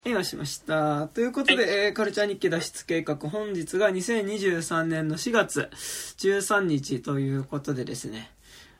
をしました。ということで、カルチャー日記脱出計画、本日が2023年の4月13日ということでですね。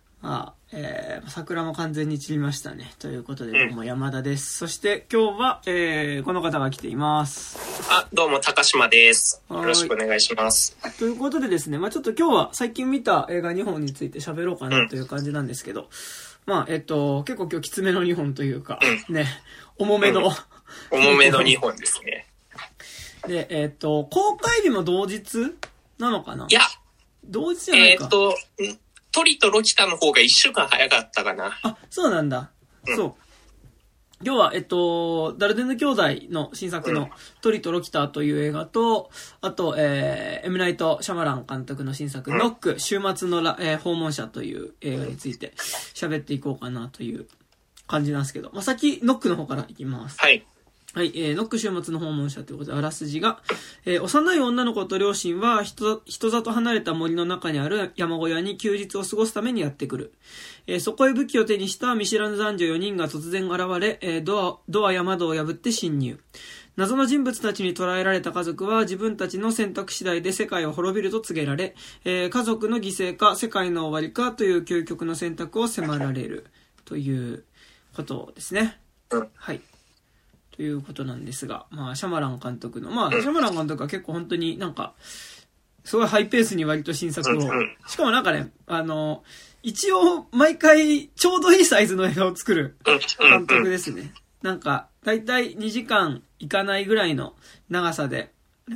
桜も完全に散りましたね。ということで、どうも山田です。そして今日は、この方が来ています。 どうも高島です。よろしくお願いします。 ということでですね、ちょっと今日は最近見た映画2本について喋ろうかなという感じなんですけど、結構今日きつめの2本というか、ね、重めの 2本ですね。 で、公開日も同日なのかな？ いや、 同日じゃないか。 トリとロキタの方が1週間早かったかな。 そうなんだ。そう。今日は、ダルデンヌ兄弟の新作のトリとロキタという映画と、あと、エムナイト・シャマラン監督の新作、ノック、週末の訪問者という映画について喋っていこうかなという感じなんですけど、先、ノックの方からいきます。 はい。 はい、ノック週末の訪問者ということで、あらすじが、幼い女の子と両親は人里離れた森の中にある山小屋に休日を過ごすためにやってくる。そこへ武器を手にした見知らぬ男女4人が突然現れ、ドアや窓を破って侵入。謎の人物たちに捕らえられた家族は自分たちの選択次第で世界を滅びると告げられ、家族の犠牲か世界の終わりかという究極の選択を迫られるということですね。はい。ということなんですが、シャマラン監督の、シャマラン監督は結構本当にすごいハイペースに割と新作を、しかもね、一応毎回ちょうどいいサイズの映画を作る監督ですね。だいたい2時間いかないぐらいの長さで、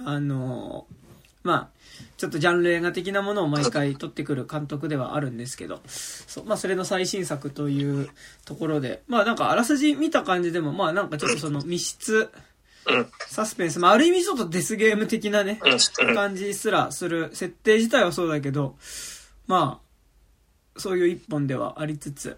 ちょっとジャンル映画的なものを毎回撮ってくる監督ではあるんですけど、それの最新作というところで、あらすじ見た感じでも、ちょっとその密室、サスペンス、ある意味ちょっとデスゲーム的なね、感じすらする、設定自体はそうだけど、そういう一本ではありつつ、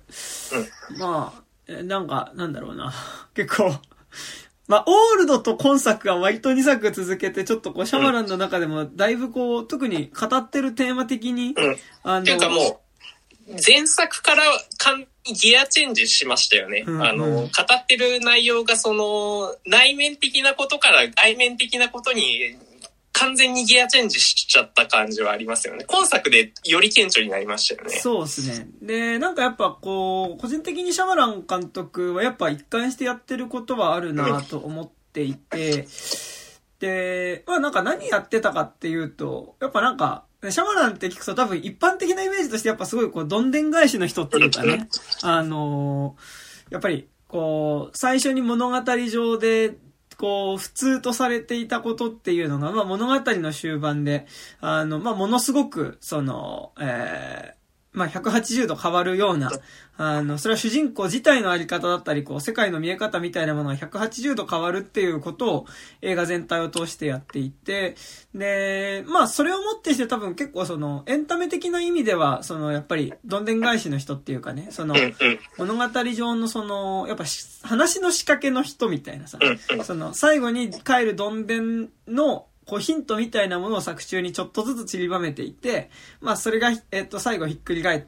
なんだろうな、結構、オールドと今作が割と2作続けて、ちょっとシャマランの中でもだいぶ特に語ってるテーマ的に、 っていうかもう、前作からギアチェンジしましたよね。語ってる内容が内面的なことから外面的なことに完全にギアチェンジしちゃった感じはありますよね。今作でより顕著になりましたよね。 そうですね。で、やっぱ個人的にシャマラン監督はやっぱ一貫してやってることはあるなと思っていて、で、何やってたかっていうと、やっぱシャマランって聞くと多分一般的なイメージとしてやっぱすごいどんでん返しの人っていうかね、やっぱり最初に物語上で普通とされていたことっていうのが、物語の終盤で、ものすごく、180度変わるような、それは主人公自体のあり方だったり、世界の見え方みたいなものが180度変わるっていうことを映画全体を通してやっていて、で、それをもってして多分結構エンタメ的な意味では、やっぱり、どんでん返しの人っていうかね、物語上のやっぱ話の仕掛けの人みたいなさ、最後に帰るどんでんの、ヒントみたいなものを作中にちょっとずつ散りばめていて、それが、最後ひっくり返って、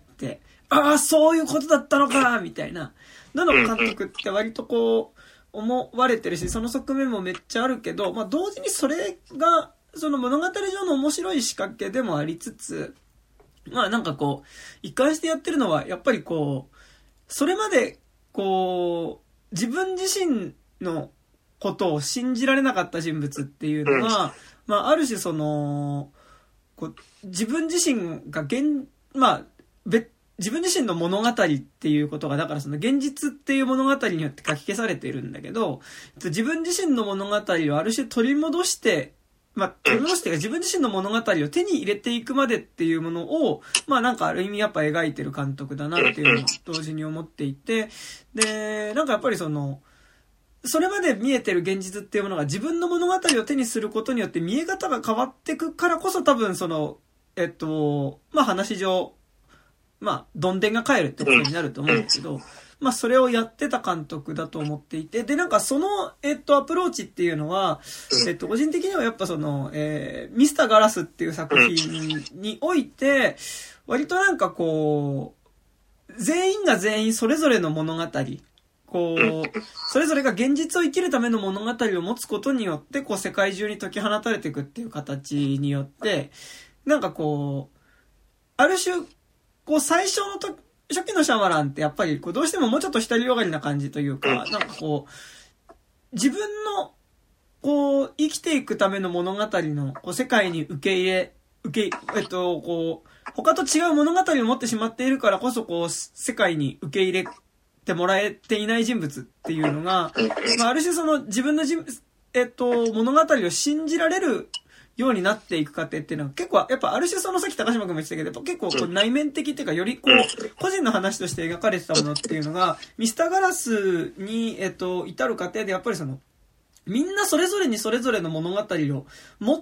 そういうことだったのかみたいな。の監督って割と思われてるし、その側面もめっちゃあるけど、同時にそれが、物語上の面白い仕掛けでもありつつ、一貫してやってるのは、やっぱりそれまで、自分自身のことを信じられなかった人物っていうのは、ある種自分自身が自分自身の物語っていうことが、だから現実っていう物語によって書き消されているんだけど、自分自身の物語をある種取り戻して、自分自身の物語を手に入れていくまでっていうものを、ある意味やっぱ描いてる監督だなっていうのを同時に思っていて、で、やっぱりそれまで見えてる現実っていうものが自分の物語を手にすることによって見え方が変わってくからこそ多分話上、どんでんが帰るってことになると思うんですけど、それをやってた監督だと思っていて、で、その、アプローチっていうのは、個人的にはやっぱミスターガラスっていう作品において、割と全員が全員それぞれの物語、 こう、それぞれが現実を生きるための物語を持つことによって、こう世界中に解き放たれていくっていう形によって、なんかこう、ある種、こう最初の初期のシャマランってやっぱりこうどうしてももうちょっと独りよがりな感じというか、なんかこう、自分のこう生きていくための物語のこう世界にこう、他と違う物語を持ってしまっているからこそ、こう、世界に受け入れてもらえていない人物っていうのが、まあ、ある種その自分の物語を信じられるようになっていく過程っていうのは結構、やっぱある種そのさっき高島君も言ってたけど、結構こう内面的っていうか、よりこう、個人の話として描かれてたものっていうのが、ミスターガラスに、至る過程でやっぱりその、みんなそれぞれにそれぞれの物語を持って、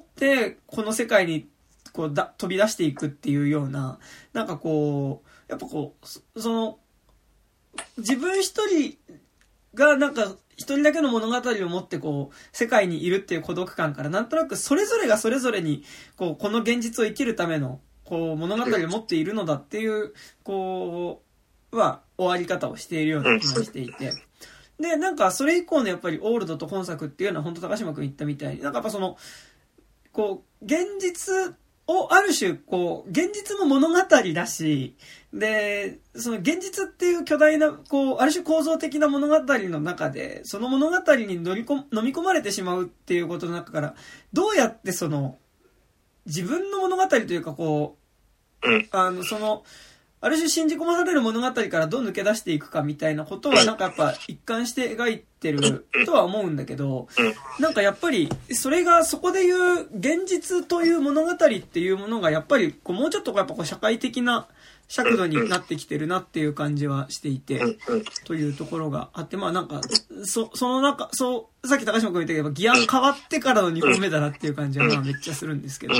この世界にこう飛び出していくっていうような、なんかこう、やっぱこう、その、自分一人がなんか一人だけの物語を持ってこう、世界にいるっていう孤独感から、なんとなくそれぞれがそれぞれに、こう、この現実を生きるための、こう、物語を持っているのだっていう、こう、終わり方をしているような気がしていて。で、なんかそれ以降のやっぱりオールドと本作っていうのは本当高島君言ったみたいに、なんかやっぱその、こう、現実をある種、こう、現実も物語だし、で、その現実っていう巨大な、こう、ある種構造的な物語の中で、その物語に飲み込まれてしまうっていうことの中から、どうやってその、自分の物語というか、こう、その、ある種信じ込まされる物語からどう抜け出していくかみたいなことはなんかやっぱ一貫して描いてるとは思うんだけど、なんかやっぱりそれがそこでいう現実という物語っていうものがやっぱりこうもうちょっとやっぱこう社会的な尺度になってきてるなっていう感じはしていて、というところがあって、まあなんか、その中、さっき高島君言ったけど、ギア変わってからの2本目だなっていう感じはまあめっちゃするんですけど。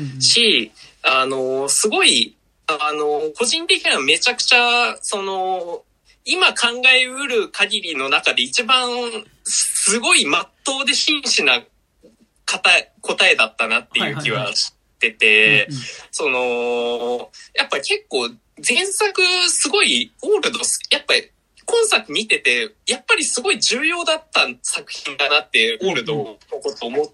すごい、個人的にはめちゃくちゃ、今考えうる限りの中で一番すごい真っ当で真摯な答えだったなっていう気はしてて、やっぱり結構前作すごいオールド、やっぱり今作見てて、やっぱりすごい重要だった作品だなってオールドのこと思って、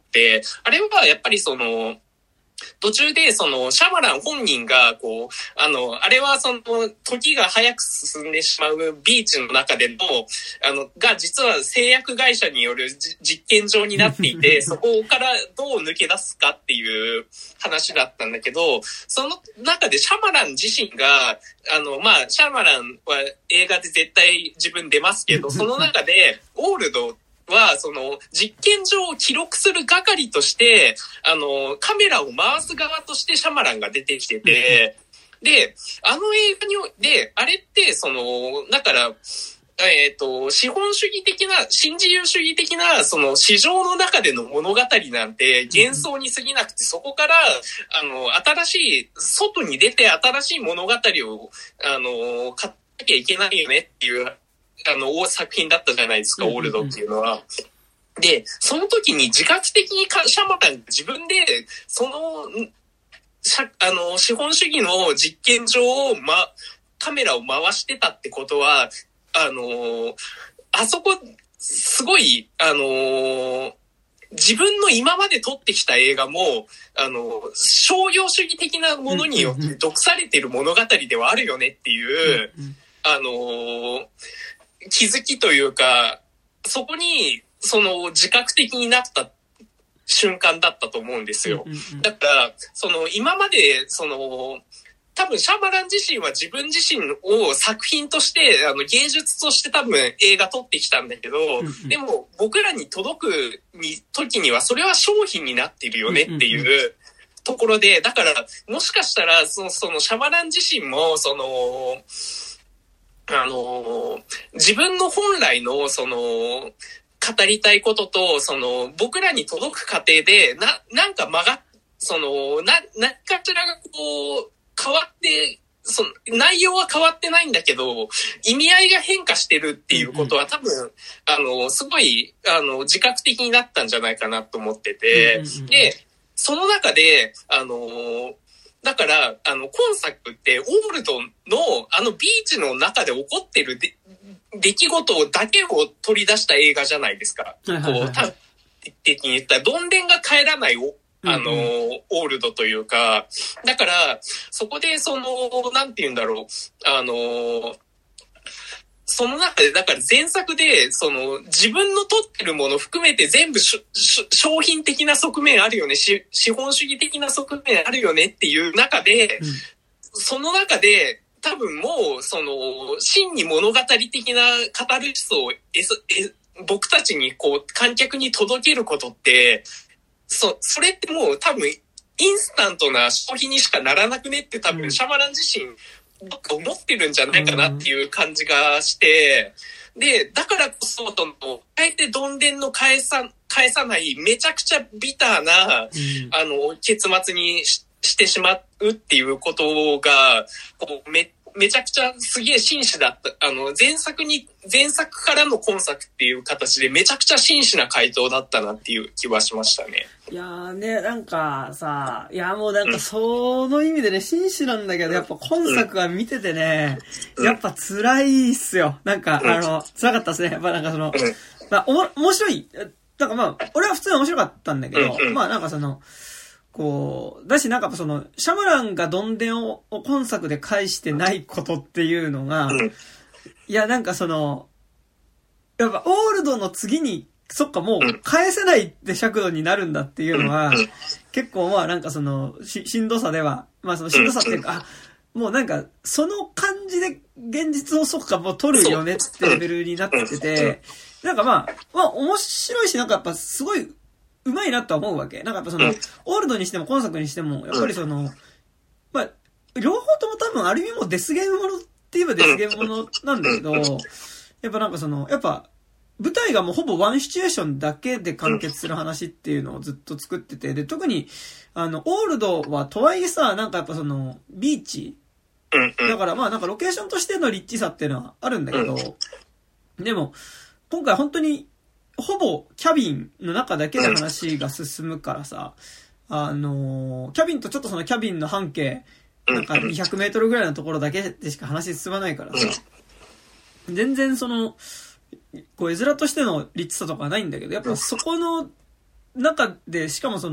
あれはやっぱり途中でシャマラン本人があれは時が早く進んでしまうビーチの中でのが実は製薬会社による実験場になっていてそこからどう抜け出すかっていう話だったんだけど、その中でシャマラン自身がシャマランは映画で絶対自分出ますけど、その中でオールドは、実験場を記録する係として、カメラを回す側としてシャマランが出てきてて、で、あの映画で、あれって、だから、資本主義的な、新自由主義的な、市場の中での物語なんて幻想に過ぎなくて、そこから、新しい、外に出て新しい物語を、買ってなきゃいけないよねっていう、作品だったじゃないですか、オールドっていうのは。で、その時に自覚的にシャマラン自分で、資本主義の実験場を、カメラを回してたってことは、あそこ、すごい、自分の今まで撮ってきた映画も、商業主義的なものによって毒されてる物語ではあるよねっていう、気づきというか、そこに、自覚的になった瞬間だったと思うんですよ。だから、今まで、多分シャマラン自身は自分自身を作品として、芸術として多分映画撮ってきたんだけど、でも僕らに届く時にはそれは商品になっているよねっていうところで、だから、もしかしたら、シャマラン自身も、自分の本来の語りたいことと僕らに届く過程でなんか何かしらがこう変わって内容は変わってないんだけど意味合いが変化してるっていうことは多分すごい自覚的になったんじゃないかなと思ってて、でその中でだから、今作って、オールドの、ビーチの中で起こってる出来事だけを取り出した映画じゃないですか。こう、端的に言ったら、どんでんが帰らないオールドというか、だから、そこでなんて言うんだろう、その中で、だから前作で、自分の取ってるもの含めて全部商品的な側面あるよね、資本主義的な側面あるよねっていう中で、その中で、多分もう、真に物語的なカタルシスを僕たちにこう、観客に届けることって、それってもう多分、インスタントな消費にしかならなくねって多分、シャマラン自身、どっか思ってるんじゃないかなっていう感じがして、で、だからこそ、あえてどんでんの返さない、めちゃくちゃビターな、結末にしてしまうっていうことが、こうめちゃくちゃすげえ真摯だった。前作からの今作っていう形でめちゃくちゃ真摯な回答だったなっていう気はしましたね。 いやーね、なんかさ、いやもうなんかその意味でね、真摯なんだけど、やっぱ今作は見ててね、やっぱ辛いっすよ。なんか、辛かったっすね。やっぱなんかまあ、面白い。なんかまあ、俺は普通に面白かったんだけど、まあなんかこう、だしなんかシャムランがどんでんを今作で返してないことっていうのが、いやなんかやっぱオールドの次に、そっかもう返せないって尺度になるんだっていうのは、結構まあなんかしんどさでは、まあしんどさっていうか、もうなんか、その感じで現実をそっかもう撮るよねってレベルになってて、なんかまあ面白いしなんかやっぱすごい、うまいなとは思うわけ。なんかやっぱオールドにしても今作にしても、やっぱりまあ、両方とも多分ある意味もデスゲームものって言えばデスゲームものなんだけど、やっぱなんかやっぱ、舞台がもうほぼワンシチュエーションだけで完結する話っていうのをずっと作ってて、で、特に、オールドはとはいえさ、なんかやっぱビーチだからまあなんかロケーションとしてのリッチさっていうのはあるんだけど、でも、今回本当に、ほぼキャビンの中だけで話が進むからさ、キャビンとちょっとキャビンの半径、なんか200メートルぐらいのところだけでしか話進まないからさ、全然こう絵面としてのリッチさとかはないんだけど、やっぱそこの中で、しかも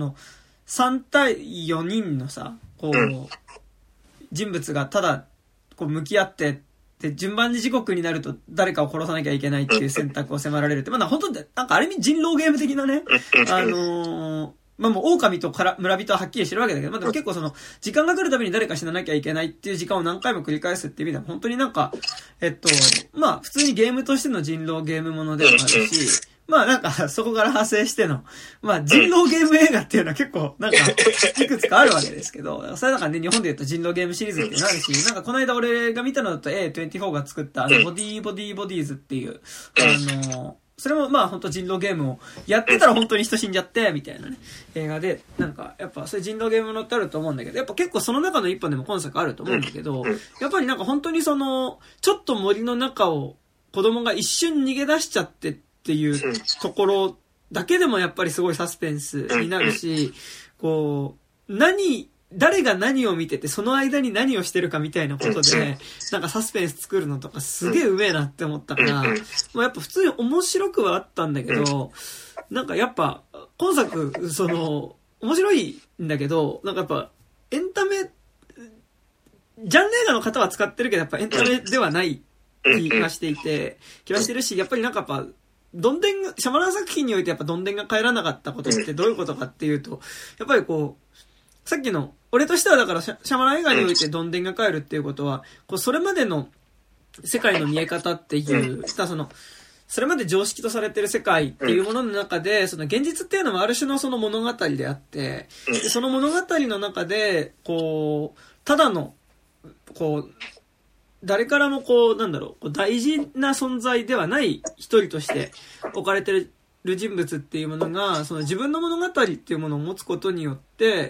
3対4人のさ、こう、人物がただ、こう向き合って、で、順番に時刻になると誰かを殺さなきゃいけないっていう選択を迫られるって、まあ本当になんかある意味人狼ゲーム的なね、まあもう狼と村人ははっきりしてるわけだけど、まあでも結構時間が来るたびに誰か死ななきゃいけないっていう時間を何回も繰り返すっていう意味では本当になんか、まあ普通にゲームとしての人狼ゲームものでもあるし、まあなんかそこから派生しての、まあ人狼ゲーム映画っていうのは結構なんかいくつかあるわけですけど、それだからね日本で言うと人狼ゲームシリーズっていうのあるし、なんかこの間俺が見たのだと A24 が作ったボディーズっていう、それもまあ本当人狼ゲームをやってたら本当に人死んじゃってみたいなね映画で、なんかやっぱそういう人狼ゲームのってあると思うんだけど、やっぱ結構その中の一本でも今作あると思うんだけど、やっぱりなんか本当にちょっと森の中を子供が一瞬逃げ出しちゃってっていうところだけでもやっぱりすごいサスペンスになるし、こう誰が何を見ててその間に何をしてるかみたいなことでなんかサスペンス作るのとかすげえうめえなって思ったから、もうやっぱ普通に面白くはあったんだけど、なんかやっぱ今作面白いんだけど、なんかやっぱエンタメジャンル映画の方は使ってるけどやっぱエンタメではない気がしてるし、やっぱりなんかやっぱシャマラン作品においてやっぱどんでんが帰らなかったことってどういうことかっていうと、やっぱりこう、さっきの、俺としてはだからシャマラン映画においてどんでんが帰るっていうことは、こうそれまでの世界の見え方っていう、それまで常識とされてる世界っていうものの中で、現実っていうのはある種の物語であって、でその物語の中で、こう、ただの、こう、誰からもこう大事な存在ではない一人として置かれてる人物っていうものが、自分の物語っていうものを持つことによって、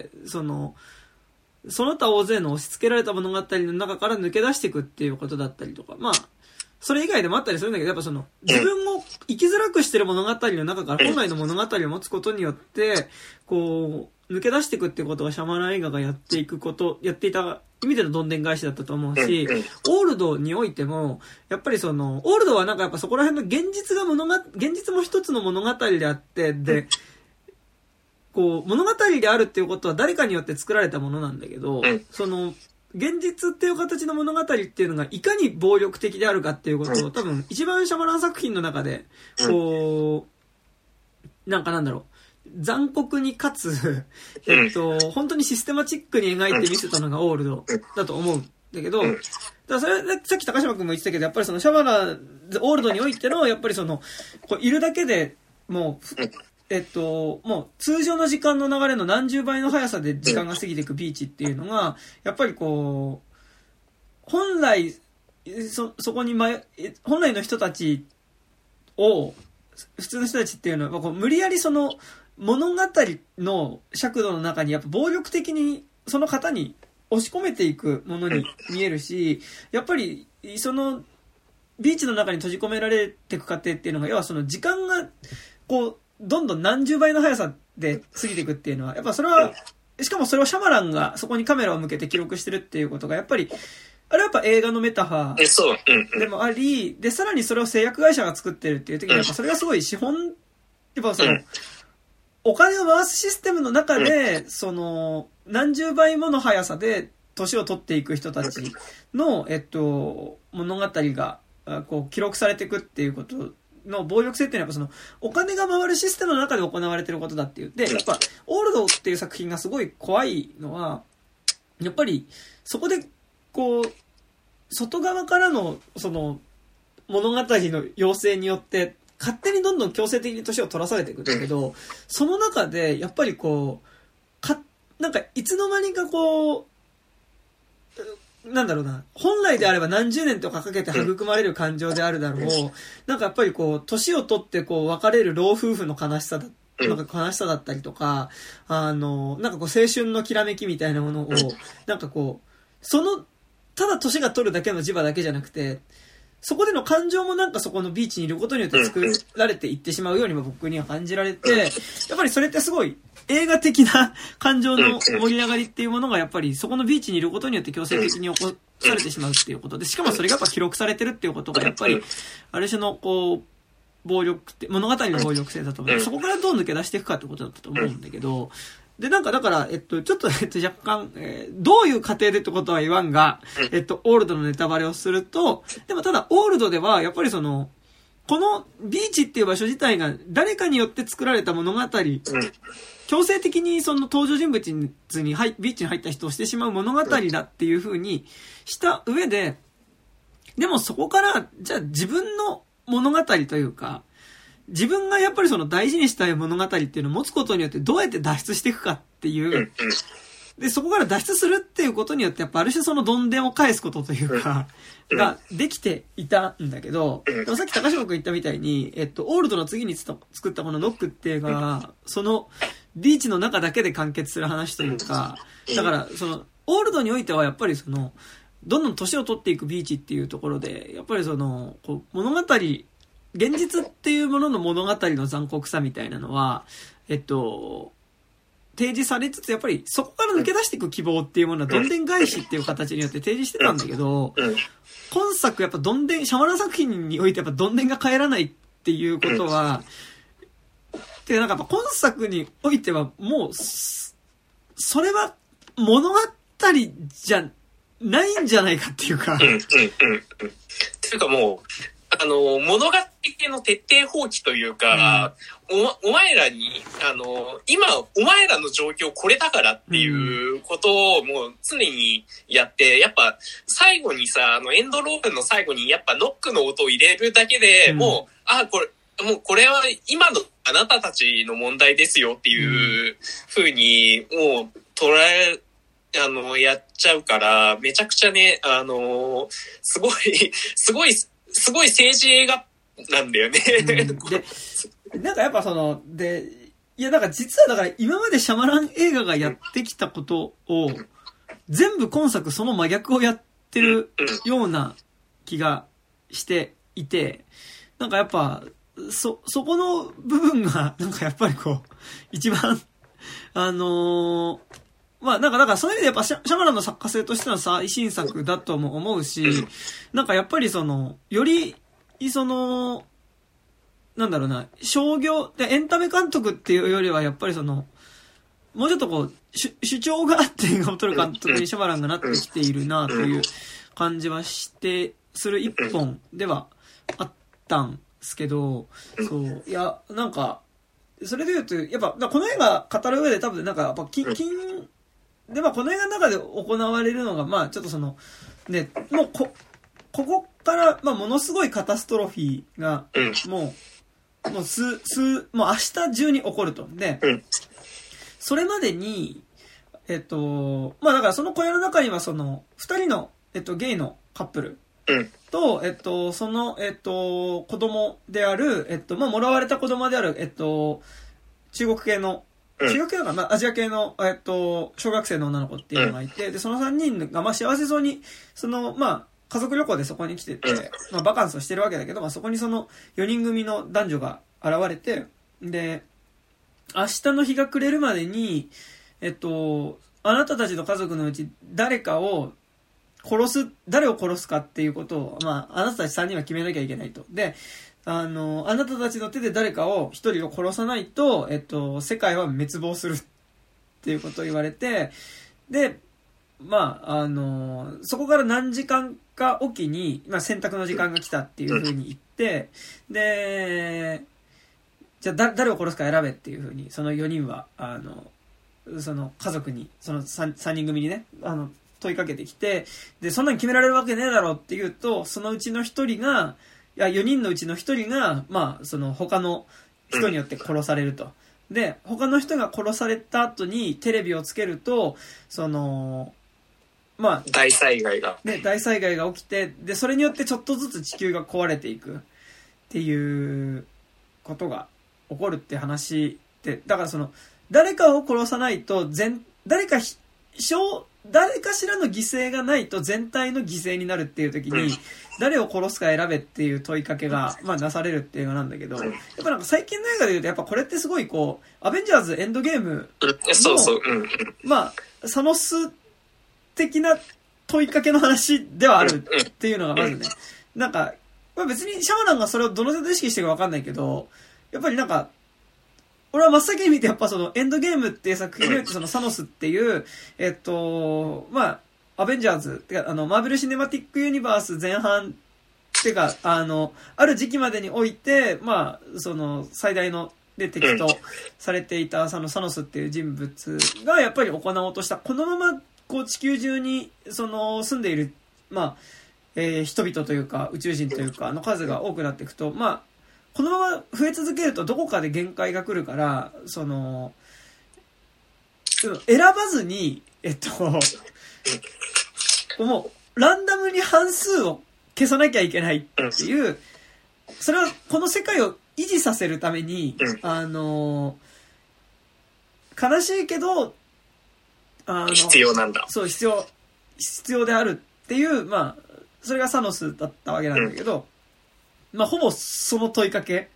その他大勢の押し付けられた物語の中から抜け出していくっていうことだったりとか、まあ、それ以外でもあったりするんだけど、やっぱ自分を生きづらくしてる物語の中から本来の物語を持つことによって、こう、 抜け出していくってことをシャマラン映画がやっていた意味でのどんでん返しだったと思うし、オールドにおいても、やっぱりオールドはなんかやっぱそこら辺の現実も一つの物語であって、で、こう、物語であるっていうことは誰かによって作られたものなんだけど、現実っていう形の物語っていうのがいかに暴力的であるかっていうことを多分一番シャマラン作品の中で、こう、なんだろう、残酷にかつ、本当にシステマチックに描いて見せたのがオールドだと思うんだけど、だからそれ、さっき高島君も言ってたけど、やっぱりシャマラン、オールドにおいての、やっぱりこういるだけでもう、もう通常の時間の流れの何十倍の速さで時間が過ぎていくビーチっていうのが、やっぱりこう、本来、そこに本来の人たちを、普通の人たちっていうのは、こう無理やり物語の尺度の中にやっぱ暴力的にその方に押し込めていくものに見えるし、やっぱりビーチの中に閉じ込められていく過程っていうのが、要は時間がこう、どんどん何十倍の速さで過ぎていくっていうのは、やっぱそれは、しかもそれをシャマランがそこにカメラを向けて記録してるっていうことが、やっぱり、あれはやっぱ映画のメタファーでもあり、で、さらにそれを製薬会社が作ってるっていう時に、やっぱそれがすごいやっぱお金を回すシステムの中で、何十倍もの速さで年を取っていく人たちの、物語が、こう、記録されていくっていうことの暴力性っていうのはやっぱお金が回るシステムの中で行われていることだっていう。で、やっぱ、オールドっていう作品がすごい怖いのは、やっぱり、そこで、こう、外側からの、物語の要請によって、勝手にどんどん強制的に年を取らされていくんだけど、その中で、やっぱりこう、なんか、いつの間にかこう、なんだろうな、本来であれば何十年とかかけて育まれる感情であるだろう。なんかやっぱりこう、年を取ってこう、別れる老夫婦の悲しさだったりとか、なんかこう、青春のきらめきみたいなものを、なんかこう、ただ年が取るだけの磁場だけじゃなくて、そこでの感情もなんかそこのビーチにいることによって作られていってしまうようにも僕には感じられて、やっぱりそれってすごい映画的な感情の盛り上がりっていうものがやっぱりそこのビーチにいることによって強制的に起こされてしまうっていうことで、しかもそれがやっぱ記録されてるっていうことがやっぱり、ある種のこう、暴力って、物語の暴力性だと思う。そこからどう抜け出していくかってことだったと思うんだけど、で、なんかだから、ちょっと若干、どういう過程でってことは言わんが、オールドのネタバレをすると、でもただ、オールドでは、やっぱりこのビーチっていう場所自体が誰かによって作られた物語、強制的に登場人物にビーチに入った人をしてしまう物語だっていう風にした上で、でもそこから、じゃあ自分の物語というか、自分がやっぱり大事にしたい物語っていうのを持つことによってどうやって脱出していくかっていう。で、そこから脱出するっていうことによってやっぱある種どんでんを返すことというか、ができていたんだけど、でもさっき高島君言ったみたいに、オールドの次に作ったこのノックっていうのが、ビーチの中だけで完結する話というか、だからオールドにおいてはやっぱりどんどん年を取っていくビーチっていうところで、やっぱりこう物語、現実っていうものの物語の残酷さみたいなのは、提示されつつ、やっぱりそこから抜け出していく希望っていうものはどんでん返しっていう形によって提示してたんだけど、今作やっぱシャマラン作品においてやっぱどんでんが帰らないっていうことは、なんかやっぱ今作においてはもう、それは物語じゃないんじゃないかっていうか。 っていうかもう、物語系の徹底放棄というか、お前らに、今、お前らの状況これだからっていうことをもう常にやって、やっぱ最後にさ、エンドロールの最後にやっぱノックの音を入れるだけで、もうこれは今のあなたたちの問題ですよっていう風に、もうやっちゃうから、めちゃくちゃね、すごい政治映画なんだよね。 で、なんかやっぱいや、だから実はだから今までシャマラン映画がやってきたことを、全部今作その真逆をやってるような気がしていて、なんかやっぱ、そこの部分が、なんかやっぱりこう、一番まあ、だからそういう意味でやっぱシャマランの作家性としては最新作だとも思うし、なんかやっぱりより、なんだろうな、商業、で、エンタメ監督っていうよりはやっぱりもうちょっとこう、主張があって映画を撮る監督にシャマランがなってきているなという感じはする一本ではあったんですけど、そう、いや、なんか、それで言うと、やっぱ、この映画語る上で多分なんか、やっぱで、まあこの映画の中で行われるのが、まあちょっとね、もうここから、まあものすごいカタストロフィーが、もう明日中に起こると。で、それまでに、まあだからその小屋の中には二人の、ゲイのカップルと、子供である、まあもらわれた子供である、中国系の、中国系のかな、アジア系の、小学生の女の子っていうのがいて、で、その3人が、まあ幸せそうに、まあ、家族旅行でそこに来てて、まあバカンスをしてるわけだけど、まあそこに4人組の男女が現れて、で、明日の日が暮れるまでに、あなたたちの家族のうち誰を殺すかっていうことを、まあ、あなたたち3人は決めなきゃいけないと。で、あなたたちの手で誰かを一人を殺さないと、世界は滅亡するっていうことを言われて、で、まあ、そこから何時間かおきに、まあ、選択の時間が来たっていう風に言って、で、じゃあ誰を殺すか選べっていう風に、その4人は、その家族に、その 3人組にね、問いかけてきて、で、そんなに決められるわけねえだろって言うと、そのうちの1人が、4人のうちの1人が、まあ、他の人によって殺されると。で、他の人が殺された後にテレビをつけると、まあ、 大災害が起きて、で、それによってちょっとずつ地球が壊れていくっていうことが起こるって話で、だから誰かを殺さないと、誰かしらの犠牲がないと全体の犠牲になるっていう時に、誰を殺すか選べっていう問いかけが、まあ、なされるっていう映画なんだけど、やっぱなんか最近の映画で言うと、やっぱこれってすごいこう、アベンジャーズエンドゲームの、まあ、サノス的な問いかけの話ではあるっていうのがまずね、なんか、まあ、別にシャマランがそれをどの程度意識してるかわかんないけど、やっぱりなんか、俺は真っ先に見てやっぱエンドゲームっていう作品においてサノスっていう、まあ、アベンジャーズ、てかマーベルシネマティックユニバース前半、てか、ある時期までにおいて、まあ、最大ので敵とされていたサノスっていう人物がやっぱり行おうとした、このままこう地球中に、住んでいる、まあ、人々というか宇宙人というかの数が多くなっていくと、まあ、このまま増え続けるとどこかで限界が来るから、選ばずに、もう、ランダムに半数を消さなきゃいけないっていう、それはこの世界を維持させるために、悲しいけど、 必要なんだ。 そう、必要であるっていう、まあ、それがサノスだったわけなんだけど、まあ、ほぼその問いかけ。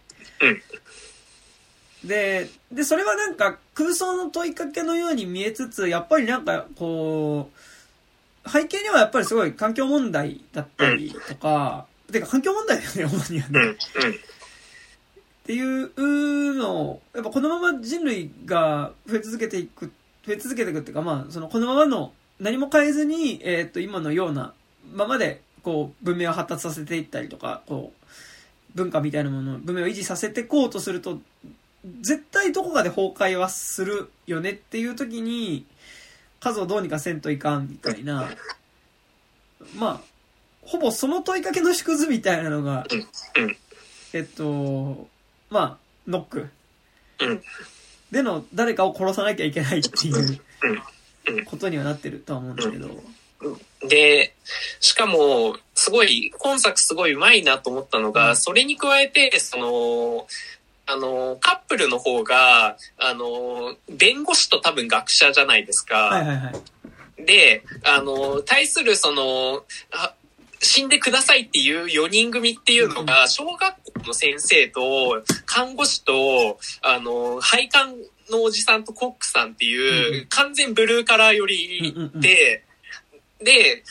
で、それはなんか空想の問いかけのように見えつつ、やっぱりなんかこう、背景にはやっぱりすごい環境問題だったりとか、てか環境問題だよね、主にはね。っていうのを、やっぱこのまま人類が増え続けていくっていうか、まあ、このままの何も変えずに、今のようなままで、こう、文明を発達させていったりとか、こう、文化みたいなもの、文明を維持させていこうとすると、絶対どこかで崩壊はするよねっていう時に、数をどうにかせんといかんみたいな、まあ、ほぼその問いかけの縮図みたいなのが、まあ、ノック。での、誰かを殺さなきゃいけないっていうことにはなってるとは思うんだけど。 で、しかも、すごい、今作すごい上手いなと思ったのが、それに加えて、カップルの方が、弁護士と多分学者じゃないですか。 はいはいはい。 で、対する死んでくださいっていう4人組っていうのが、小学校の先生と、看護師と、配管のおじさんとコックさんっていう完全ブルーカラー寄りで、で、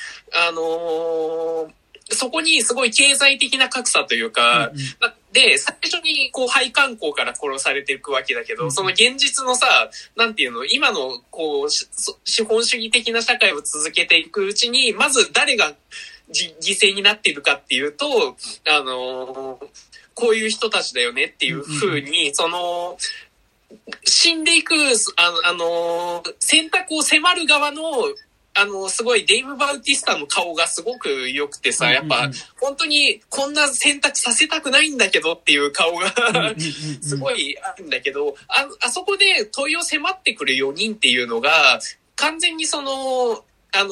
そこにすごい経済的な格差というか、で、最初にこう配管工から殺されていくわけだけど、その現実のさ、なんていうの、今のこう、資本主義的な社会を続けていくうちに、まず誰が犠牲になっているかっていうと、こういう人たちだよねっていう風に、その、死んでいく、選択を迫る側の、すごいデイブ・バウティスタの顔がすごく良くてさ、やっぱ、本当にこんな選択させたくないんだけどっていう顔がすごいあるんだけど、あそこで問いを迫ってくる4人っていうのが、完全にその、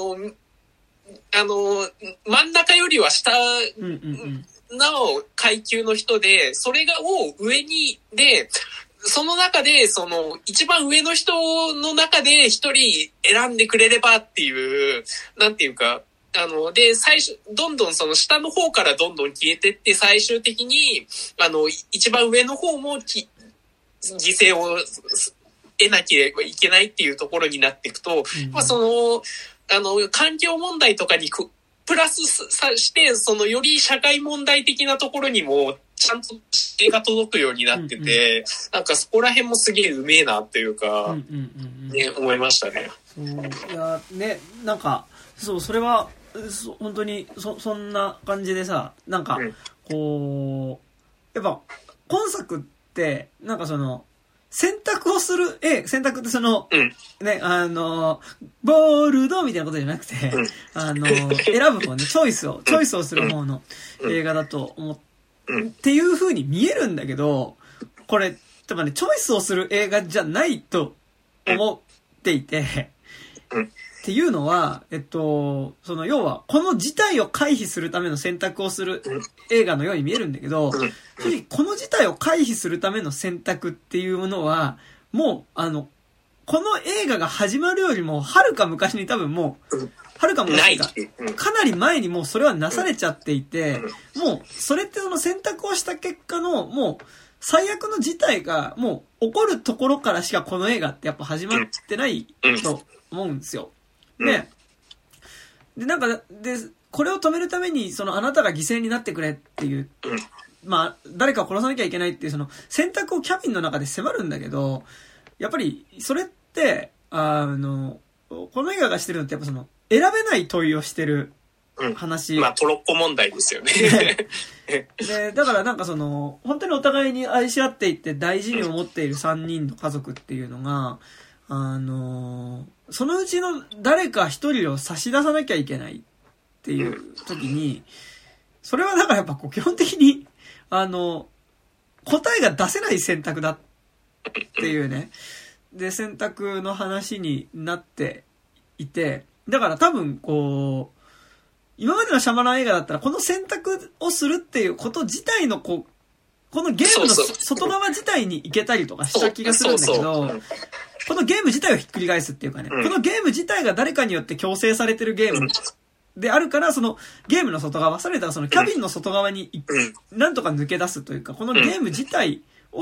真ん中よりは下の階級の人で、それを上に、で、その中で、その、一番上の人の中で一人選んでくれればっていう、なんていうか、で、どんどんその下の方からどんどん消えてって、最終的に、一番上の方も犠牲を得なければいけないっていうところになっていくと、まあその、環境問題とかにプラスして、そのより社会問題的なところにも、ちゃんと絵が届くようになってて、なんかそこら辺もすげえうめえなっていうか、ね、思いましたね。 そういやね、なんかそうそれは本当にそんな感じでさ、なんかこうやっぱ今作ってなんかその選択をする選択ってその、ねボールドみたいなことじゃなくて、選ぶ方ね、チョイスをする方の映画だと思っていう風に見えるんだけど、これ多分ね、チョイスをする映画じゃないと思っていて、っていうのはその要はこの事態を回避するための選択をする映画のように見えるんだけど、正直この事態を回避するための選択っていうものはもうこの映画が始まるよりもはるか昔に多分もうはるか昔かかなり前にもうそれはなされちゃっていて、もうそれってその選択をした結果のもう最悪の事態がもう起こるところからしかこの映画ってやっぱ始まってないと思うんですよ。でなんかでこれを止めるためにそのあなたが犠牲になってくれっていうまあ誰かを殺さなきゃいけないっていうその選択をキャビンの中で迫るんだけど、やっぱりそれってこの映画がしてるのってやっぱその選べない問いをしてる話、 まあトロッコ問題ですよね。 でだからなんかその本当にお互いに愛し合っていって大事に思っている3人の家族っていうのがそのうちの誰か一人を差し出さなきゃいけないっていう時に、それはだからやっぱこう基本的に答えが出せない選択だっていうね、で選択の話になっていて、だから多分こう今までのシャマラン映画だったらこの選択をするっていうこと自体のこのゲームの外側自体に行けたりとかした気がするんだけど、このゲーム自体をひっくり返すっていうかね、このゲーム自体が誰かによって強制されてるゲームであるから、そのゲームの外側、されたらそのキャビンの外側になんとか抜け出すというか、このゲーム自体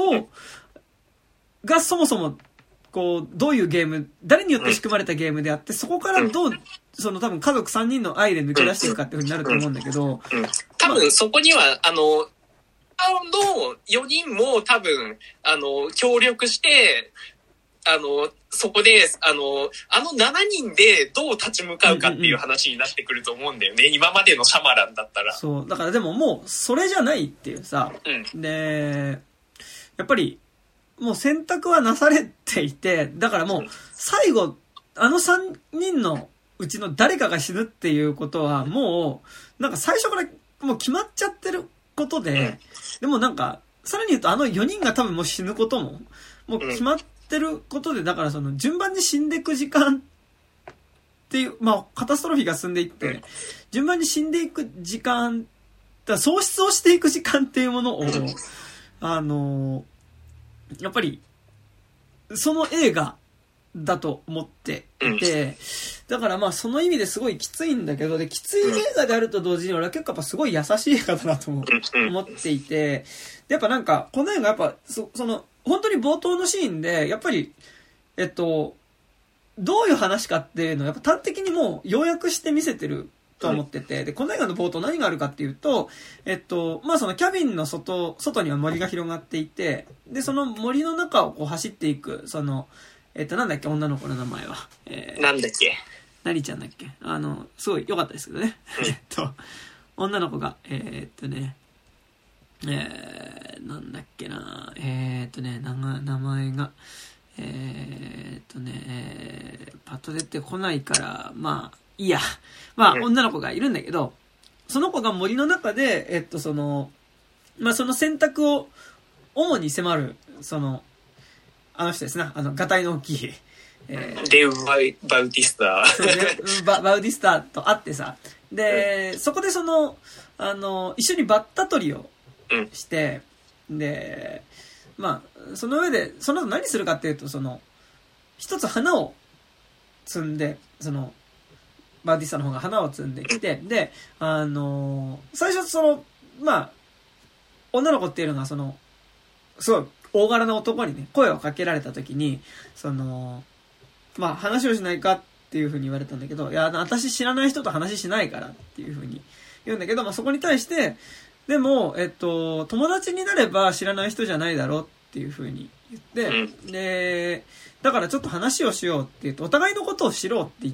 がそもそもこうどういうゲーム、誰によって仕組まれたゲームであって、そこからどうその多分家族3人の愛で抜け出していくかっていう風になると思うんだけど、 多分そこにはの4人も多分協力してそこで7人でどう立ち向かうかっていう話になってくると思うんだよね、今までのシャマランだったら。 そうだからでももうそれじゃないっていうさ、でやっぱりもう選択はなされていて、だからもう最後3人のうちの誰かが死ぬっていうことはもうなんか最初からもう決まっちゃってることで、でもなんかさらに言うと4人が多分もう死ぬことももう決まってることで、だからその順番に死んでいく時間っていう、まあカタストロフィーが進んでいって順番に死んでいく時間、だ喪失をしていく時間っていうものをやっぱりその映画だと思っていて、だからまあその意味ですごいきついんだけど、できつい映画であると同時に俺は結構やっぱすごい優しい映画だなと思っていて、でやっぱなんかこの映画やっぱその本当に冒頭のシーンで、やっぱり、どういう話かっていうのを、やっぱ端的にもう要約して見せてると思ってて、で、この映画の冒頭何があるかっていうと、まあそのキャビンの外には森が広がっていて、で、その森の中をこう走っていく、その、なんだっけ、女の子の名前は。 なんだっけ。 何ちゃんだっけ。すごい良かったですけどね。女の子が、なんだっけな、名前が、パッと出てこないから、まあ、いいや。まあ、女の子がいるんだけど、その子が森の中で、まあ、その選択を主に迫る、あの人ですな、ガタイの大きい、 デウ・バウティスタバウディスタと会ってさ、で、そこで一緒にバッタ取りをして、で、まあ、その上で、その後何するかっていうと、一つ花を摘んで、バウディスタの方が花を摘んできて、で、最初まあ、女の子っていうのがすごい大柄な男にね、声をかけられた時に、まあ、話をしないかっていう風に言われたんだけど、いや、私知らない人と話しないからっていう風に言うんだけど、まあ、そこに対して、でも、友達になれば知らない人じゃないだろうっていう風に言って、で、だからちょっと話をしようって言って、お互いのことを知ろうって言って、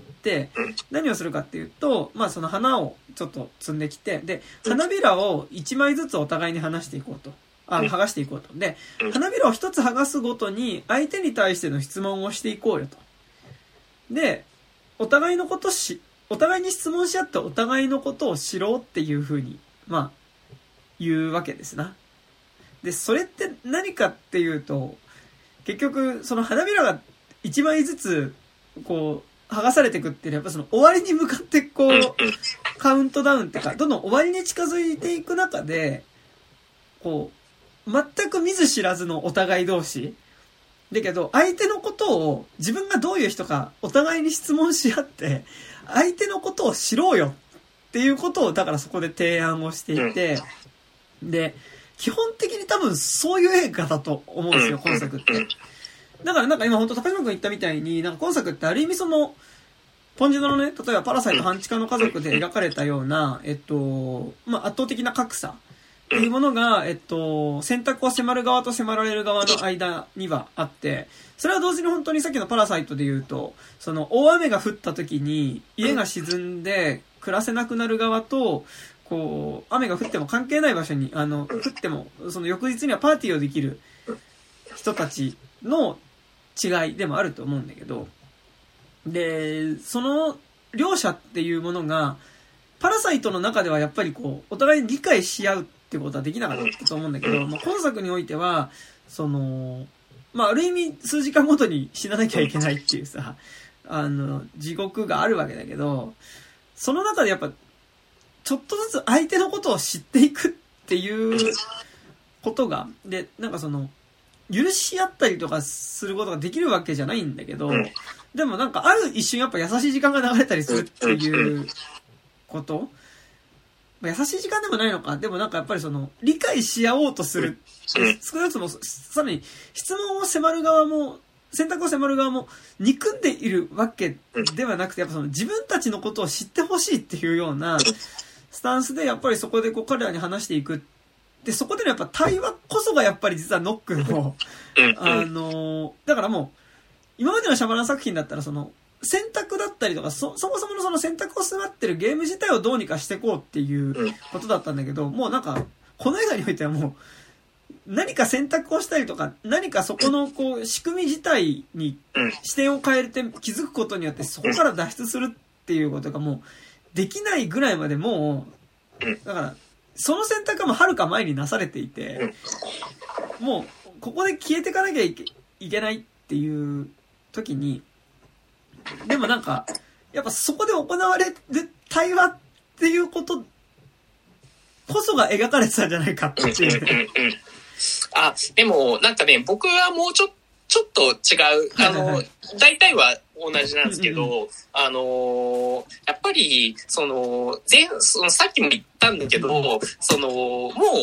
何をするかっていうと、まあその花をちょっと摘んできて、で、花びらを1枚ずつお互いに話していこうと。剥がしていこうと。で、花びらを1つ剥がすごとに、相手に対しての質問をしていこうよと。で、お互いに質問し合ってお互いのことを知ろうっていう風に、まあ、言うわけですな。で、それって何かっていうと、結局、その花びらが1枚ずつ、こう、剥がされていくっていうのは、やっぱ終わりに向かってこう、カウントダウンっていうか、どんどん終わりに近づいていく中で、こう、全く見ず知らずのお互い同士、だけど、相手のことを、自分がどういう人か、お互いに質問し合って、相手のことを知ろうよっていうことを、だからそこで提案をしていて、で、基本的に多分そういう映画だと思うんですよ、今作って。だからなんか今本当高島君言ったみたいに、なんか今作ってある意味ポンジュノのね、例えばパラサイト半地下の家族で描かれたような、まあ、圧倒的な格差っていうものが、選択を迫る側と迫られる側の間にはあって、それは同時に本当にさっきのパラサイトで言うと、大雨が降った時に家が沈んで暮らせなくなる側と、こう、雨が降っても関係ない場所に、降っても、翌日にはパーティーをできる人たちの違いでもあると思うんだけど、で、その両者っていうものが、パラサイトの中ではやっぱりこう、お互いに理解し合うってことはできなかったと思うんだけど、まあ、今作においては、まあ、ある意味数時間ごとに死ななきゃいけないっていうさ、地獄があるわけだけど、その中でやっぱ、ちょっとずつ相手のことを知っていくっていうことが、で、なんか許し合ったりとかすることができるわけじゃないんだけど、でもなんかある一瞬やっぱ優しい時間が流れたりするっていうこと、優しい時間でもないのか、でもなんかやっぱり理解し合おうとする。少なくとも、さらに質問を迫る側も、選択を迫る側も憎んでいるわけではなくて、やっぱ自分たちのことを知ってほしいっていうようなスタンスでやっぱりそこでこう彼らに話していく。で、そこでのやっぱ対話こそがやっぱり実はノックの、だからもう、今までのシャマラン作品だったら選択だったりとか、そもそもの選択を迫ってるゲーム自体をどうにかしていこうっていうことだったんだけど、もうなんか、この映画においてはもう、何か選択をしたりとか、何かそこのこう、仕組み自体に視点を変えて気づくことによってそこから脱出するっていうことがもう、できないぐらいまでもう、だから、その選択はもうはるか前になされていて、もう、ここで消えていかなきゃいけないっていう時に、でもなんか、やっぱそこで行われる対話っていうことこそが描かれてたんじゃないかっていう。 あ、でもなんかね、僕はもうちょっと違う。大体は同じなんですけど、やっぱり、さっきも言ったんだけど、もう、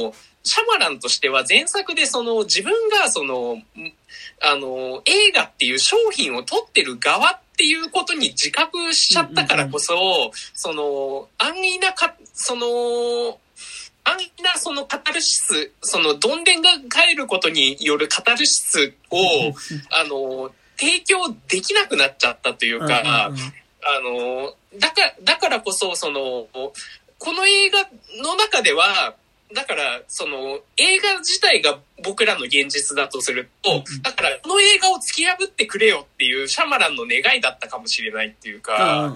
シャマランとしては前作で自分が映画っていう商品を撮ってる側っていうことに自覚しちゃったからこそ、安易なカタルシス、どんでんが帰ることによるカタルシスを、提供できなくなっちゃったというか、だからこそ、この映画の中では、だから、映画自体が僕らの現実だとすると、だから、この映画を突き破ってくれよっていうシャマランの願いだったかもしれないっていうか、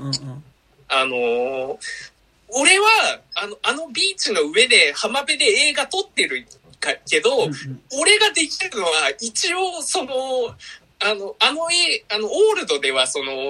俺は、ビーチの上で浜辺で映画撮ってるけど、俺ができるのは、一応、オールドでは、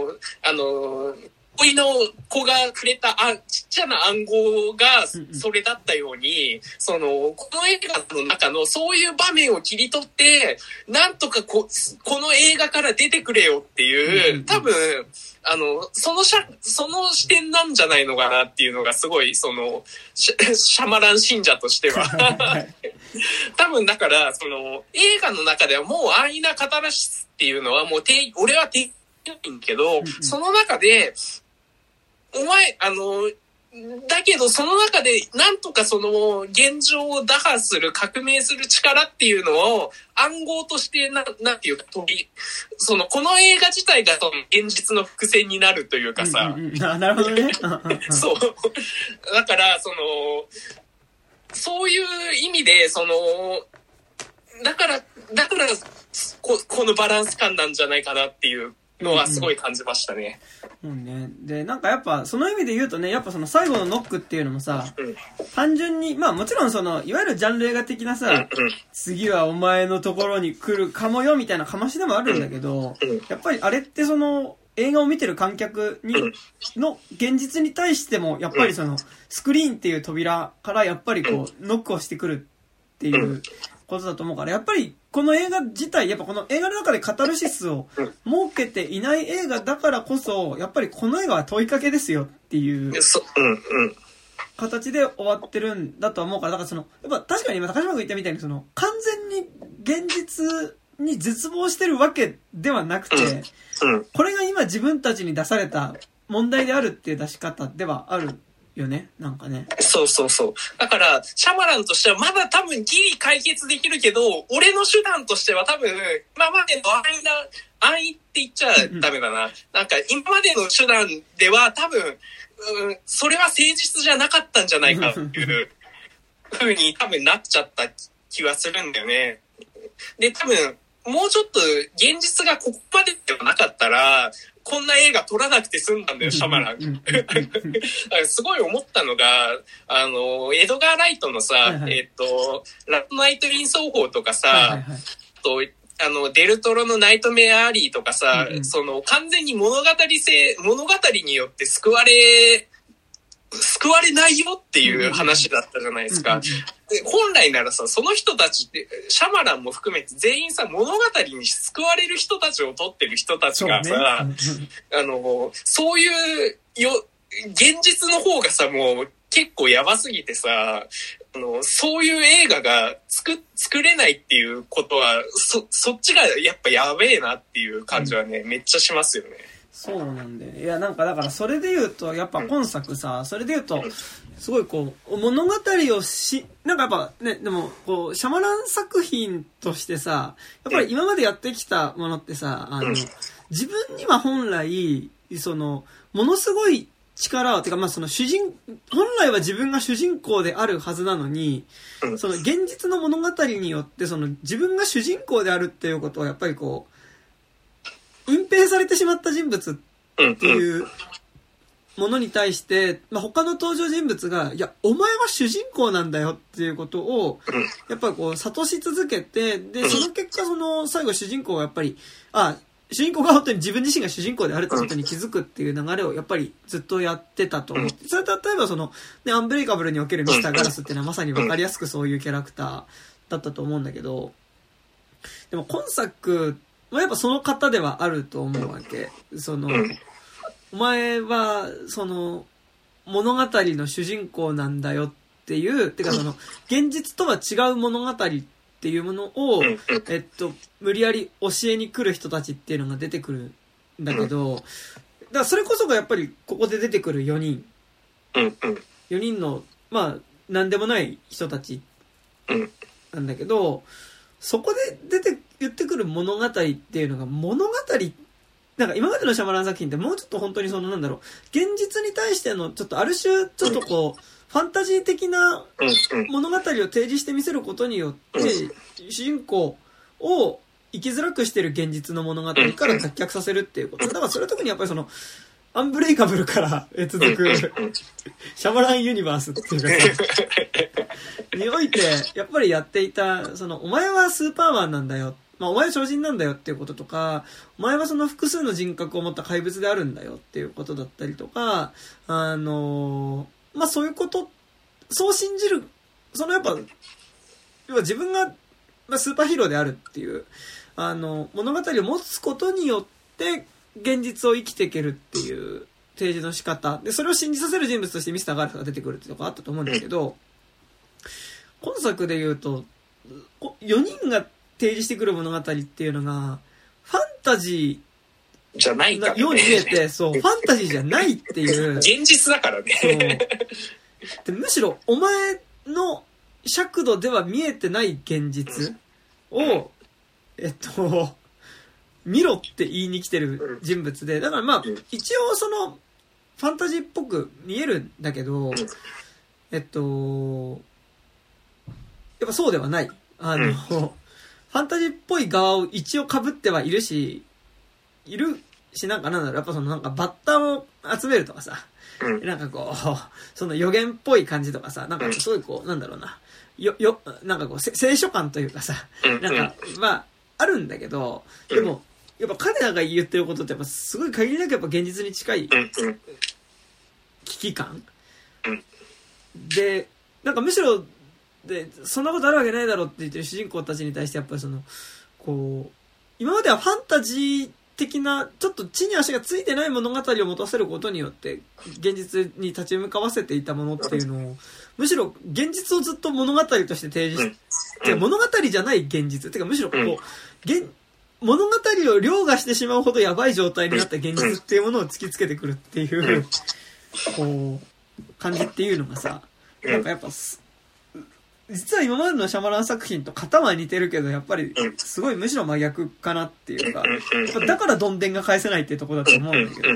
恋の子がくれたちっちゃな暗号がそれだったように、この映画の中のそういう場面を切り取って、なんとかこの映画から出てくれよっていう、多分、その視点なんじゃないのかなっていうのがすごい、シャマラン信者としては。多分だから、映画の中ではもう安易なカタラシスっていうのはもう俺は定義ないけど、その中で、だけどその中でなんとか現状を打破する、革命する力っていうのを暗号としてなんていうかこの映画自体が現実の伏線になるというかさ。 なるほどね。 そう。だから、そういう意味で、だから、このバランス感なんじゃないかなっていうのはすごい感じましたね。 ね。で、なんかやっぱ、その意味で言うとね、やっぱ最後のノックっていうのもさ、単純に、まあもちろんいわゆるジャンル映画的なさ、次はお前のところに来るかもよみたいなかましでもあるんだけど、やっぱりあれって映画を見てる観客の現実に対しても、やっぱりスクリーンっていう扉からやっぱりノックをしてくるっていうことだと思うから、やっぱりこの映画自体、やっぱこの映画の中でカタルシスを設けていない映画だからこそ、やっぱりこの映画は問いかけですよっていう形で終わってるんだと思うから、だからやっぱ確かに今高島君言ったみたいに完全に現実に絶望してるわけではなくて、これが今自分たちに出された問題であるっていう出し方ではあるよね、なんかね。 そう。だから、シャマランとしてはまだ多分ギリ解決できるけど、俺の手段としては多分、今までの安易って言っちゃダメだな。なんか今までの手段では多分、それは誠実じゃなかったんじゃないかっていう風に多分なっちゃった気はするんだよね。で、多分、もうちょっと現実がここまでではなかったら、こんな映画撮らなくて済んだんだよ、シャマラン。すごい思ったのが、エドガー・ライトのさ、ラッドナイト・イン奏法とかさ、デルトロのナイトメア・アリーとかさ、完全に物語によって救われないよっていう話だったじゃないですか。本来ならさ、その人たちって、シャマランも含めて全員さ、物語に救われる人たちを撮ってる人たちがさ、そういう現実の方がさ、もう結構やばすぎてさ、そういう映画が作れないっていうことは、そっちがやっぱやべえなっていう感じはね、めっちゃしますよね。 そうなんで、いやなんかだからそれで言うとやっぱ今作さ、それで言うとすごい物語をなんかやっぱね、でもシャマラン作品としてさ、やっぱり今までやってきたものってさ、自分には本来ものすごい力をてか本来は自分が主人公であるはずなのに、現実の物語によって自分が主人公であるっていうことをやっぱり隠蔽されてしまった人物っていうものに対して、他の登場人物が、いや、お前は主人公なんだよっていうことを、やっぱり諭し続けて、で、その結果最後主人公がやっぱり、主人公が本当に自分自身が主人公であるってことに気づくっていう流れをやっぱりずっとやってたと思って、それ例えばアンブレイカブルにおけるミスターガラスっていうのはまさにわかりやすくそういうキャラクターだったと思うんだけど、でも今作、やっぱその方ではあると思うわけ。お前は、物語の主人公なんだよっっていう、てかその、現実とは違う物語っていうものを、無理やり教えに来る人たちっていうのが出てくるんだけど、だからそれこそがやっぱりここで出てくる4人。4人の、まあ、なんでもない人たちなんだけど、そこで言ってくる物語っていうのがなんか今までのシャマラン作品ってもうちょっと本当にそのなんだろう、現実に対してのちょっとある種ちょっとこう、ファンタジー的な物語を提示してみせることによって、主人公を生きづらくしてる現実の物語から脱却させるっていうこと。だからそれは特にやっぱりその、アンブレイカブルから続く、シャマランユニバースっていうかさ、において、やっぱりやっていた、その、お前はスーパーマンなんだよ。まあ、お前は超人なんだよっていうこととか、お前はその複数の人格を持った怪物であるんだよっていうことだったりとか、まあ、そういうこと、そう信じる、そのやっぱ、要は自分が、まあ、スーパーヒーローであるっていう、物語を持つことによって、現実を生きていけるっていう提示の仕方。で、それを信じさせる人物としてミスターガールが出てくるっていうのがあったと思うんですけど、今作で言うと、4人が提示してくる物語っていうのが、ファンタジーじゃないからね。 ように見えて、そう、ファンタジーじゃないっていう。 現実だからね。 でむしろ、お前の尺度では見えてない現実を、見ろって言いに来てる人物で、だからまあ、一応その、ファンタジーっぽく見えるんだけど、やっぱそうではない。ファンタジーっぽい側を一応被ってはいるし、なんかなんだろう、やっぱそのなんかバッタを集めるとかさ、なんかこう、その予言っぽい感じとかさ、なんかすごいこう、なんだろうな、なんかこう、聖書感というかさ、なんか、まあ、あるんだけど、でも、やっぱ彼らが言ってることってやっぱすごい限りなくやっぱ現実に近い危機感で、なんかむしろでそんなことあるわけないだろうって言ってる主人公たちに対してやっぱりそのこう今まではファンタジー的なちょっと地に足がついてない物語を持たせることによって現実に立ち向かわせていたものっていうのをむしろ現実をずっと物語として提示して物語じゃない現実っていうかむしろこう物語を凌駕してしまうほどやばい状態になった現実っていうものを突きつけてくるっていうこう感じっていうのがさなんかやっぱ実は今までのシャマラン作品と型は似てるけどやっぱりすごいむしろ真逆かなっていうかだからどんでんが返せないっていうところだと思うんだけど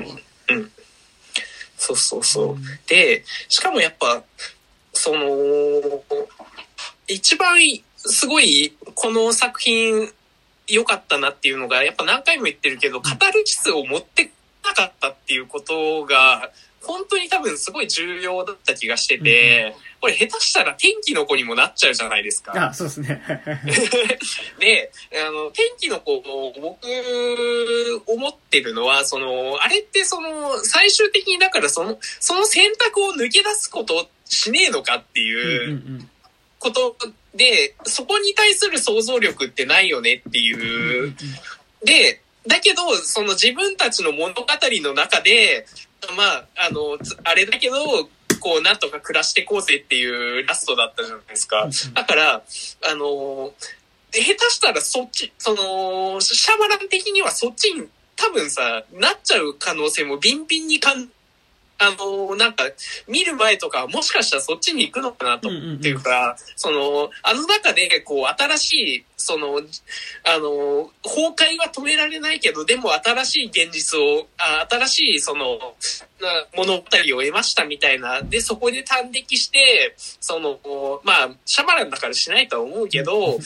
そう、でしかもやっぱその一番すごいこの作品良かったなっていうのがやっぱ何回も言ってるけどカタルシスを持ってなかったっていうことが本当に多分すごい重要だった気がしてて、これ下手したら天気の子にもなっちゃうじゃないですか。 あ、そうですね。 で、天気の子を僕思ってるのはあれって最終的にだからその選択を抜け出すことをしねえのかっていうことで、そこに対する想像力ってないよねっていう。で、だけど、自分たちの物語の中で、まあ、あれだけど、こう、なんとか暮らしてこうぜっていうラストだったじゃないですか。だから、下手したらそっち、シャマラン的にはそっちに多分さ、なっちゃう可能性もビンビンになんか、見る前とか、もしかしたらそっちに行くのかなと、っていうか、中で、こう、新しい、崩壊は止められないけど、でも新しい現実を、新しい、物語を得ましたみたいな、で、そこで端的して、まあ、シャマランだからしないとは思うけど、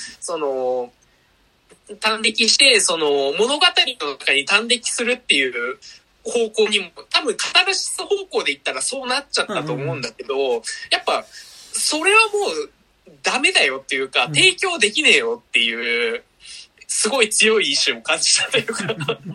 端的して、物語の中に端的するっていう、方向にも多分カタルシス方向で言ったらそうなっちゃったと思うんだけど、やっぱそれはもうダメだよっていうか、提供できねえよっていうすごい強い意志を感じたというか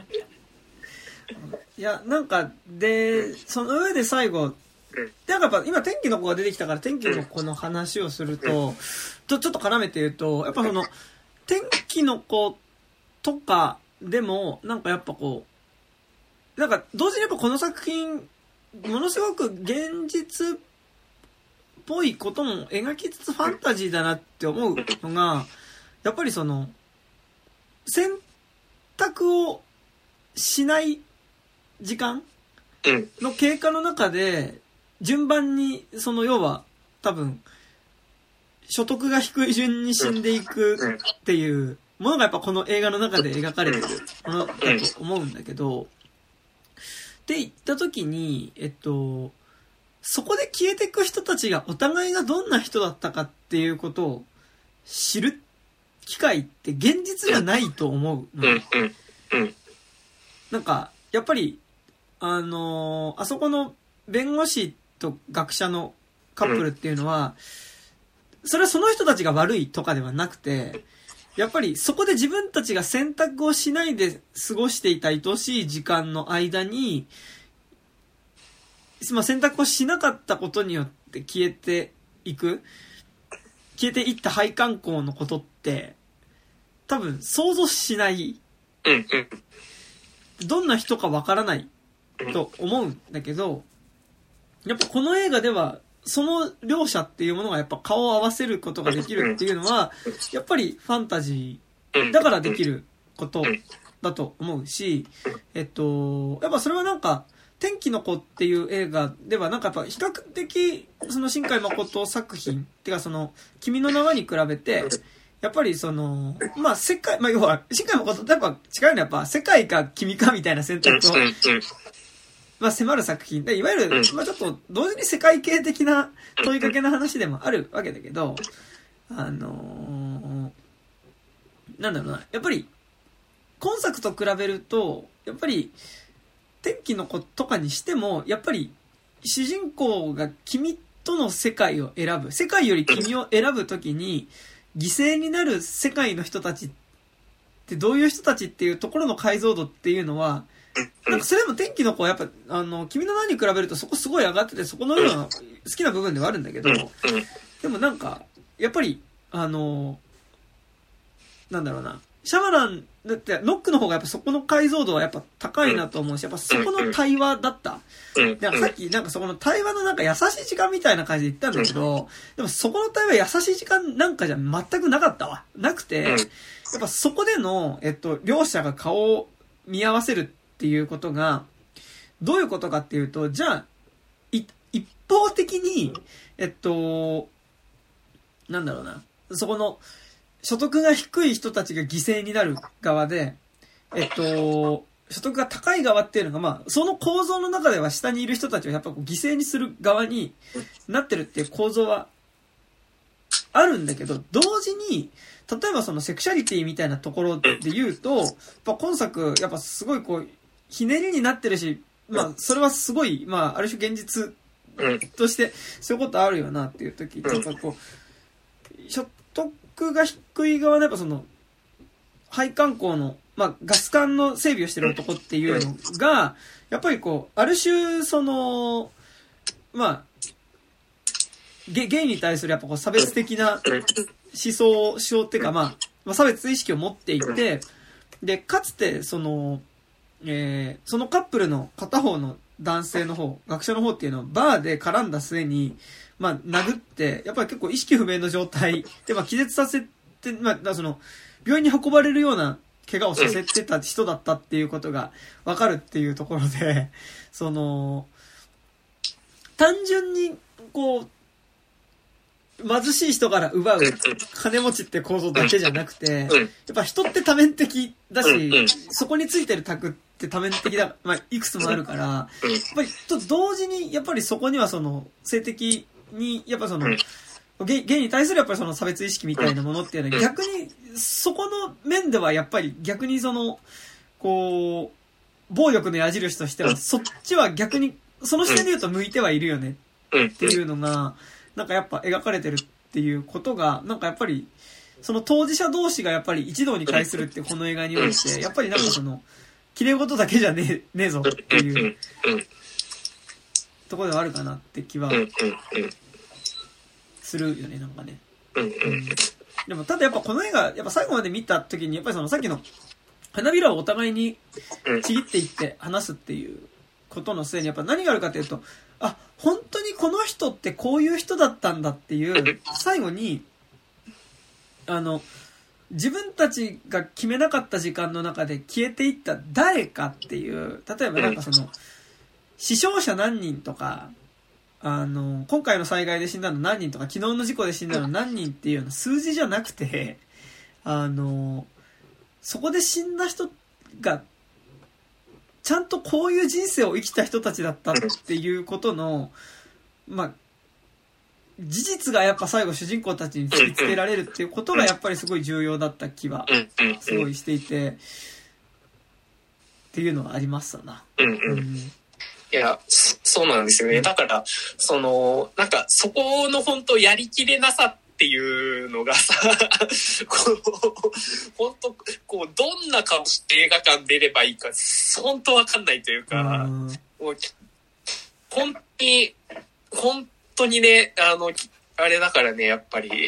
いやなんかでその上で最後なんかやっぱ今天気の子が出てきたから天気の子の話をするとちょっと絡めて言うとやっぱ天気の子とかでもなんかやっぱこうなんか同時にやっぱこの作品ものすごく現実っぽいことも描きつつファンタジーだなって思うのが、やっぱりその、選択をしない時間の経過の中で、順番に、その要は、多分、所得が低い順に死んでいくっていうものがやっぱこの映画の中で描かれてるものだと思うんだけど、って言った時に、そこで消えていく人たちがお互いがどんな人だったかっていうことを知る機会って現実じゃないと思うの。なんか、やっぱり、あそこの弁護士と学者のカップルっていうのは、それはその人たちが悪いとかではなくて、やっぱりそこで自分たちが選択をしないで過ごしていた愛しい時間の間に、まあ、選択をしなかったことによって消えていった配管工のことって、多分想像しない。どんな人かわからないと思うんだけど、やっぱこの映画では、その両者っていうものがやっぱ顔を合わせることができるっていうのは、やっぱりファンタジーだからできることだと思うし、やっぱそれはなんか、天気の子っていう映画ではなんかやっぱ比較的、その新海誠作品、ってかその、君の名はに比べて、やっぱりその、まあ世界、まあ要は、新海誠とやっぱ違うのはやっぱ世界か君かみたいな選択を、まあ迫る作品で、いわゆる、まあちょっと同時に世界系的な問いかけの話でもあるわけだけど、なんだろうな、やっぱり、今作と比べると、やっぱり、天気の子とかにしても、やっぱり、主人公が君との世界を選ぶ、世界より君を選ぶときに、犠牲になる世界の人たちってどういう人たちっていうところの解像度っていうのは、なんかそれでも天気の子はやっぱ、君の名に比べるとそこすごい上がってて、そこのような好きな部分ではあるんだけど、でもなんか、やっぱり、なんだろうな、シャマラン、だってノックの方がやっぱそこの解像度はやっぱ高いなと思うし、やっぱそこの対話だった。だからさっきなんかそこの対話のなんか優しい時間みたいな感じで言ったんだけど、でもそこの対話優しい時間なんかじゃ全くなかったわ。なくて、やっぱそこでの、両者が顔を見合わせるっていうことが、どういうことかっていうと、じゃあ、一方的に、なんだろうな、そこの、所得が低い人たちが犠牲になる側で、所得が高い側っていうのが、まあ、その構造の中では下にいる人たちをやっぱこう犠牲にする側になってるっていう構造はあるんだけど、同時に、例えばそのセクシャリティみたいなところで言うと、やっぱ今作、やっぱすごいこう、ひねりになってるし、まあ、それはすごい、まあ、ある種現実として、そういうことあるよなっていう時、やっぱこう、所得が低い側のやっぱその、配管工の、まあ、ガス管の整備をしてる男っていうのが、やっぱりこう、ある種、その、まあ、ゲイに対するやっぱこう差別的な思想っていうか、まあ、差別意識を持っていて、で、かつて、その、そのカップルの片方の男性の方、学者の方っていうのをバーで絡んだ末に、まあ、殴って、やっぱり結構意識不明の状態で、まあ、気絶させて、まあ、その、病院に運ばれるような怪我をさせてた人だったっていうことがわかるっていうところで、その、単純に、こう、貧しい人から奪う金持ちって構造だけじゃなくて、やっぱ人って多面的だし、そこについてる卓って多面的だ、まあ、いくつもあるから、やっぱりと同時に、やっぱりそこにはその、性的に、やっぱその、ゲイに対するやっぱりその差別意識みたいなものっていうのは逆に、そこの面ではやっぱり逆にその、こう、暴力の矢印としては、そっちは逆に、その視点で言うと向いてはいるよねっていうのが、なんかやっぱ描かれてるっていうことが、なんかやっぱり、その当事者同士がやっぱり一堂に会するってこの映画において、やっぱりなんかその、綺麗事だけじゃねえぞっていうところではあるかなって気はするよね、なんかね。でもただやっぱこの映画、やっぱ最後まで見た時に、やっぱりそのさっきの花びらをお互いにちぎっていって話すっていうことの末に、やっぱ何があるかというと、 あ、本当にこの人ってこういう人だったんだっていう、最後に、自分たちが決めなかった時間の中で消えていった誰かっていう、例えばなんかその、死傷者何人とか、今回の災害で死んだの何人とか、昨日の事故で死んだの何人っていうような数字じゃなくて、そこで死んだ人が、ちゃんとこういう人生を生きた人たちだったっていうことの、まあ、事実がやっぱ最後主人公たちに突きつけられるっていうことがやっぱりすごい重要だった気はすごいしていてっていうのはありましたな。 いや、そうなんですよね。だからなんかそこの本当やりきれなさっていうのがさ本当こうどんな顔して映画館出ればいいか本当わかんないというか、もう本当にね、あれだからね、やっぱり。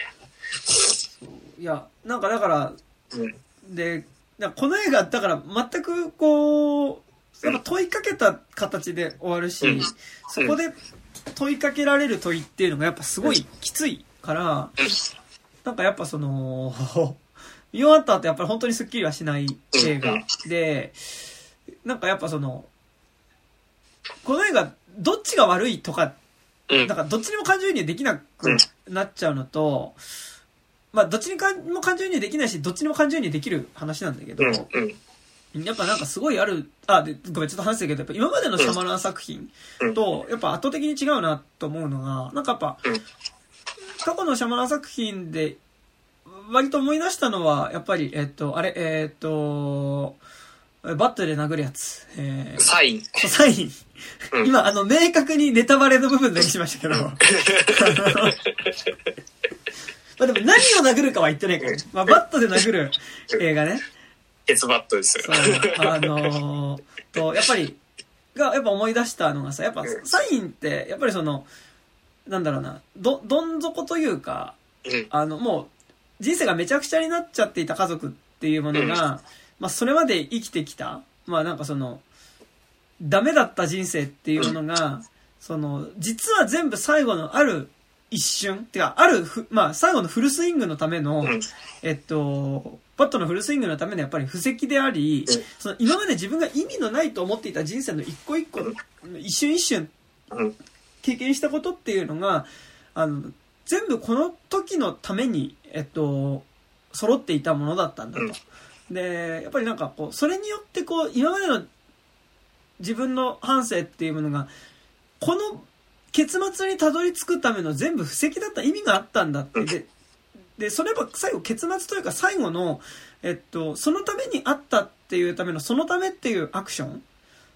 いや、なんかだから、で、この映画、だから全くこう、やっぱ問いかけた形で終わるし、そこで問いかけられる問いっていうのがやっぱすごいきついから、なんかやっぱその、見終わった後やっぱり本当にスッキリはしない映画で、なんかやっぱその、この映画、どっちが悪いとか、なんかどっちにも感情移入できなくなっちゃうのと、まあどっちにも感情移入できないし、どっちにも感情移入できる話なんだけど、やっぱなんかすごいある、ごめんちょっと話したけど、やっぱ今までのシャマラン作品と、やっぱ圧倒的に違うなと思うのが、なんかやっぱ、過去のシャマラン作品で、割と思い出したのは、やっぱり、バットで殴るやつ。 サイン。 サイン。今、明確にネタバレの部分だけしましたけど。まあでも何を殴るかは言ってないから、ね。まあバットで殴る映画ね。 ケツバットですよ。 やっぱり、やっぱ思い出したのがさ、やっぱサインって、やっぱりその、なんだろうな、どん底というか、もう、人生がめちゃくちゃになっちゃっていた家族っていうものが、まあそれまで生きてきた、まあなんかその、ダメだった人生っていうものが、実は全部最後のある一瞬、てか、まあ最後のフルスイングのための、バットのフルスイングのためのやっぱり布石であり、今まで自分が意味のないと思っていた人生の一個一個、一瞬一瞬、経験したことっていうのが、全部この時のために、揃っていたものだったんだと。で、やっぱりなんかこう、それによってこう、今までの自分の半生っていうものが、この結末にたどり着くための全部布石だった意味があったんだって。で、それは最後結末というか最後の、そのためにあったっていうための、そのためっていうアクション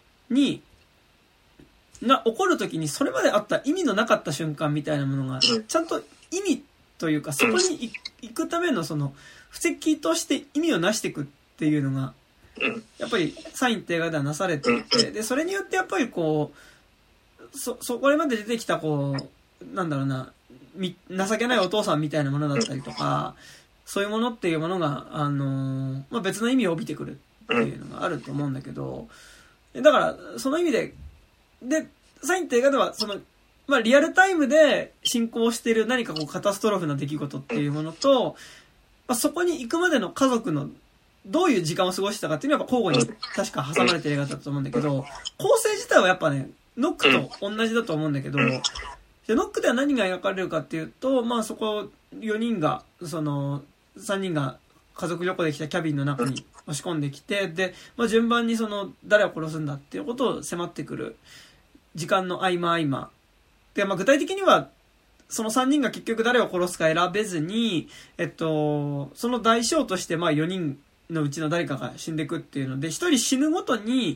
が起こるときに、それまであった意味のなかった瞬間みたいなものが、ちゃんと意味というか、そこに行くためのその、布石として意味をなしていくっていうのが、やっぱりサインって映画ではなされていて、で、それによってやっぱりこう、これまで出てきたこう、なんだろうな、情けないお父さんみたいなものだったりとか、そういうものっていうものが、まあ、別の意味を帯びてくるっていうのがあると思うんだけど、だから、その意味で、サインって映画では、まあ、リアルタイムで進行している何かこう、カタストロフな出来事っていうものと、まあ、そこに行くまでの家族のどういう時間を過ごしたかっていうのはやっぱ交互に確か挟まれてる映画だったと思うんだけど、構成自体はやっぱね、ノックと同じだと思うんだけど、でノックでは何が描かれるかっていうと、まあそこ4人が、3人が家族旅行で来たキャビンの中に押し込んできて、で、まあ順番に誰を殺すんだっていうことを迫ってくる時間の合間。で、まあ具体的には、その3人が結局誰を殺すか選べずに、その代償として、まあ4人のうちの誰かが死んでいくっていうので、1人死ぬごとに、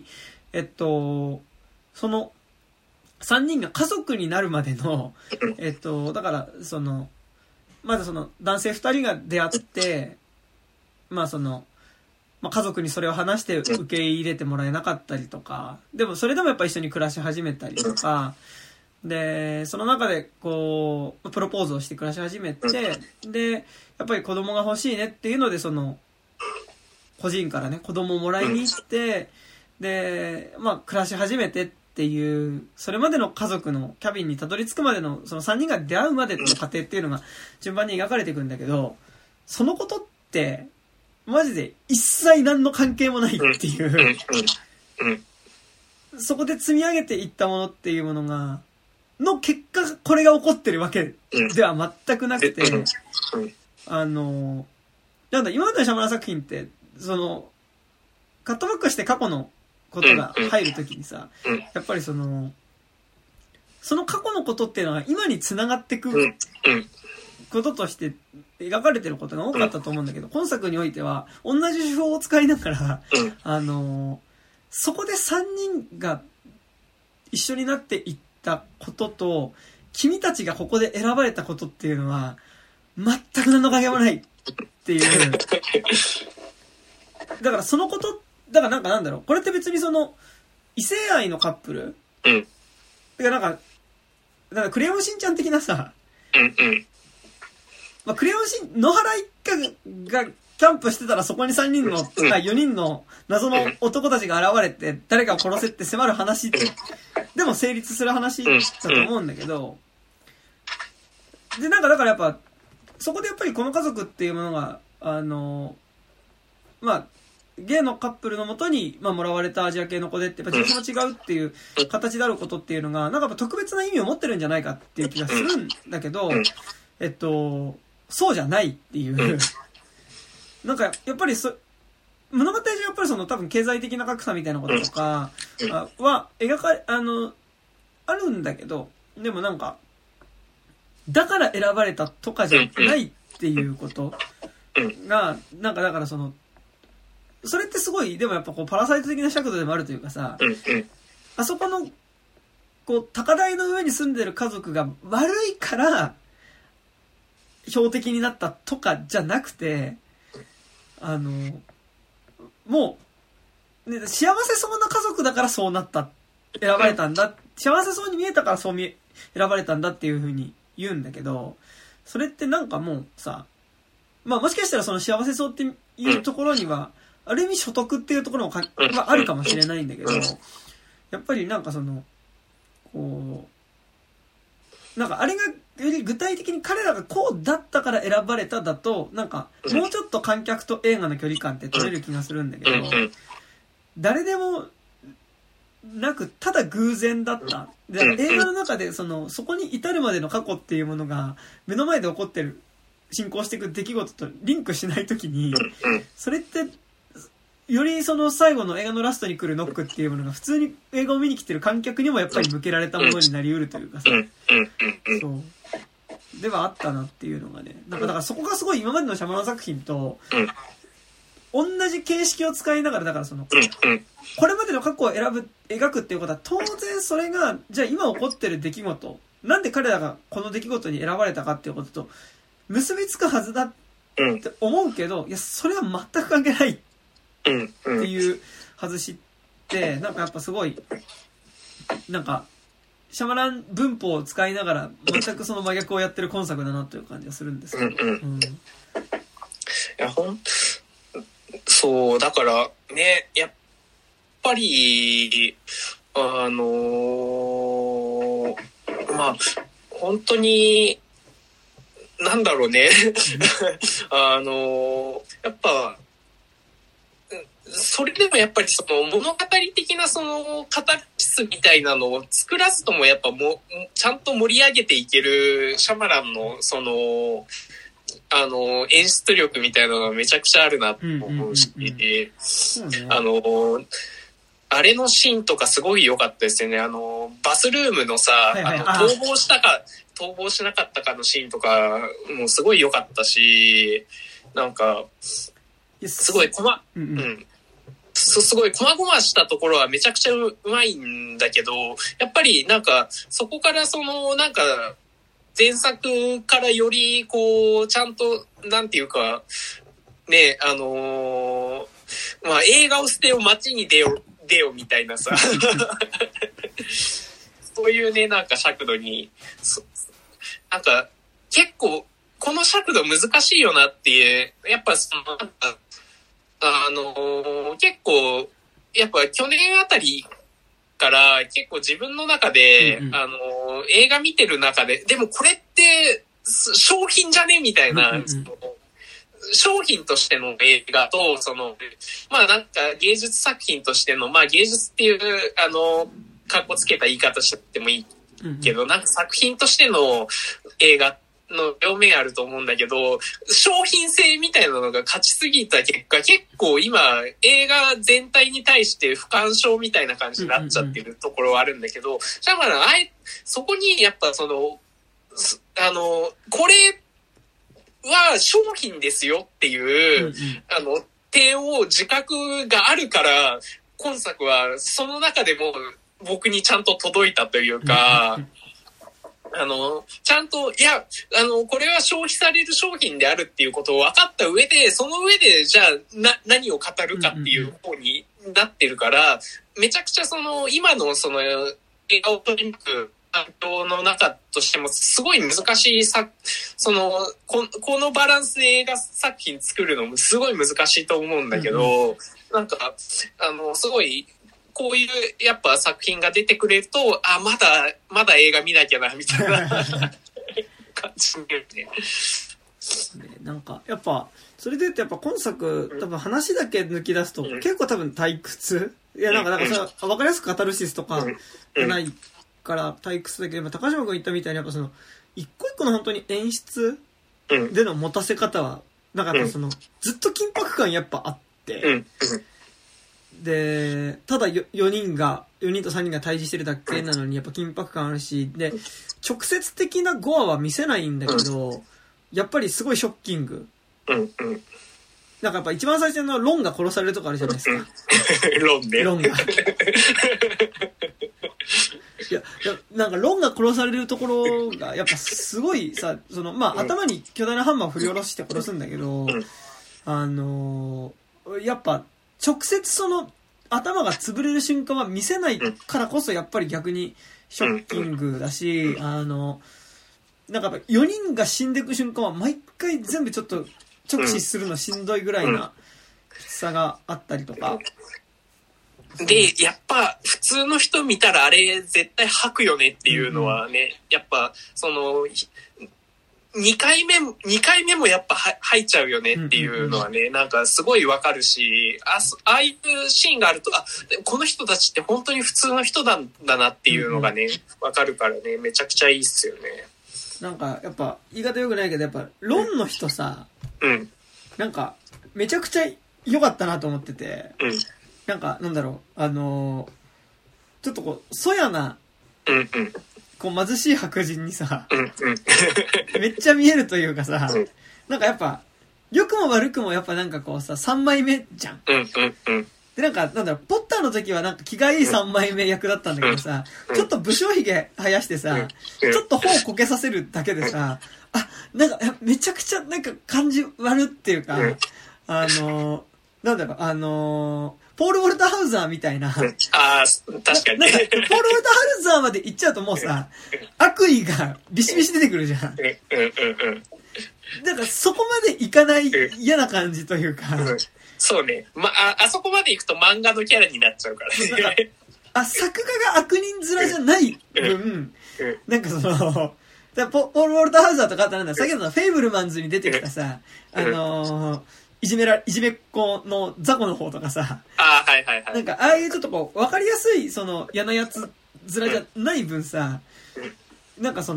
その3人が家族になるまでの、だから、まず男性2人が出会って、まあまあ家族にそれを話して受け入れてもらえなかったりとか、でもそれでもやっぱ一緒に暮らし始めたりとか、で、その中でこう、プロポーズをして暮らし始めて、で、やっぱり子供が欲しいねっていうので、孤児院からね、子供をもらいに行って、で、まあ暮らし始めてっっていう、それまでの家族のキャビンにたどり着くまでの、その3人が出会うまでの過程っていうのが順番に描かれていくんだけど、そのことって、マジで一切何の関係もないっていう、そこで積み上げていったものっていうものが、の結果、これが起こってるわけでは全くなくて、なんだ、今までのシャマラン作品って、その、カットバックして過去のことが入るときにさ、やっぱりその過去のことっていうのが今に繋がってくこととして描かれてることが多かったと思うんだけど、今作においては同じ手法を使いながら、そこで3人が一緒になっていったことと、君たちがここで選ばれたことっていうのは、全く何の関係もないっていう。だからそのこと、だからなんだろう、これって別にその、異性愛のカップルだからなんかクレヨンしんちゃん的なさ、まあ、クレヨンしん、野原一家がキャンプしてたらそこに3人の、4人の謎の男たちが現れて誰かを殺せって迫る話でも成立する話だと思うんだけど、で、だからやっぱ、そこでやっぱりこの家族っていうものが、まあ、ゲイのカップルのもとに、まあ、もらわれたアジア系の子でって、やっぱ人種も違うっていう形であることっていうのが、なんかやっぱ特別な意味を持ってるんじゃないかっていう気がするんだけど、そうじゃないっていう。なんか、やっぱり物語上やっぱりその多分経済的な格差みたいなこととかはあるんだけど、でもなんか、だから選ばれたとかじゃないっていうことが、なんかだからその、それってすごい、でもやっぱこうパラサイト的な尺度でもあるというかさ、あそこの、こう、高台の上に住んでる家族が悪いから、標的になったとかじゃなくて、もう、ね、幸せそうな家族だからそうなった。選ばれたんだ。幸せそうに見えたから選ばれたんだっていう風に言うんだけど、それってなんかもうさ、まあもしかしたらその幸せそうっていうところには、ある意味所得っていうところもあるかもしれないんだけど、やっぱりなんかその、こう、なんかあれがより具体的に彼らがこうだったから選ばれただと、なんかもうちょっと観客と映画の距離感って取れる気がするんだけど、誰でもなくただ偶然だった。で、映画の中でそこに至るまでの過去っていうものが目の前で起こってる、進行していく出来事とリンクしないときに、それってよりその最後の映画のラストに来るノックっていうものが普通に映画を見に来てる観客にもやっぱり向けられたものになり得るというかさ、そうではあったなっていうのがね、だからそこがすごい今までのシャマラン作品と同じ形式を使いながら、だからそのこれまでの過去を描くっていうことは当然それがじゃあ今起こってる出来事、なんで彼らがこの出来事に選ばれたかっていうことと結びつくはずだって思うけど、いやそれは全く関係ないっていう外しって、なんかやっぱすごい、なんか、シャマラン文法を使いながら、全くその真逆をやってる今作だなという感じがするんですけど。いや、そう、だからね、やっぱり、まあ、本当に、なんだろうね。やっぱ、それでもやっぱりその物語的なそのカタルシスみたいなのを作らずともやっぱちゃんと盛り上げていけるシャマランのその演出力みたいなのがめちゃくちゃあるなと思うし、あれのシーンとかすごい良かったですよね。バスルームのさ、逃亡しなかったかのシーンとかもすごい良かったし、なんかすごいすごい細々したところはめちゃくちゃうまいんだけど、やっぱりなんかそこからそのなんか前作からよりこうちゃんとなんていうかね、まあ映画を捨てよ街に出よみたいなさそういうねなんか尺度になんか結構この尺度難しいよなっていう、やっぱそのなんか結構やっぱ去年あたりから結構自分の中で、映画見てる中で、でもこれって商品じゃねみたいな、商品としての映画と、まあなんか芸術作品としての、まあ芸術っていう、かっこつけた言い方してもいいけど、なんか作品としての映画の両面あると思うんだけど、商品性みたいなのが勝ちすぎた結果、結構今映画全体に対して不干渉みたいな感じになっちゃってるところはあるんだけど、だからそこにやっぱこれは商品ですよっていう、点を自覚があるから、今作はその中でも僕にちゃんと届いたというか、ちゃんと、いや、これは消費される商品であるっていうことを分かった上で、その上で、じゃあ、何を語るかっていう方になってるから、めちゃくちゃ今の映画を取り巻く環境の中としても、すごい難しいこのバランスで映画作品作るのもすごい難しいと思うんだけど、なんか、すごい、こういうやっぱ作品が出てくれると、まだ映画見なきゃなみたいな感じね。 なんかやっぱそれで言うとやっぱ今作多分話だけ抜き出すと結構多分退屈。いやなんかさ分かりやすくカタルシスとかないから退屈だけど、高島君言ったみたいにやっぱ一個一個の本当に演出での持たせ方はなんかやっぱずっと緊迫感やっぱあって。で、ただ4人と3人が対峙してるだけなのにやっぱ緊迫感あるし、で、直接的なゴアは見せないんだけど、やっぱりすごいショッキング。なんかやっぱ一番最初のロンが殺されるとこあるじゃないですか。 ロンね。 ロンが。いや、なんかロンが殺されるところがやっぱすごいさ、まあ頭に巨大なハンマーを振り下ろして殺すんだけど、やっぱ、直接頭が潰れる瞬間は見せないからこそやっぱり逆にショッキングだし、なんかやっぱ4人が死んでいく瞬間は毎回全部ちょっと直視するのしんどいぐらいなきつさがあったりとか。 で、やっぱ普通の人見たらあれ絶対吐くよねっていうのはね、やっぱ2回目もやっぱ入っちゃうよねっていうのはね、なんかすごいわかるし、ああいうシーンがあると、この人たちって本当に普通の人なんだなっていうのがね、わかるからね、めちゃくちゃいいっすよね。 なんかやっぱ言い方良くないけど、やっぱロンの人さ、なんかめちゃくちゃ良かったなと思ってて、なんかなんだろう、ちょっとこう、そやな、こう貧しい白人にさ、めっちゃ見えるというかさ、なんかやっぱ良くも悪くもやっぱなんかこうさ3枚目じゃん。でなんかなんだろう、ポッターの時はなんか気がいい3枚目役だったんだけどさ、ちょっと武将髭生やしてさ、ちょっと頬こけさせるだけでさ、なんかめちゃくちゃなんか感じ悪っていうか、なんだろう、ポール・ウォルターハウザーみたいな。 確かに。 なんか、ポール・ウォルターハウザーまで行っちゃうともうさ、悪意がビシビシ出てくるじゃん。だからそこまでいかない嫌な感じというか。 そうね。あそこまで行くと漫画のキャラになっちゃうからね。 作画が悪人面じゃない分、なんかポール・ウォルターハウザーとかあったら先ほどのフェイブルマンズに出てきたさ、いじめっ子の雑魚の方とかさ、なんかああいうちょっとこう分かりやすい嫌なやつ面じゃない分さ、なんか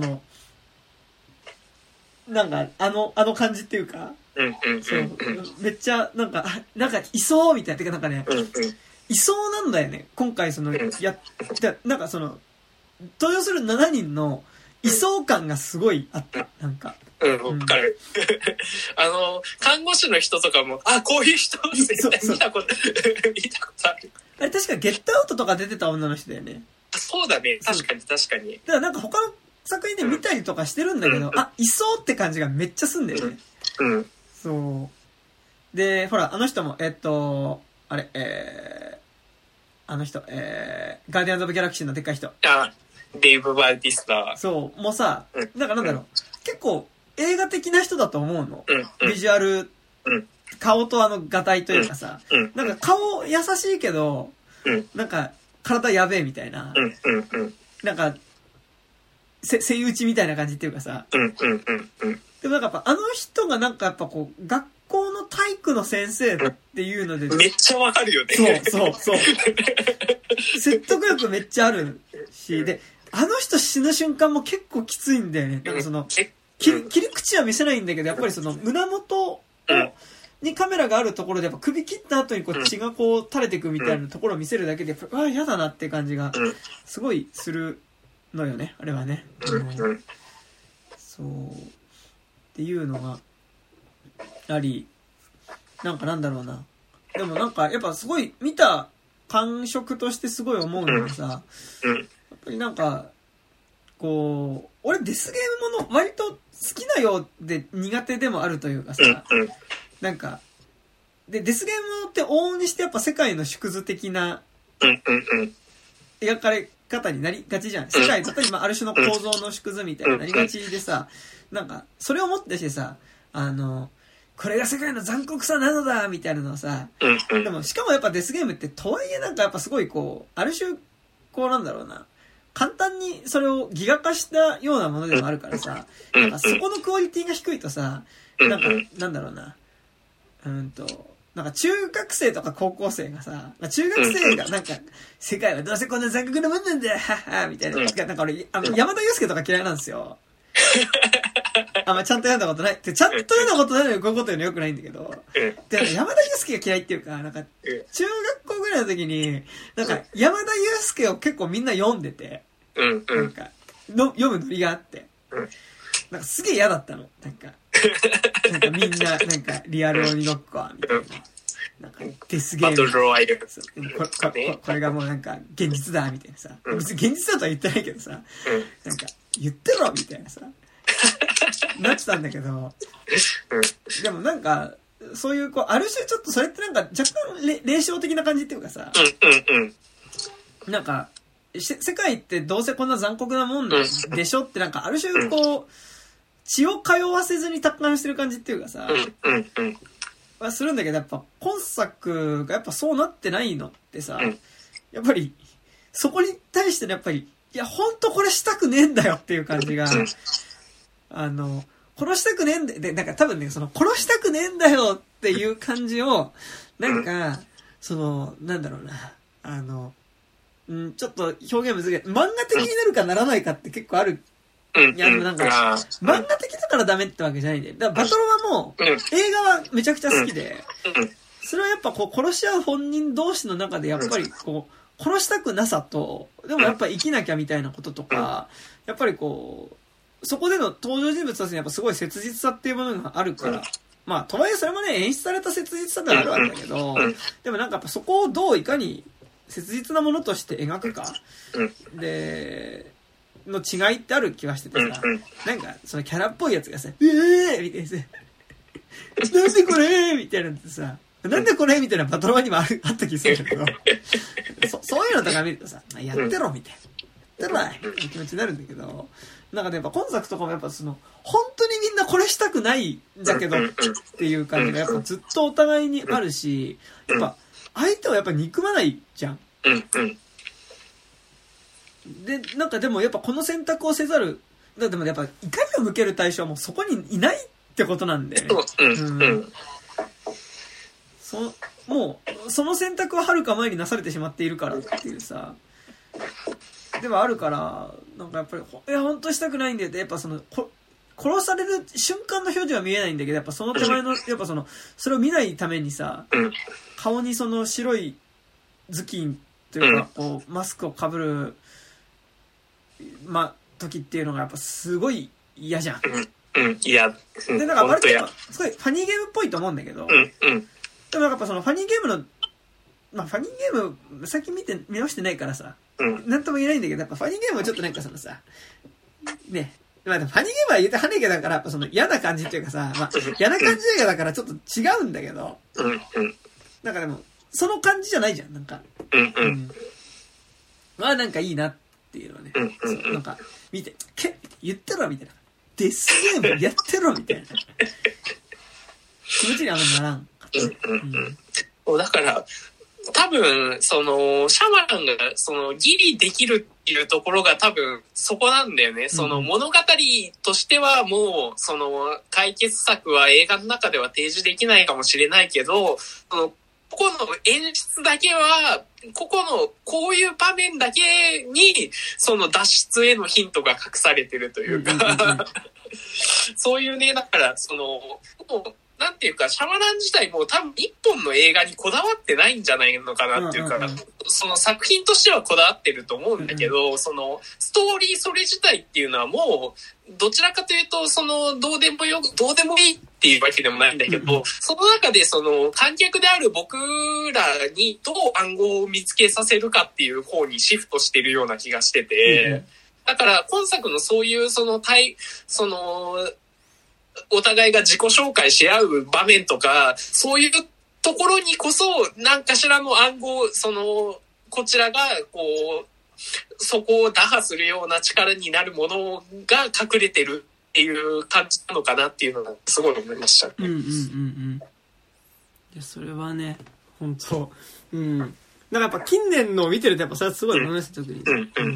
なんかあの感じっていうか、めっちゃなんかいそうみたいな、てかなんかね、いそうなんだよね今回なんか登場する7人のいそう感がすごいあった。なんかわかる。看護師の人とかも、こういう人絶対見たことある。 あれ確かゲットアウトとか出てた女の人だよね。 そうだね。確かに。だからなんか他の作品で見たりとかしてるんだけど、いそうって感じがめっちゃすんだよね。そう。で、ほら、あの人も、あれ、あの人、ガーディアンズ・オブ・ギャラクシーのでっかい人。 デイブ・バーティスタ。 そう、もうさ、なんだろう、結構映画的な人だと思うの。ビジュアル、顔とがたいというかさ、なんか顔優しいけど、なんか体やべえみたいな、 うんうんうん、 なんか、セイウチみたいな感じっていうかさ、 うんうんうんうん、 でもなんかやっぱあの人がなんかやっぱこう、学校の体育の先生っていうので、 めっちゃわかるよね。 そう。説得力めっちゃあるし、で、あの人死ぬ瞬間も結構きついんだよね。なんかその、切り口は見せないんだけど、やっぱりその胸元にカメラがあるところでやっぱ首切った後にこう血がこう垂れていくみたいなところを見せるだけで、ああ、嫌だなって感じがすごいするのよね、あれはね。そう。っていうのがあり、なんかなんだろうな。でもなんかやっぱすごい見た感触としてすごい思うのがさ、やっぱりなんか、こう、俺デスゲームもの割と好きなようで苦手でもあるというかさ、なんか、で、デスゲームって往々にしてやっぱ世界の縮図的な描かれ方になりがちじゃん。世界、例えばある種の構造の縮図みたいになりがちでさ、なんか、それをもってしてさ、これが世界の残酷さなのだみたいなのをさ、でもしかもやっぱデスゲームってとはいえなんかやっぱすごいこう、ある種、こうなんだろうな、簡単にそれをギガ化したようなものでもあるからさ、なんかそこのクオリティが低いとさ、なんか、なんだろうな、なんか中学生とか高校生がさ、中学生がなんか、世界はどうせこんな残酷なもんなんだよ、はっはみたいな。なんか俺、山田裕介とか嫌いなんですよ。ちゃんと読んだことない。ちゃんと読んだことないのにこういうこと言うのよくないんだけど。で、山田裕介が嫌いっていうか、なんか、中学校ぐらいの時に、なんか、山田裕介を結構みんな読んでて、なんか、読むノリがあって、なんかすげえ嫌だったの。なんかみんな、なんか、リアル鬼ごっこみたいな。なんか、デスゲーム。バトルロワイヤル。これがもうなんか、現実だ、みたいなさ。別に現実だとは言ってないけどさ、なんか、言ってろみたいなさ、なってたんだけど、でもなんか、そういう、こう、ある種ちょっとそれってなんか、若干霊障的な感じっていうかさ、なんか、世界ってどうせこんな残酷なもんでしょってなんか、ある種こう、血を通わせずに達観してる感じっていうかさ、はするんだけど、やっぱ今作がやっぱそうなってないのってさ、やっぱりそこに対してのやっぱり、いやほんとこれしたくねえんだよっていう感じが、殺したくねえんだよ、で、なんか多分ね、その殺したくねえんだよっていう感じを、なんか、その、なんだろうな、ちょっと表現難しい。漫画的になるかならないかって結構ある。いや、でもなんか、漫画的だからダメってわけじゃないんで。だからバトルはもう、映画はめちゃくちゃ好きで、それはやっぱこう、殺し合う本人同士の中でやっぱりこう、殺したくなさと、でもやっぱ生きなきゃみたいなこととか、やっぱりこう、そこでの登場人物たちにやっぱすごい切実さっていうものがあるから、まあ、とはいえそれもね、演出された切実さではあるわけだけど、でもなんかやっぱそこをどういかに切実なものとして描くか、で、の違いってある気はしててさ、なんかそのキャラっぽいやつがさ、みたいなさ、なんでこれみたいなってさ、なんでこれみたいなバトルマンにもあった気するんだけど、そういうのとか見るとさ、やってろみたいな。やってろいって気持ちになるんだけど、なんかね、やっぱ今作とかもやっぱその、本当にみんなこれしたくないんだけどっていう感じがやっぱずっとお互いにあるし、やっぱ相手をやっぱ憎まないじゃん。で、なんかでもやっぱこの選択をせざる、でもやっぱ怒りを向ける対象はもうそこにいないってことなんで、もう、その選択は遥か前になされてしまっているからっていうさ、ではあるから、なんかやっぱり、本当したくないんだよって、やっぱその、殺される瞬間の表情は見えないんだけど、やっぱその手前の、やっぱその、それを見ないためにさ、顔にその白い頭巾というか、こう、マスクを被る、時っていうのがやっぱすごい嫌じゃん。 嫌。 で、なんか割とすごいファニーゲームっぽいと思うんだけど、でもなんかやっぱそのファニーゲームの、ファニーゲーム最近見直してないからさ、なんとも言えないんだけど、やっぱファニーゲームはちょっとなんかそのさ、ね、ファニーゲームは言うてはねえけどだから、やっぱその嫌な感じっていうかさ、嫌な感じ映画だからちょっと違うんだけど、なんかでも、その感じじゃないじゃん、なんか。なんかいいなっていうのはね、なんか、見て、言ってろみたいな。デスゲームやってろみたいな。気持ちにあんまならんかった。 だから、 多分、その、シャマランが、その、ギリできるっていうところが多分、そこなんだよね。その、物語としてはもう、その、解決策は映画の中では提示できないかもしれないけど、その、ここの演出だけは、ここの、こういう場面だけに、その脱出へのヒントが隠されてるというか、そういうね、だから、その、もうなんていうか、シャマラン自体も多分一本の映画にこだわってないんじゃないのかなっていうか、その作品としてはこだわってると思うんだけど、そのストーリーそれ自体っていうのはもう、どちらかというと、その、どうでもいいっていうわけでもないんだけど、その中でその、観客である僕らにどう暗号を見つけさせるかっていう方にシフトしてるような気がしてて、だから今作のそういうその、お互いが自己紹介し合う場面とか、そういうところにこそ、何かしらの暗号、その、こちらが、こう、そこを打破するような力になるものが隠れてるっていう感じなのかなっていうのがすごい思いましたね。 いや、それはね、本当うん。だからやっぱ近年のを見てるとやっぱそれはすごい思います、特に。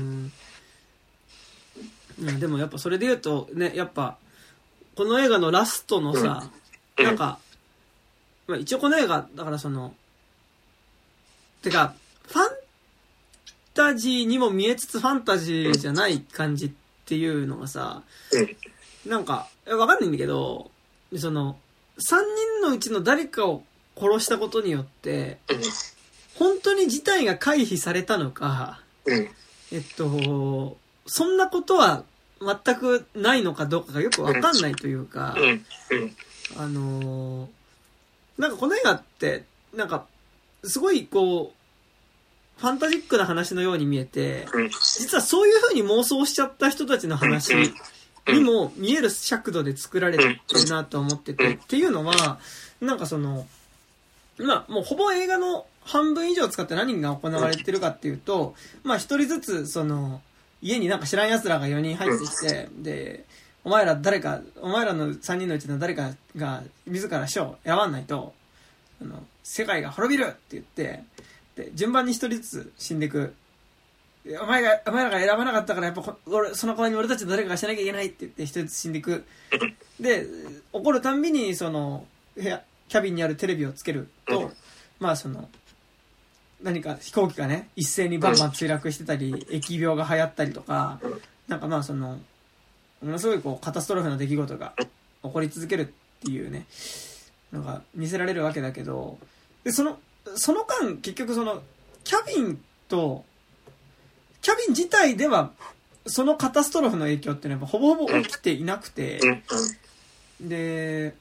でもやっぱそれで言うと、ね、やっぱ、この映画のラストのさ、なんか、まあ、一応この映画、だからその、てか、ファンタジーにも見えつつファンタジーじゃない感じっていうのがさ、なんか、わかんないんだけど、その、3人のうちの誰かを殺したことによって、本当に事態が回避されたのか、そんなことは全くないのかどうかがよくわかんないというか、なんかこの映画って、なんか、すごいこう、ファンタジックな話のように見えて、実はそういう風に妄想しちゃった人たちの話にも見える尺度で作られてるなと思ってて、っていうのは、なんかその、まあもうほぼ映画の半分以上使って何が行われてるかっていうと、まあ一人ずつその、家になんか知らん奴らが4人入ってきて、で、お前らの3人のうちの誰かが自ら死を選ばんないと、世界が滅びるって言って、で、順番に一人ずつ死んでいく。お前らが選ばなかったからやっぱその代わりに俺たちの誰かがしなきゃいけないって言って一人ずつ死んでいく。で、起こるたんびにその、キャビンにあるテレビをつけると、まあその、何か飛行機がね、一斉にバンバン墜落してたり、疫病が流行ったりとか、なんかまあその、ものすごいこうカタストロフの出来事が起こり続けるっていうね、のが見せられるわけだけど、で、その間、結局その、キャビン自体では、そのカタストロフの影響っていうのはほぼほぼ起きていなくて、で、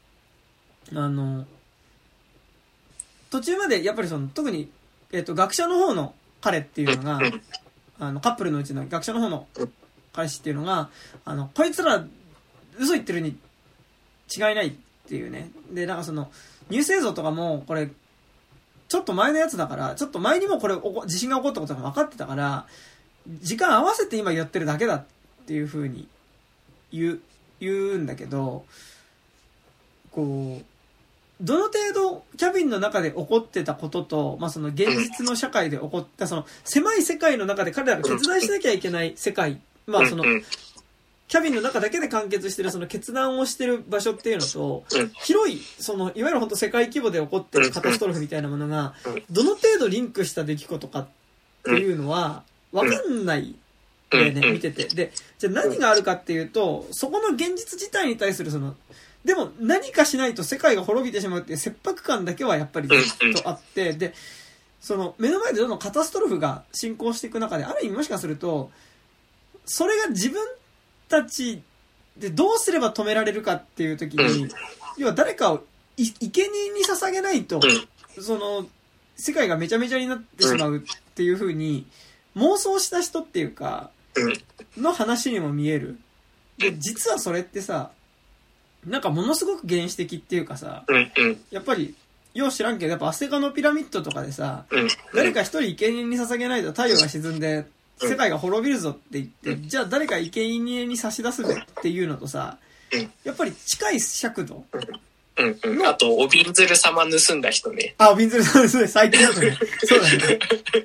途中までやっぱりその、特に、学者の方の彼っていうのが、カップルのうちの学者の方の彼氏っていうのが、こいつら嘘言ってるに違いないっていうね。で、なんかその、ニュース映像とかも、これ、ちょっと前のやつだから、ちょっと前にもこれ、地震が起こったことが分かってたから、時間合わせて今やってるだけだっていう風に言うんだけど、こう、どの程度キャビンの中で起こってたことと、まあその現実の社会で起こったその狭い世界の中で彼らが決断しなきゃいけない世界、まあそのキャビンの中だけで完結してるその決断をしてる場所っていうのと、広いそのいわゆる本当世界規模で起こってるカタストロフみたいなものがどの程度リンクした出来事かっていうのは分かんないんだよね、見てて。で、じゃあ何があるかっていうと、そこの現実自体に対するそのでも何かしないと世界が滅びてしまうっていう切迫感だけはやっぱりずっとあって、で、その目の前でどんどんカタストロフが進行していく中で、ある意味もしかすると、それが自分たちでどうすれば止められるかっていう時に、要は誰かを生贄に捧げないと、その世界がめちゃめちゃになってしまうっていう風に妄想した人っていうか、の話にも見える。で、実はそれってさ、なんかものすごく原始的っていうかさ、やっぱり、よう知らんけど、やっぱアステカのピラミッドとかでさ、誰か一人生贄に捧げないと太陽が沈んで、世界が滅びるぞって言って、じゃあ誰か生贄に差し出すぜっていうのとさ、やっぱり近い尺度うんうん。あと、おびんずる様盗んだ人ね。 あ、おびんずる様盗んだ最近だとね。そうだね。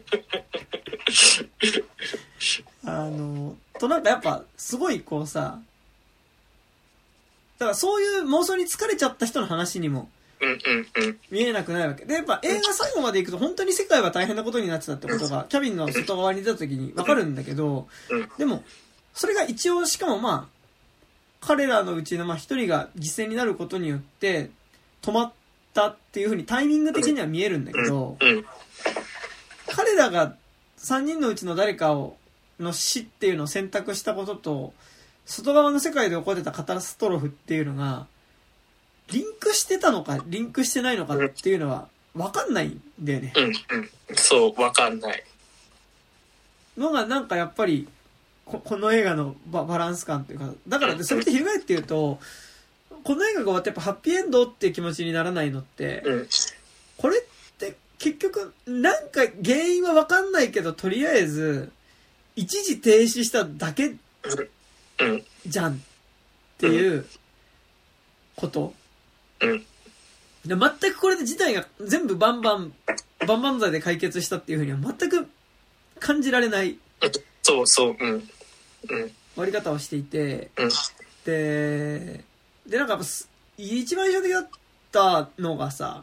なんかやっぱ、すごいこうさ、だからそういう妄想に疲れちゃった人の話にも、見えなくないわけ。で、やっぱ映画最後まで行くと本当に世界は大変なことになってたってことが、キャビンの外側に出た時にわかるんだけど、でも、それが一応しかもまあ、彼らのうちの一人が犠牲になることによって止まったっていう風にタイミング的には見えるんだけど、彼らが3人のうちの誰かの死っていうのを選択したことと、外側の世界で起こってたカタストロフっていうのが、リンクしてたのか、リンクしてないのかっていうのは分かんないんだよね。 そう、分かんない。 のがなんかやっぱり、この映画のバランス感というか、だからそれって翻って言うと、この映画が終わってやっぱハッピーエンドっていう気持ちにならないのって、これって結局なんか原因は分かんないけど、とりあえず一時停止しただけじゃんっていうことで、全くこれで事態が全部バンバン剤で解決したっていうふうには全く感じられないそうそう終わり方をしていて、でなんかやっぱ一番印象的だったのがさ、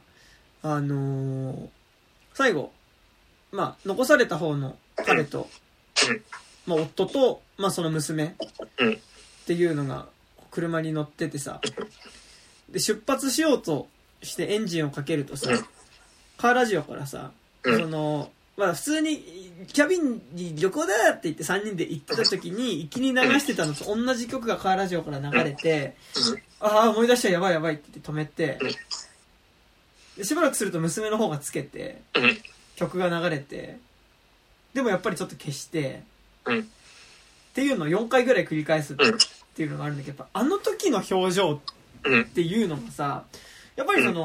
最後残された方の彼と、夫とその娘っていうのが車に乗っててさ、で出発しようとしてエンジンをかけるとさ、カーラジオからさ、普通にキャビンに旅行だって言って3人で行ってた時に一気に流してたのと同じ曲がカーラジオから流れて、ああ思い出した、やばいって言って止めて、でしばらくすると娘の方がつけて曲が流れて、でもやっぱりちょっと消してっていうのを4回ぐらい繰り返すっていうのがあるんだけど、やっぱあの時の表情っていうのもさ、やっぱり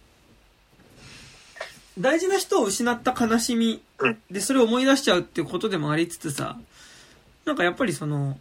大事な人を失った悲しみでそれを思い出しちゃうっていうことでもありつつさ、なんかやっぱり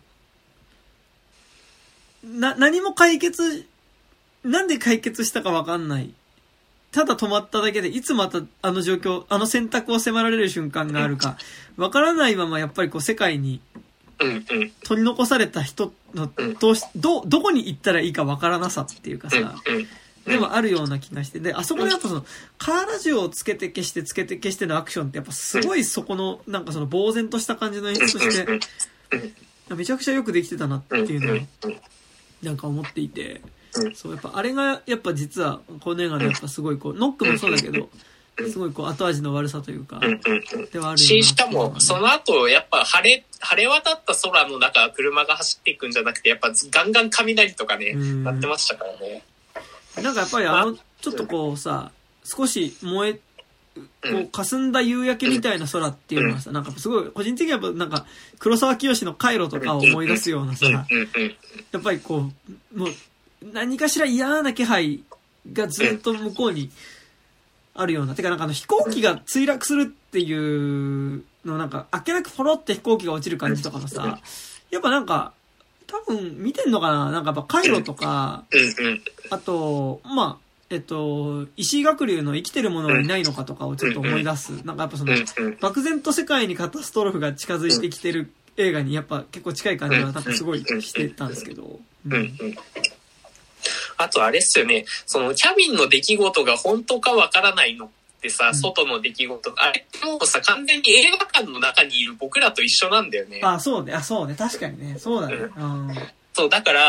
何もなんで解決したか分かんない、ただ止まっただけでいつまたあの状況、あの選択を迫られる瞬間があるか分からないまま、やっぱり世界に取り残された人のどこに行ったらいいか分からなさっていうかさ、でもあるような気がして、であそこでやっぱカーラジオをつけて消してのアクションってやっぱすごいそこのなんか呆然とした感じの演出としてめちゃくちゃよくできてたなっていうのをなんか思っていて、そうやっぱあれがやっぱ実はこの映画のやっぱすごいノックもそうだけどすごい後味の悪さというかではあるよしかもその後やっぱ晴れ渡った空の中車が走っていくんじゃなくて、やっぱガンガン雷とかねなってましたからね。 なんかやっぱりちょっとさ、少し霞んだ夕焼けみたいな空っていうのはさ、なんかすごい個人的にはなんか黒沢清のカイロとかを思い出すようなさ、やっぱりもう何かしら嫌な気配がずっと向こうにあるような、てかなんか飛行機が墜落するっていうのなんかあっけなくポロって飛行機が落ちる感じとかもさ、やっぱなんか多分見てんのかな、なんかやっぱカイロとか、あと石井学流の生きてるものはいないのかとかをちょっと思い出す、なんかやっぱ漠然と世界にカタストロフが近づいてきてる映画にやっぱ結構近い感じが多分すごいしてたんですけど、 あとあれっすよね、キャビンの出来事が本当かわからないのってさ、外の出来事、あれもうさ、完全に映画館の中にいる僕らと一緒なんだよね。 そうね、確かにね、そうだね。 そう、だから、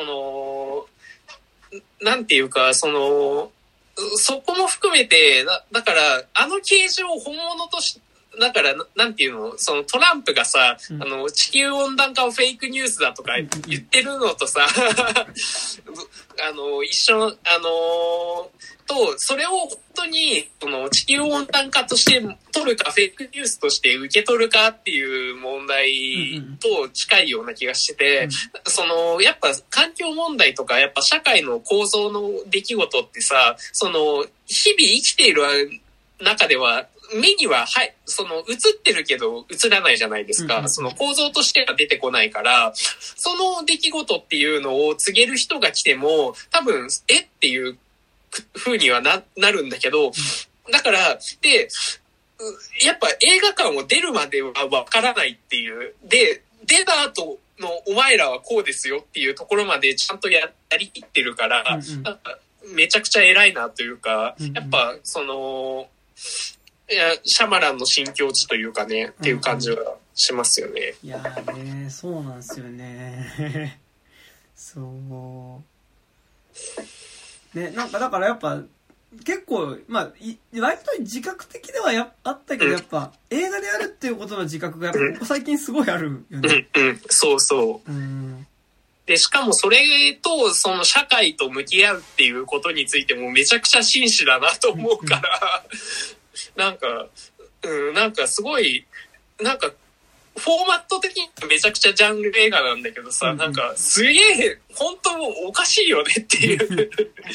なんていうか、そこも含めて、だから、あの形状を本物として、だから、なんていうの、トランプがさ、地球温暖化をフェイクニュースだとか言ってるのとさ、一緒、それを本当に、地球温暖化として取るか、フェイクニュースとして受け取るかっていう問題と近いような気がしてて、やっぱ環境問題とか、やっぱ社会の構造の出来事ってさ、日々生きている中では目には、はい、その映ってるけど映らないじゃないですか。その構造としては出てこないから、その出来事っていうのを告げる人が来ても、多分、っていう風にはなるんだけど、だから、で、やっぱ映画館を出るまではわからないっていう。で、出た後のお前らはこうですよっていうところまでちゃんとやりきってるから、なんかめちゃくちゃ偉いなというか、やっぱその、シャマランの新境地というかね、っていう感じはしますよね。 いやーね、そうなんですよね。そう。ね、なんかだからやっぱ、結構、まあ、割と自覚的ではあったけど、やっぱ、映画であるっていうことの自覚が、やっぱここ最近すごいあるよね。 そうそう。で、しかもそれと、その社会と向き合うっていうことについてもめちゃくちゃ真摯だなと思うから、なんかすごい、なんか、フォーマット的にめちゃくちゃジャンル映画なんだけどさ、なんかすげえ本当おかしいよねっていう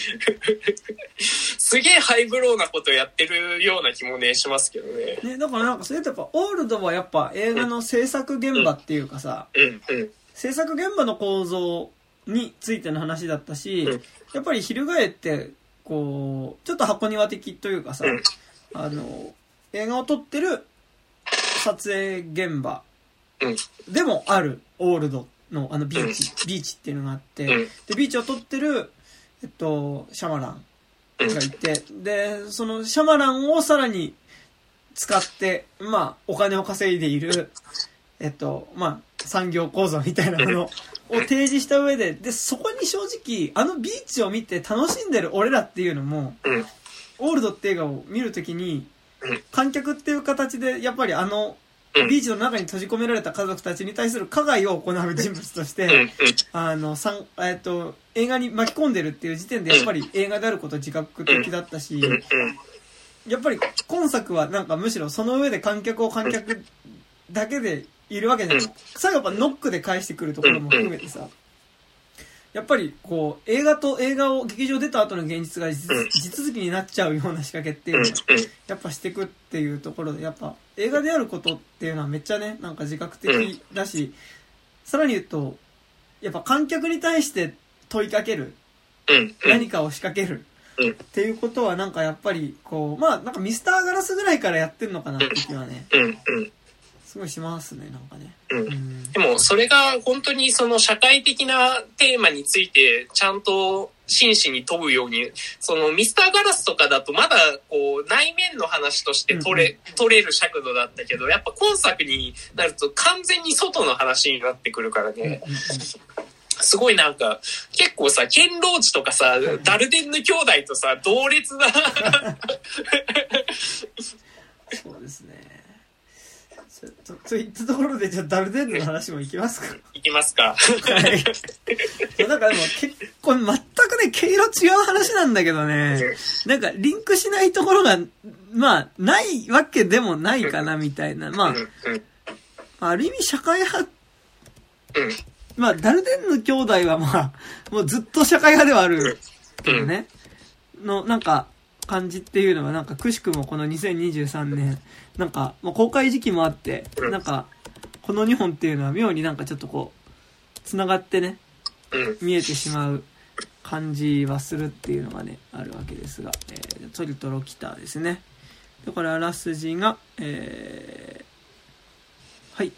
すげえハイブローなことやってるような気もねしますけどね。 ね、だからなんかそれってやっぱオールドはやっぱ映画の制作現場っていうかさ、制作現場の構造についての話だったし、やっぱり翻ってこうちょっと箱庭的というかさ、映画を撮ってる撮影現場でもあるオールドのビーチっていうのがあって、でビーチを撮ってるシャマランがいて、でそのシャマランをさらに使ってまあお金を稼いでいるまあ産業構造みたいなものを提示した上で、そこに正直ビーチを見て楽しんでる俺らっていうのも、オールドって映画を見るときに観客っていう形でやっぱりビーチの中に閉じ込められた家族たちに対する加害を行う人物として映画に巻き込んでるっていう時点でやっぱり映画であること自覚的だったし、やっぱり今作はなんかむしろその上で観客だけでいるわけじゃない。最後やっぱノックで返してくるところも含めてさ、やっぱりこう映画を劇場出た後の現実が地続きになっちゃうような仕掛けっていうのをやっぱしていくっていうところで、やっぱ映画であることっていうのはめっちゃねなんか自覚的だし、さらに言うとやっぱ観客に対して問いかける、何かを仕掛けるっていうことはなんかやっぱりこうまあなんかミスターガラスぐらいからやってるのかなって気はねすごいしますね、なんかね。 でもそれが本当にその社会的なテーマについてちゃんと真摯に問うように、そのミスターガラスとかだとまだこう内面の話として取れる尺度だったけど、やっぱ今作になると完全に外の話になってくるからね。すごいなんか結構さ、ケンローチとかさ、ダルデンヌ兄弟とさ同列なそうですね。といったところでじゃあダルデンヌの話もいきますか。 いきますか。 はい。なんかでも結構全くね毛色違う話なんだけどね、なんかリンクしないところがまあないわけでもないかなみたいな、まあある意味社会派、まあダルデンヌ兄弟はまあもうずっと社会派ではあるけどね、のなんか感じっていうのはなんかくしくもこの2023年なんかもう公開時期もあって、なんかこの2本っていうのは妙になんかちょっとこうつながってね見えてしまう感じはするっていうのがねあるわけですが、トリとロキターですね。でこれあらすじがはい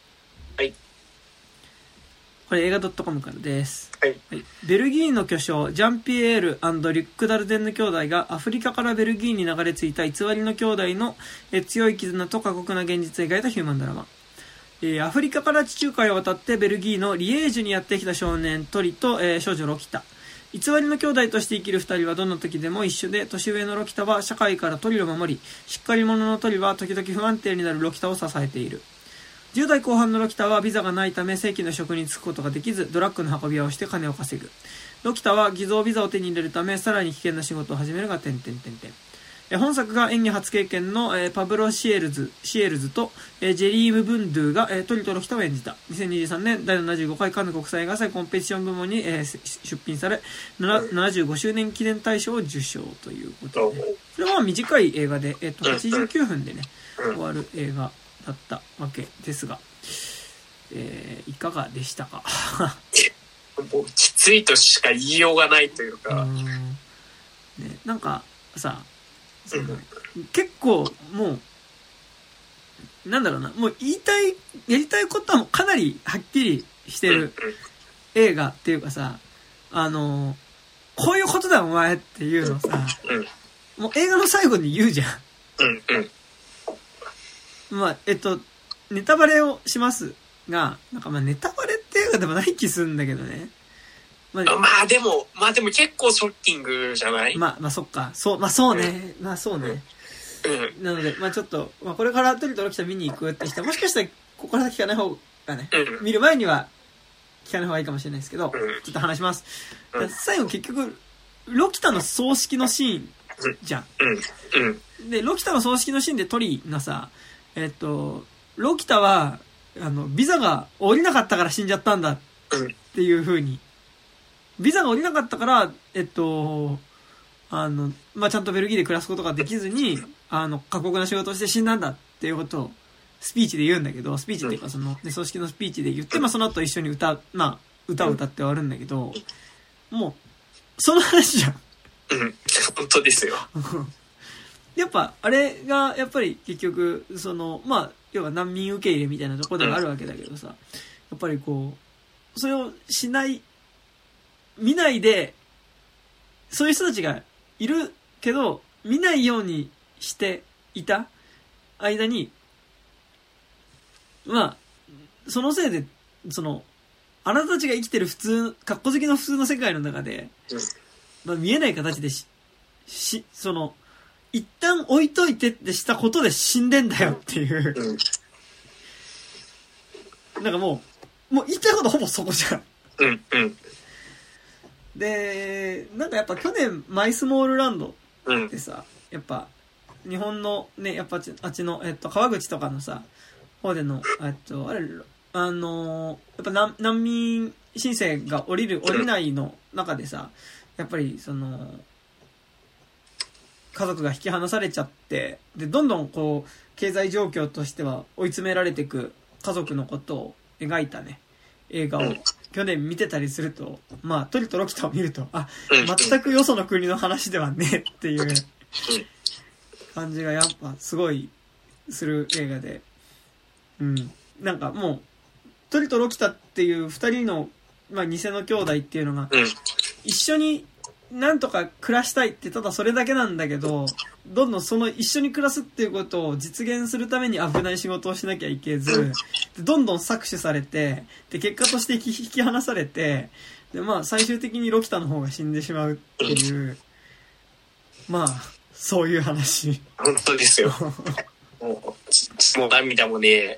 これ映画 .com からです、はいはい、ベルギーの巨匠ジャンピエール&リュック・ダルデンヌ兄弟がアフリカからベルギーに流れ着いた偽りの兄弟の強い絆と過酷な現実を描いたヒューマンドラマ。アフリカから地中海を渡ってベルギーのリエージュにやってきた少年トリと、少女ロキタ。偽りの兄弟として生きる二人はどんな時でも一緒で、年上のロキタは社会からトリを守り、しっかり者のトリは時々不安定になるロキタを支えている。10代後半のロキタはビザがないため正規の職に就くことができず、ドラッグの運び屋をして金を稼ぐ。ロキタは偽造ビザを手に入れるためさらに危険な仕事を始めるが本作が演技初経験の、パブロ・シエルズと、ジェリーム・ブンドゥが、トリとロキタを演じた。2023年第75回カンヌ国際映画祭コンペティション部門に、出品され、75周年記念大賞を受賞ということで、それは短い映画で、89分でね、終わる映画だったわけですが、いかがでしたか？ もうきついとしか言いようがないというか。 ね、なんかさ、結構もう、なんだろうな、もうやりたいことはもうかなりはっきりしてる映画っていうかさ、こういうことだお前っていうのをさ、もう映画の最後に言うじゃん。まあ、ネタバレをしますが、なんかまあネタバレっていうかでもない気するんだけどね。まあでも結構ショッキングじゃない？ まあそっか。そうね。まあそうね。なので、まあちょっと、まあこれからトリとロキタ見に行くって人は、もしかしたらここから聞かない方がね、見る前には聞かない方がいいかもしれないですけど、ちょっと話します。最後結局、ロキタの葬式のシーンじゃん。で、ロキタの葬式のシーンでトリがさ、ロキタは、ビザが降りなかったから死んじゃったんだっていう風に、ビザが降りなかったから、まあ、ちゃんとベルギーで暮らすことができずに、過酷な仕事をして死んだんだっていうことを、スピーチで言うんだけど、スピーチっていうかね、葬式のスピーチで言って、まあ、その後一緒に歌を歌って終わるんだけど、もう、その話じゃん。 本当ですよ。 やっぱ、あれが、やっぱり結局、まあ、要は難民受け入れみたいなところではあるわけだけどさ、やっぱりこう、それを見ないで、そういう人たちがいるけど、見ないようにしていた間に、まあ、そのせいで、あなたたちが生きてるかっこ好きの普通の世界の中で、まあ見えない形で一旦置いといてってしたことで死んでんだよっていう。なんかもう言いたいことほぼそこじゃん。で、なんかやっぱ去年マイスモールランドってさ、やっぱ日本のね、やっぱあっちの、川口とかのさ、方での、やっぱ難民申請が降りないの中でさ、やっぱり家族が引き離されちゃって、で、どんどんこう、経済状況としては追い詰められていく家族のことを描いたね、映画を去年見てたりすると、まあ、トリとロキタを見ると、全くよその国の話ではねっていう感じがやっぱすごいする映画で、なんかもう、トリとロキタっていう二人の、まあ、偽の兄弟っていうのが、一緒になんとか暮らしたいってただそれだけなんだけど、どんどん一緒に暮らすっていうことを実現するために危ない仕事をしなきゃいけず、でどんどん搾取されて、で結果として引き離されて、でまあ最終的にロキタの方が死んでしまうっていう、まあそういう話。 本当ですよ。もう涙もね。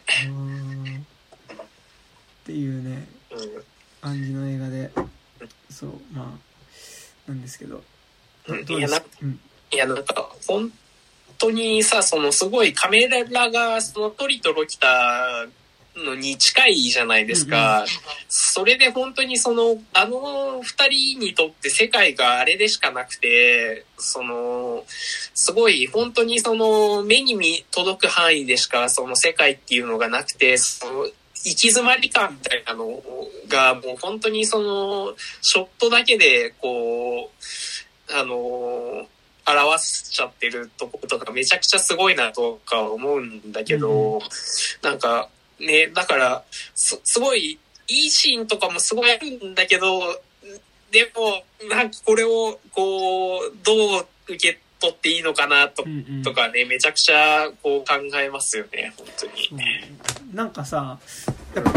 っていうね、感じの映画で、そうまあ。なんですけど。 いやなんか本当にさ、すごいカメラがトリとロキタのに近いじゃないですか。それで本当に二人にとって世界があれでしかなくて、すごい本当に目に届く範囲でしか世界っていうのがなくて、行き詰まり感みたいなのがもう本当にショットだけでこう表しちゃってるところとかめちゃくちゃすごいなとか思うんだけど、なんかね、だからすごいいいシーンとかもすごいあるんだけど、でもなんかこれをこうどう受け取っていいのかなとかね、めちゃくちゃこう考えますよね、本当に。 なんかさ、やっぱ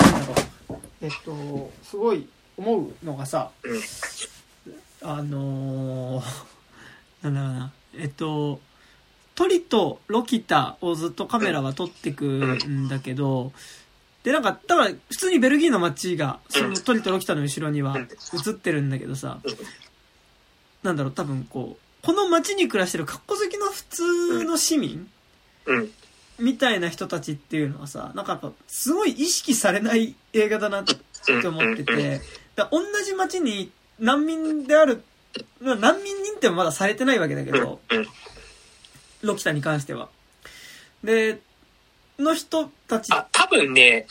すごい思うのがさ、なんだろうな、トリとロキタをずっとカメラは撮ってくんだけど、でなんかだから普通にベルギーの街がそのトリとロキタの後ろには映ってるんだけどさ、なんだろう、多分こうこの街に暮らしてるカッコ好きの普通の市民、みたいな人たちっていうのはさ、なんかやっぱすごい意識されない映画だなって思ってて、だ同じ街に難民である、難民認定もまだされてないわけだけど、ロキタに関しては。で、の人たち。 多分ね、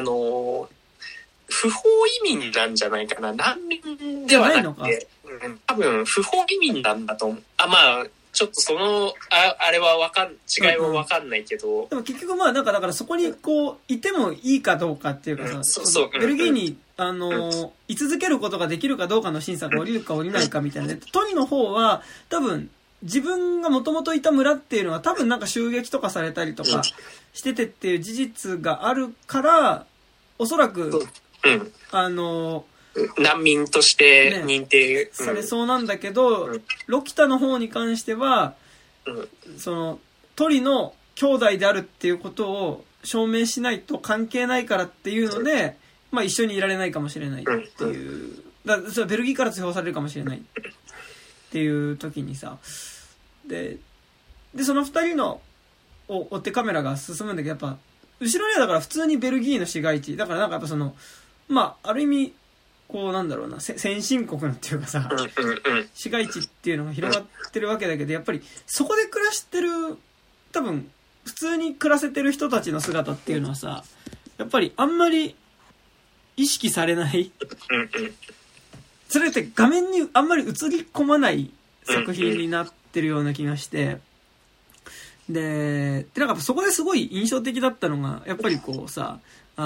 不法移民なんじゃないかな。難民ではなくて、多分不法移民なんだと思う。まあ、ちょっとその、あれは違いはわかんないけど。 でも結局まあなんかだからそこにこう、いてもいいかどうかっていうかさ、ベルギーに、居続けることができるかどうかの審査が降りるか降りないかみたいなね。トニの方は多分、自分がもともといた村っていうのは多分なんか襲撃とかされたりとかしててっていう事実があるから、おそらく、 難民として認定、 されそうなんだけど、ロキタの方に関しては、そのトリの兄弟であるっていうことを証明しないと関係ないからっていうので、まあ一緒にいられないかもしれないっていう、それはベルギーから追放されるかもしれないっていう時にさ、でその二人のを追ってカメラが進むんだけど、やっぱ後ろにはだから普通にベルギーの市街地だから、なんかやっぱそのまあある意味こうなんだろうな、先進国のっていうかさ、市街地っていうのが広がってるわけだけど、やっぱりそこで暮らしてる、多分普通に暮らせてる人たちの姿っていうのはさ、やっぱりあんまり意識されない、それって画面にあんまり映り込まない作品になってるような気がして、でなんかそこですごい印象的だったのが、やっぱりこうさ、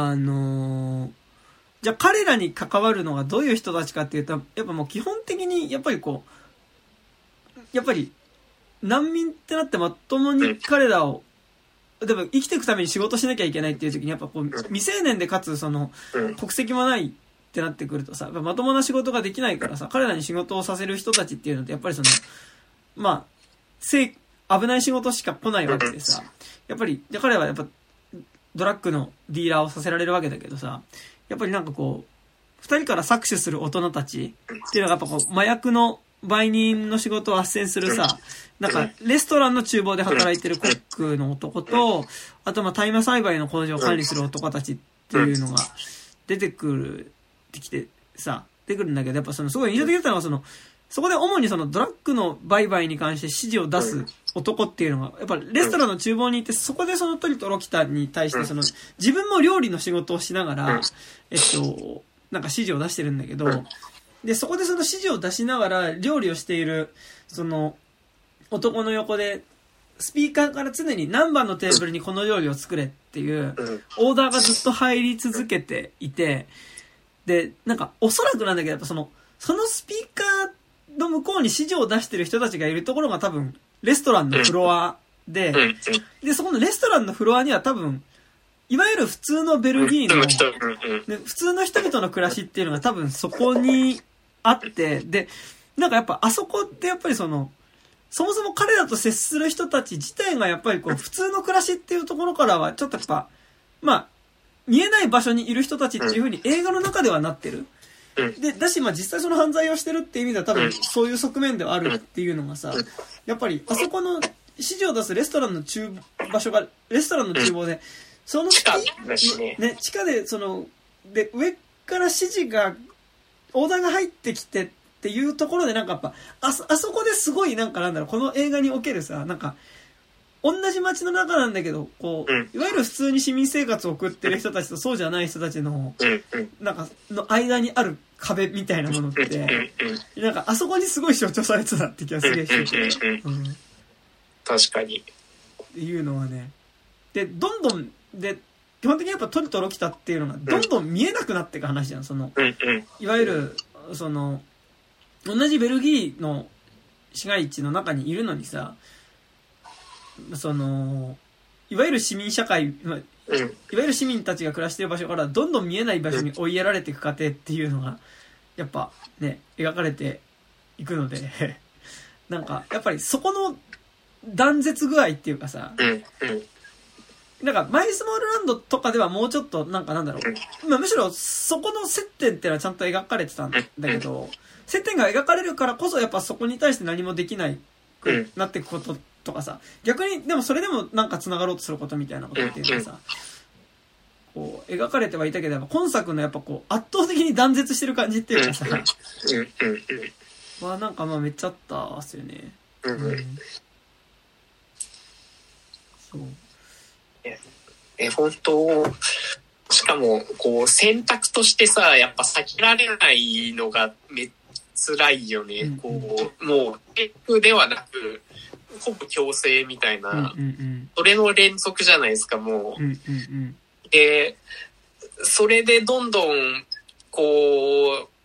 じゃあ彼らに関わるのがどういう人たちかっていうと、やっぱもう基本的にやっぱりこう、やっぱり難民ってなってまともに彼らを、でも生きていくために仕事しなきゃいけないっていう時に、やっぱこう未成年でかつその国籍もないってなってくるとさ、やっぱまともな仕事ができないからさ、彼らに仕事をさせる人たちっていうのってやっぱりそのまあ危ない仕事しか来ないわけでさ、やっぱり彼はやっぱドラッグのディーラーをさせられるわけだけどさ、やっぱりなんかこう二人から搾取する大人たちっていうのがやっぱこう麻薬の売人の仕事を斡旋するさ、なんかレストランの厨房で働いてるコックの男と、あとまあ大麻栽培の工場を管理する男たちっていうのが出てくるんだけど、やっぱそのすごい印象的だったのは、そこで主にそのドラッグの売買に関して指示を出す男っていうのが、やっぱレストランの厨房に行って、そこでそのトリとロキタに対して自分も料理の仕事をしながら、なんか指示を出してるんだけど、で、そこでその指示を出しながら料理をしている、その男の横で、スピーカーから常に何番のテーブルにこの料理を作れっていうオーダーがずっと入り続けていて、で、なんかおそらくなんだけど、やっぱそのスピーカーの向こうに指示を出してる人たちがいるところが多分レストランのフロアで、で、そこのレストランのフロアには多分、いわゆる普通のベルギーの、普通の人々の暮らしっていうのが多分そこにあって、で、なんかやっぱあそこってやっぱりそもそも彼らと接する人たち自体がやっぱりこう普通の暮らしっていうところからはちょっとやっぱ、まあ、見えない場所にいる人たちっていう風に映画の中ではなってる。で、だしまあ実際その犯罪をしてるっていう意味では多分そういう側面ではあるっていうのがさ、やっぱりあそこの指示を出すレストランの場所がレストランの厨房で、その地下だしね。 地下でで、上から指示が、オーダーが入ってきてっていうところでなんかやっぱ、あそこですごいなんかなんだろう、この映画におけるさ、なんか、同じ街の中なんだけど、こう、いわゆる普通に市民生活を送ってる人たちとそうじゃない人たちの、なんか、の間にある壁みたいなものって、なんかあそこにすごい象徴されてたって気がすげえしてて。 確かに。 っていうのはね。で、どんどん、で、基本的にやっぱトリとロキタっていうのがどんどん見えなくなっていく話じゃん。いわゆる、同じベルギーの市街地の中にいるのにさ、いわゆる市民社会、いわゆる市民たちが暮らしている場所からどんどん見えない場所に追いやられていく過程っていうのが、やっぱね、描かれていくので、なんか、やっぱりそこの断絶具合っていうかさ、なんか、マイスモールランドとかではもうちょっと、なんかなんだろう。まあ、むしろ、そこの接点っていうのはちゃんと描かれてたんだけど、接点が描かれるからこそ、やっぱそこに対して何もできないくなっていくこととかさ、逆にでもそれでもなんか繋がろうとすることみたいなことっていうのはさ、こう描かれてはいたけど、やっぱ今作のやっぱこう圧倒的に断絶してる感じっていうかさ、まあなんかまあめっちゃあったっすよね。 そう本当、しかもこう選択としてさ、やっぱ避けられないのがめっちゃ辛いよね。こうもうテクではなくほぼ強制みたいな、それの連続じゃないですか、もう。でそれでどんどんこう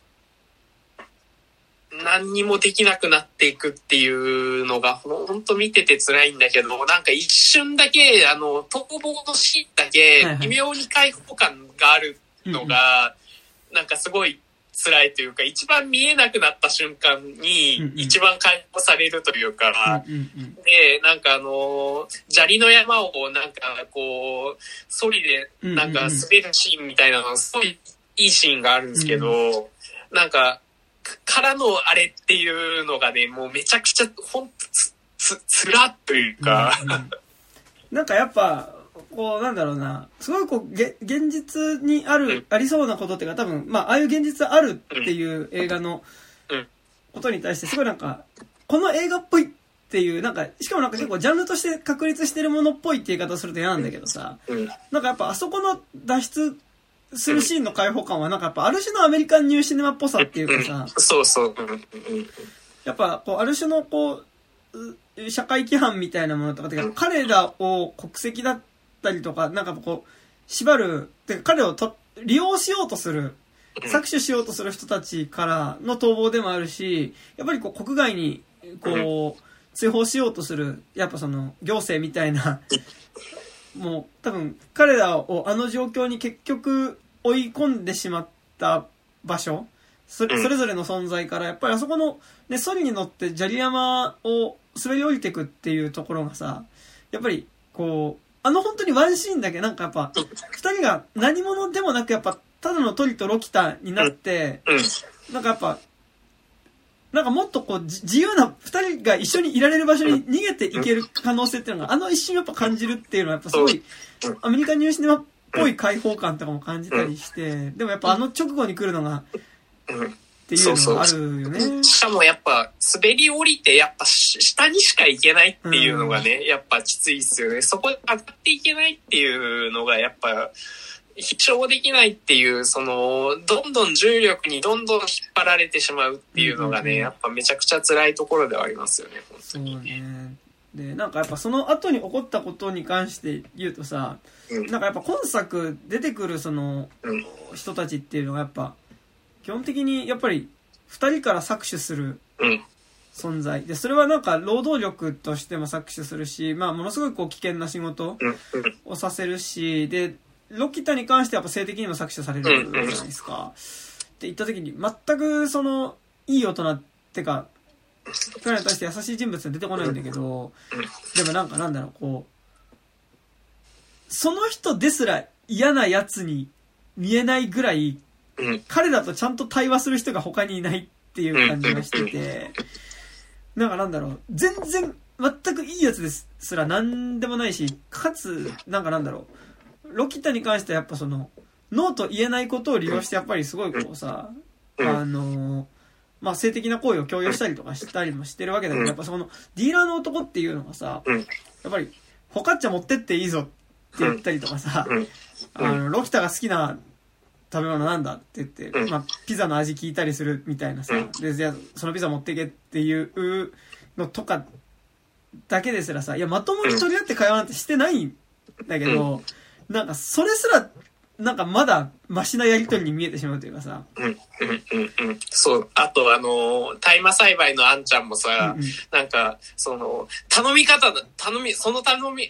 何にもできなくなっていくっていうのが本当見てて辛いんだけど、なんか一瞬だけ逃亡のシーンだけ微妙に解放感があるのがなんかすごい辛いというか、一番見えなくなった瞬間に一番解放されるというか、でなんか砂利の山をなんかこうソリでなんか滑るシーンみたいなのすごいいいシーンがあるんですけど、なんかからのあれっていうのがね、もうめちゃくちゃほんとつらっというか、 なんかやっぱこうなんだろうな、すごいこう現実にありそうなことっていうか、多分まあああいう現実あるっていう映画のことに対してすごいなんかこの映画っぽいっていう、なんかしかもなんか結構ジャンルとして確立してるものっぽいって言い方をすると嫌なんだけどさ、なんかやっぱあそこの脱出するシーンの開放感はなんかやっぱある種のアメリカンニューシネマっぽさっていうかさ、 そうそう、 やっぱこうある種のこう社会規範みたいなものとかってか、彼らを国籍だったりとかなんかこう縛るてか彼を利用しようとする、搾取しようとする人たちからの逃亡でもあるし、やっぱりこう国外にこう追放しようとするやっぱその行政みたいなもう多分彼らをあの状況に結局追い込んでしまった場所、それぞれの存在からやっぱりあそこの、ね、ソリに乗って砂利山を滑り降りていくっていうところがさ、やっぱりこう本当にワンシーンだけなんかやっぱ二人が何者でもなくやっぱただのトリとロキタになって、なんかやっぱなんかもっとこう自由な二人が一緒にいられる場所に逃げていける可能性っていうのが一瞬やっぱ感じるっていうのはやっぱすごいアメリカニューシネマっぽい開放感とかも感じたりして、でもやっぱ直後に来るのがっていうのがあるよね。 しかもやっぱ滑り降りてやっぱ下にしか行けないっていうのがね、やっぱきついっすよね。そこで上がっていけないっていうのがやっぱ飛翔できないっていう、そのどんどん重力にどんどん引っ張られてしまうっていうのがね、やっぱめちゃくちゃ辛いところではありますよね、本当に。 そうね。でなんかやっぱその後に起こったことに関して言うとさ、なんかやっぱ今作出てくるその人たちっていうのがやっぱ基本的にやっぱり2人から搾取する存在で、それはなんか労働力としても搾取するし、まあものすごいこう危険な仕事をさせるし、でロキタに関してはやっぱ性的にも搾取されるじゃないですか。って言った時に全くそのいい大人ってか彼らに対して優しい人物は出てこないんだけど、でもなんかなんだろう、こうその人ですら嫌なやつに見えないぐらい彼らとちゃんと対話する人が他にいないっていう感じがしてて、なんかなんだろう、全然全くいいやつですらなんでもないし、かつなんかなんだろう、ロキタに関してはやっぱそのノーと言えないことを利用してやっぱりすごいこうさ、まあ性的な行為を強要したりとかしたりもしてるわけだけど、やっぱそのディーラーの男っていうのがさ、やっぱりフォカッチャ持ってっていいぞって言ったりとかさ、ロキタが好きな食べ物なんだって言って、まあピザの味聞いたりするみたいなさ、でじゃあそのピザ持っていけっていうのとかだけですらさ、いやまともに取り合って会話なんてしてないんだけど、なんかそれすらなんかまだマシなやりとりに見えてしまうというかさ、 そう。あと大麻栽培のあんちゃんもさ、なんかその頼みその頼み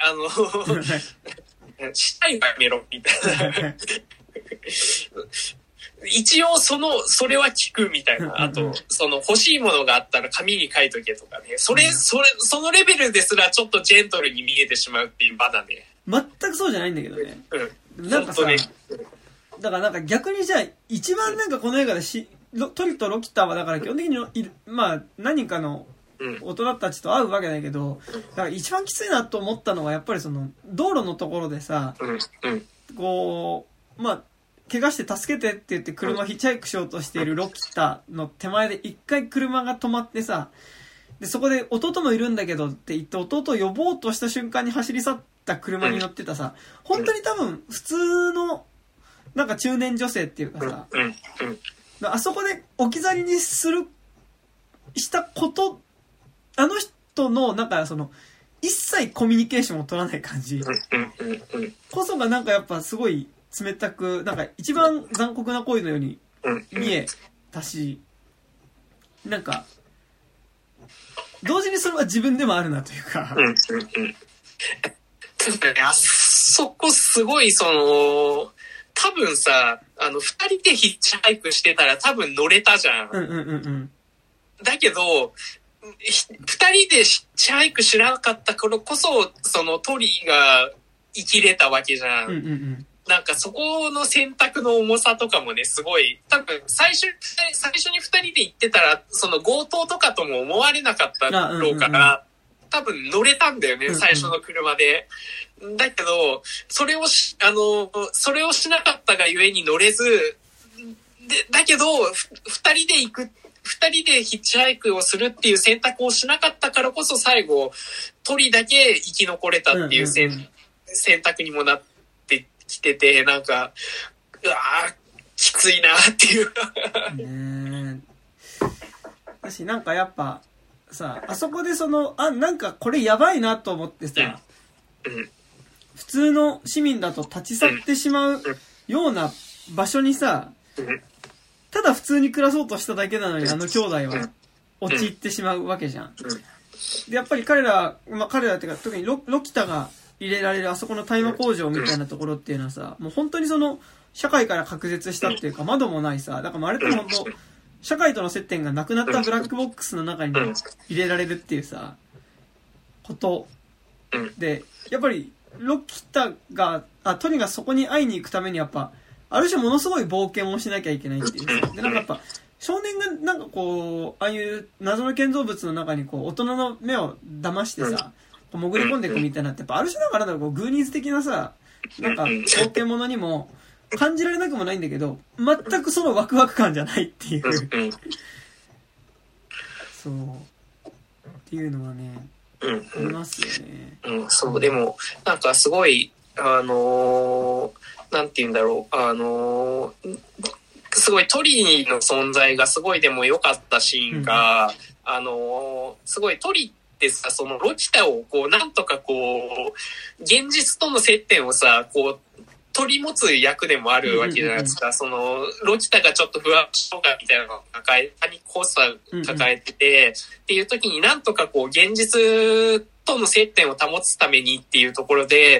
したいわやめろみたいな一応それは聞くみたいな。あとその欲しいものがあったら紙に書いとけとかね、そのレベルですらちょっとジェントルに見えてしまうっていう場だね。 全くそうじゃないんだけどね。なんかさ、だからなんか逆にじゃあ一番なんかこの映画でトリとロキタはだから基本的にまあ何人かの大人たちと会うわけだけど、だから一番きついなと思ったのはやっぱりその道路のところでさ、こう、まあ、怪我して助けてって言って車ヒッチハイクしようとしているロキタの手前で一回車が止まってさ、で、そこで弟もいるんだけどって言って弟を呼ぼうとした瞬間に走り去った車に乗ってたさ、本当に多分普通のなんか中年女性っていうかさ、あそこで置き去りにしたこと、あの人のなんかその一切コミュニケーションを取らない感じこそがなんかやっぱすごい冷たく、なんか一番残酷な行為のように見えたし、なんか同時にそれは自分でもあるなというか、 あそこすごい多分さ、二人でヒッチハイクしてたら多分乗れたじゃん。だけど、二人でヒッチハイクしなかった頃こそ、そのトリが生きれたわけじゃん。なんかそこの選択の重さとかもね、すごい、多分最初に二人で行ってたら、その強盗とかとも思われなかったろうから、多分乗れたんだよね、最初の車で。だけど、それをしなかったがゆえに乗れず、だけど、二人でヒッチハイクをするっていう選択をしなかったからこそ最後、鳥だけ生き残れたっていう選択にもなってきてて、なんか、うわー、きついなっていう。 私なんかやっぱ、さ、あそこでなんかこれやばいなと思ってさ、普通の市民だと立ち去ってしまうような場所にさ、ただ普通に暮らそうとしただけなのにあの兄弟は陥ってしまうわけじゃん。で、やっぱり彼らっていうか特にロキタが入れられるあそこの大麻工場みたいなところっていうのはさ、もう本当に社会から隔絶したっていうか窓もないさ、だからあれって本当社会との接点がなくなったブラックボックスの中に入れられるっていうさ、ことで、やっぱりロキタが、トニがそこに会いに行くためにやっぱ、ある種ものすごい冒険をしなきゃいけないっていうさ。で、なんかやっぱ、少年がなんかこう、ああいう謎の建造物の中にこう、大人の目を騙してさ、こう潜り込んでいくみたいなって、やっぱある種なんかなんだろう、こう、グーニーズ的なさ、なんか冒険者にも感じられなくもないんだけど、全くそのワクワク感じゃないっていう。そう。っていうのはね、ありますよね。 そう、でも、なんかすごい、なんて言うんだろう、すごいトリの存在がすごいでも良かったシーンが、すごいトリってさ、そのロキタをこう、なんとかこう、現実との接点をさ、こう、取り持つ役でもあるわけじゃないですか。ロキタがちょっと不安障害みたいなのをパニック発作抱えてて、っていう時になんとかこう、現実との接点を保つためにっていうところで、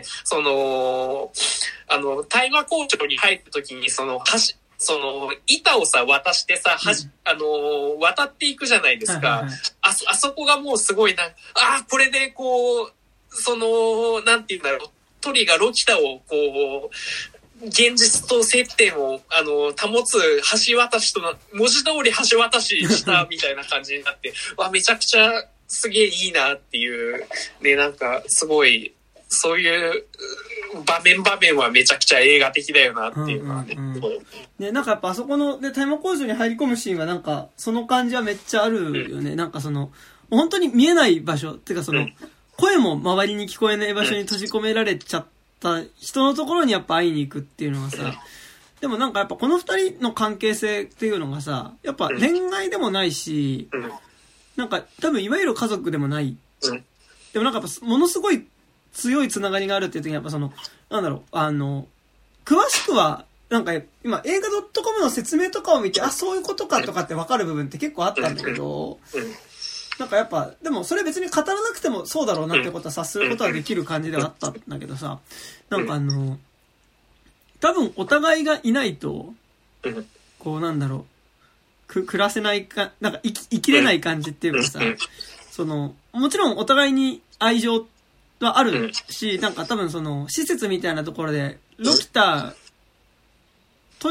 大麻工場に入る時に板をさ、渡してさ、渡っていくじゃないですか。あそこがもうすごいこれでこう、なんて言うんだろう、トリがロキタをこう、現実と接点を保つ橋渡しと文字通り橋渡ししたみたいな感じになって、めちゃくちゃすげえいいなっていうね、なんかすごいそういう場面はめちゃくちゃ映画的だよなっていうのはね。 ね、なんかやっぱあそこので大麻工場に入り込むシーンはなんかその感じはめっちゃあるよね。なんか本当に見えない場所っていうか声も周りに聞こえない場所に閉じ込められちゃった人のところにやっぱ会いに行くっていうのはさ、でもなんかやっぱこの二人の関係性っていうのがさ、やっぱ恋愛でもないし、なんか多分いわゆる家族でもない。でもなんかやっぱものすごい強いつながりがあるっていう時にやっぱなんだろう、詳しくは、なんか今映画 .com の説明とかを見て、そういうことかとかって分かる部分って結構あったんだけど、なんかやっぱ、でもそれ別に語らなくてもそうだろうなってことは察することはできる感じではあったんだけどさ、なんか多分お互いがいないと、こうなんだろう、暮らせないか、なんか生きれない感じっていうかさ、もちろんお互いに愛情はあるし、なんか多分施設みたいなところで、ロキタ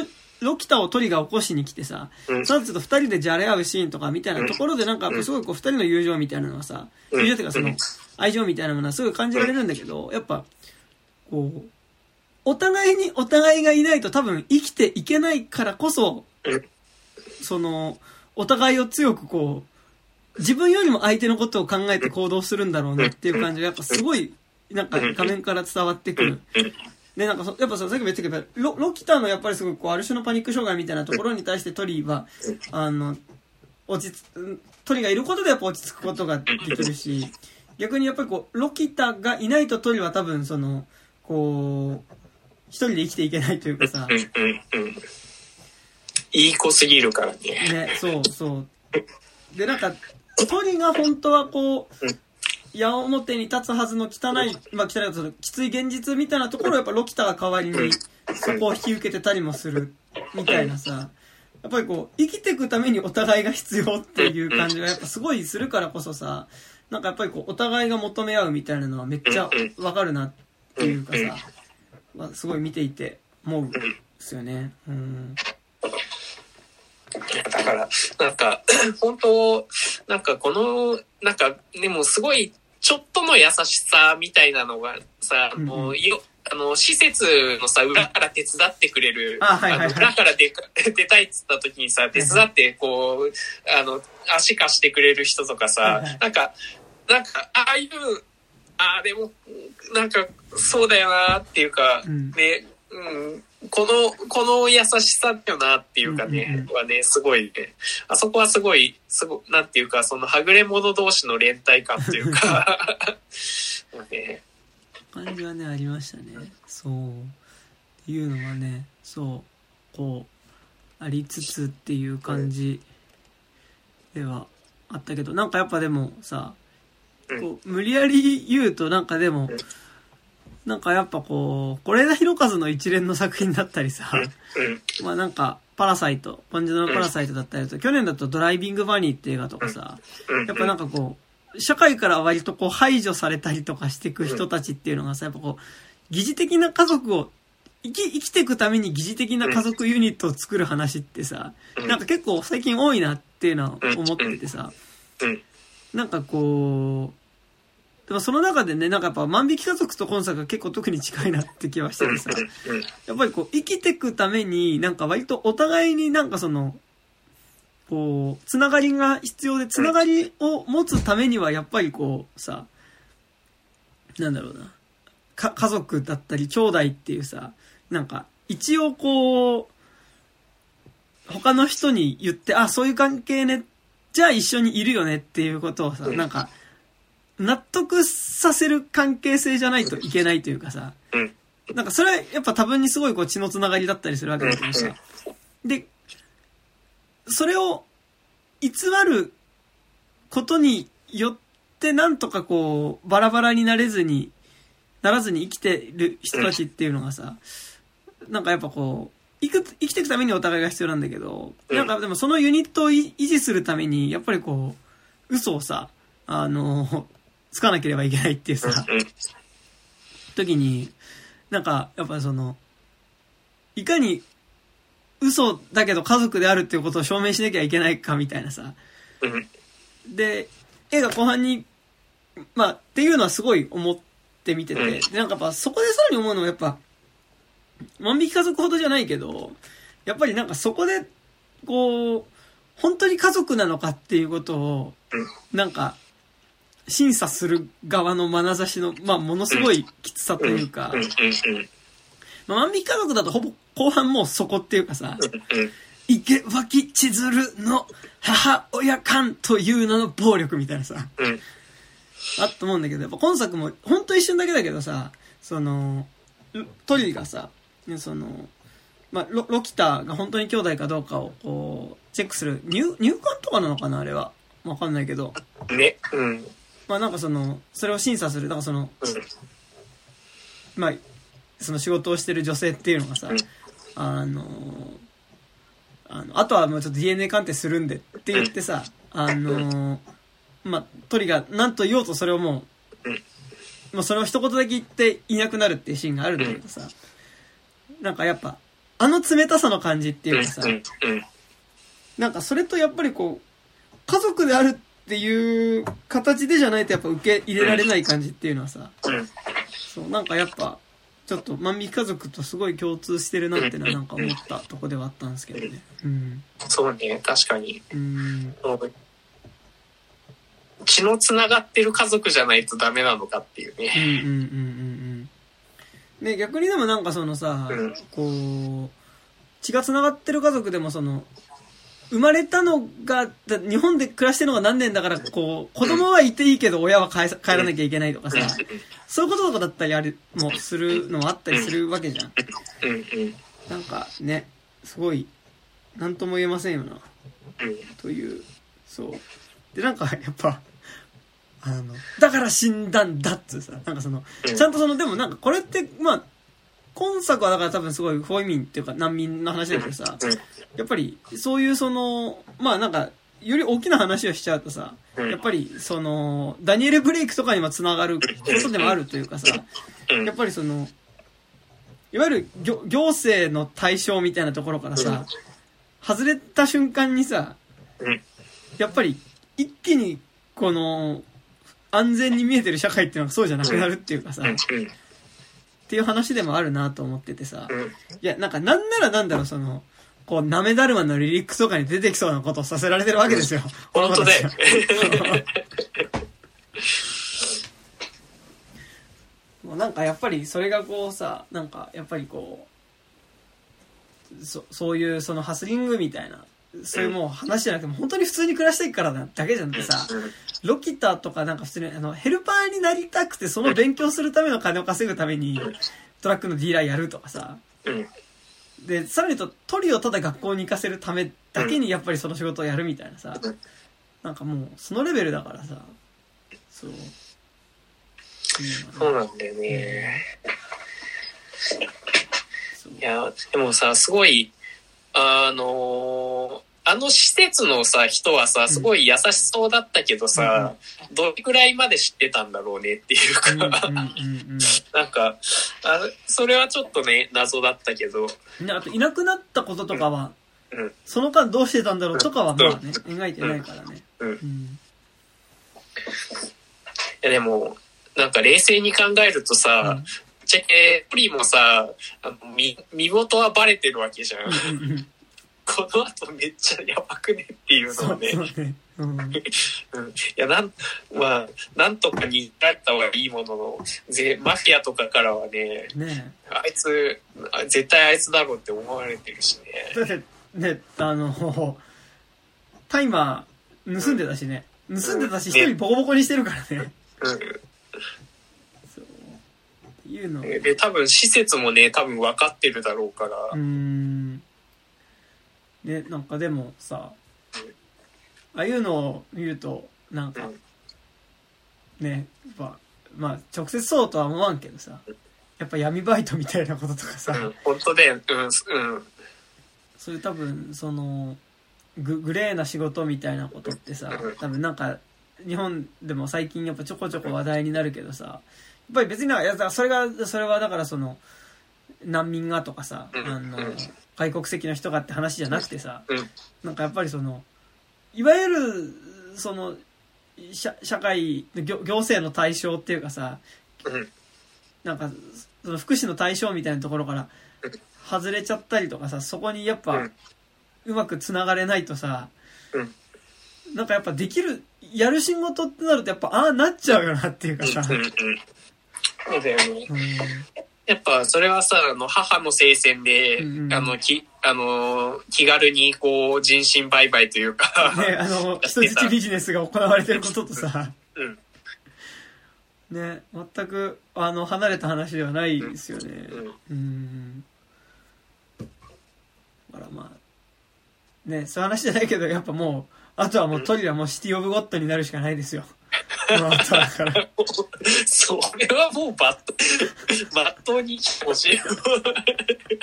ロキタをトリが起こしに来てさ、その後ちょっと二人でじゃれ合うシーンとかみたいなところでなんかすごいこう二人の友情みたいなのはさ、友情っていうかその愛情みたいなものはすごい感じられるんだけど、やっぱ、こう、お互いがいないと多分生きていけないからこそ、その、お互いを強くこう、自分よりも相手のことを考えて行動するんだろうなっていう感じがやっぱすごい、なんか画面から伝わってくる。で、なんかやっぱさっきも言ったけど、ロキタのやっぱりすごいこう、ある種のパニック障害みたいなところに対してトリは、トリがいることでやっぱ落ち着くことができるし、逆にやっぱりこう、ロキタがいないとトリは多分その、こう、一人で生きていけないというかさ。 いい子すぎるからね。 ね、そうそう。で、なんか、トリが本当はこう、矢面に立つはずの汚い、まあ汚いそのきつい現実みたいなところをやっぱロキタが代わりにそこを引き受けてたりもするみたいなさ、やっぱりこう、生きていくためにお互いが必要っていう感じがやっぱすごいするからこそさ、なんかやっぱりこう、お互いが求め合うみたいなのはめっちゃわかるなっていうかさ、まあ、すごい見ていて思うんですよね。 だから、なんか、本当、なんかこの、なんか、でもすごい、ちょっとの優しさみたいなのがさ、もう施設のさ、裏から手伝ってくれる、裏から出たいっつった時にさ、手伝って、こう、足貸してくれる人とかさ、なんか、ああいう、でも、なんか、そうだよなっていうか、ね、この優しさだよなっていうかね、はね、すごいね、あそこはすごい、なんていうか、そのはぐれ者同士の連帯感というか、ね、 感じはね、ありましたね。そう。っていうのはね、そう、こう、ありつつっていう感じではあったけど、なんかやっぱでもさ、こう無理やり言うとなんかでも、なんかやっぱこう、是枝裕和の一連の作品だったりさ、まあなんか、パラサイト、ポンジュノのパラサイトだったりと、去年だとドライビングバニーって映画とかさ、やっぱなんかこう、社会から割とこう排除されたりとかしていく人たちっていうのがさ、やっぱこう、疑似的な家族を、生きていくために疑似的な家族ユニットを作る話ってさ、なんか結構最近多いなっていうのは思っててさ、なんかこう、でもその中でね、なんかやっぱ万引き家族と今作が結構特に近いなって気はしててさ、やっぱりこう生きていくためになんか割とお互いになんかその、こう、つながりが必要で、つながりを持つためにはやっぱりこうさ、なんだろうな、家族だったり兄弟っていうさ、なんか一応こう、他の人に言って、あ、そういう関係ね、じゃあ一緒にいるよねっていうことをさ、なんか、納得させる関係性じゃないといけないというかさ、なんかそれはやっぱ多分にすごいこう血のつながりだったりするわけだけどさ、で、それを偽ることによってなんとかこうバラバラにならずに生きてる人たちっていうのがさ、なんかやっぱこう生きていくためにお互いが必要なんだけど、なんかでもそのユニットを維持するためにやっぱりこう嘘をさ、つかなければいけないっていうさ、時に、なんか、やっぱその、いかに嘘だけど家族であるっていうことを証明しなきゃいけないかみたいなさ。で、映画後半に、まあ、っていうのはすごい思って見てて、でなんかやっぱそこでさらに思うのはやっぱ、万引き家族ほどじゃないけど、やっぱりなんかそこで、こう、本当に家族なのかっていうことを、なんか、審査する側の眼差しの、まあ、ものすごいきつさというか、まあ、万引き家族だとほぼ後半もうそこっていうかさ、池脇千鶴の母親感という名の暴力みたいなさ、あったと思うんだけど、やっぱ今作もほんと一瞬だけだけどさ、その、トリがさ、その、まあ、ロキタが本当に兄弟かどうかをこう、チェックする入管とかなのかなあれは。わかんないけど。 ね。 まあなんかそれを審査する、だからその、まあ、その仕事をしてる女性っていうのがさ、あとはもうちょっと DNA 鑑定するんでって言ってさ、まあ、トリが何と言おうとそれをもうそれを一言だけ言っていなくなるっていうシーンがあるんだけどさ、なんかやっぱ、 あの冷たさの感じっていうかさ、 うんなんかそれとやっぱりこう、家族であるっていう形でじゃないとやっぱ受け入れられない感じっていうのはさ、そう、なんかやっぱ、ちょっと万引き家族とすごい共通してるなってのはなんか思ったとこではあったんですけどね。うん。 そうね、確かに。血のつながってる家族じゃないとダメなのかっていうね。 ね、逆にでもなんかそのさ、こう、血がつながってる家族でもその、生まれたのが、日本で暮らしてるのが何年だから、こう、子供はいていいけど親は帰らなきゃいけないとかさ、そういうこととかだったりもするのもあったりするわけじゃん。なんかね、すごい、なんとも言えませんよな。という、そう。で、なんかやっぱ、だから死んだんだってさ、なんかその、ちゃんとその、でもなんかこれって、まあ、今作はだから多分すごい不法移民っていうか難民の話だけどさ、やっぱりそういうその、まあなんか、より大きな話をしちゃうとさ、やっぱりその、ダニエル・ブレイクとかにもつながることでもあるというかさ、やっぱりその、いわゆる行政の対象みたいなところからさ、外れた瞬間にさ、やっぱり一気にこの、安全に見えてる社会っていうのはそうじゃなくなるっていうかさ、っていう話でもあるなと思っててさ、いや、なんかなんならなんだろう、その、こう、なめだるまのリリックとかに出てきそうなことをさせられてるわけですよ。 本当だよ。 もうなんかやっぱりそれがこうさ、なんかやっぱりこう、そういうそのハスリングみたいな、そういうもう話じゃなくても本当に普通に暮らしていくからだけじゃなくてさ、ロキタとかなんか普通にヘルパーになりたくてその勉強するための金を稼ぐためにトラックのディーラーやるとかさ、で、さらに言うとトリをただ学校に行かせるためだけにやっぱりその仕事をやるみたいなさ、なんかもうそのレベルだからさ、そう。 そうなんだよね。いや、でもさ、すごい、あの施設のさ、人はさ、すごい優しそうだったけどさ、どれくらいまで知ってたんだろうねっていうか、なんか、それはちょっとね、謎だったけど。 あと、いなくなったこととかは、その間どうしてたんだろうとかはまあね、描いてないからね。 いやでも、なんか冷静に考えるとさ、ポリもさ、身元はバレてるわけじゃん。この後めっちゃやばくねっていうのをね。いや、まあ、なんとかにられたはいいものの、マフィアとかからはね、あいつ、絶対あいつだろうって思われてるしね。 だってね、タイマー盗んでたしね。盗んでたし、一人ボコボコにしてるからね。いうので、多分施設もね、多分分かってるだろうから。 で、なんかでもさ、ああいうのを見ると、なんか、ね、やっぱ、まあ、直接そうとは思わんけどさ、やっぱ闇バイトみたいなこととかさ、 本当だよ、 そういう多分、その、グレーな仕事みたいなことってさ、多分なんか、日本でも最近やっぱちょこちょこ話題になるけどさ、やっぱり別にそれはだからその、難民がとかさ、外国籍の人がって話じゃなくてさ、なんかやっぱりその、いわゆる、その、社会、行政の対象っていうかさ、なんか、その福祉の対象みたいなところから外れちゃったりとかさ、そこにやっぱ、うまく繋がれないとさ、なんかやっぱやる仕事ってなるとやっぱ、ああなっちゃうよなっていうかさ。 そうだよね。やっぱそれはさ、母の聖戦で、気軽にこう人身売買というかね、人質ビジネスが行われてることとさ、ね、全く離れた話ではないですよね。だからまあね、そういう話じゃないけど、やっぱもうあとはもうトリはもうシティオブゴッドになるしかないですよ。だからそれはもうまっとうに欲しい。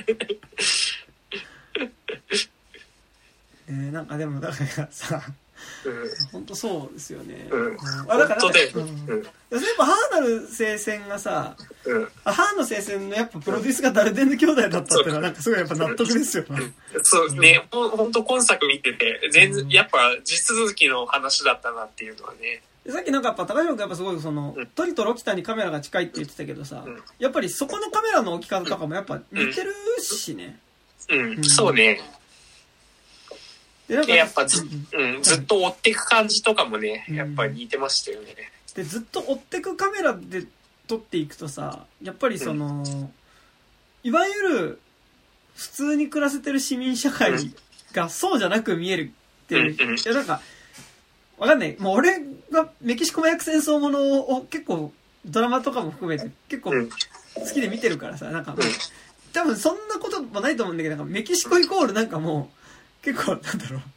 なんかでもだからさ、 本当そうですよね。 だから本当だよ。 そういえば母なる聖戦がさ、母の聖戦のやっぱプロデュースがダルデンヌ兄弟だったっていうのはなんかすごいやっぱ納得ですよね。 そうね、本当今作見てて全然やっぱ地続きの話だったなっていうのはね。 さっきなんかやっぱ高島君やっぱすごいその、トリとロキタにカメラが近いって言ってたけどさ、やっぱりそこのカメラの置き方とかもやっぱ似てるしね。 そうね。 でなんかやっぱずっと追っていく感じとかもね、やっぱり似てましたよね。 でずっと追っていくカメラで撮っていくとさ、やっぱりその、いわゆる普通に暮らせてる市民社会がそうじゃなく見えるっていう、いやなんかわかんない。もう俺がメキシコ麻薬戦争ものを結構ドラマとかも含めて結構好きで見てるからさ、なんか多分そんなこともないと思うんだけど、なんかメキシコイコールなんかもう結構なんだろう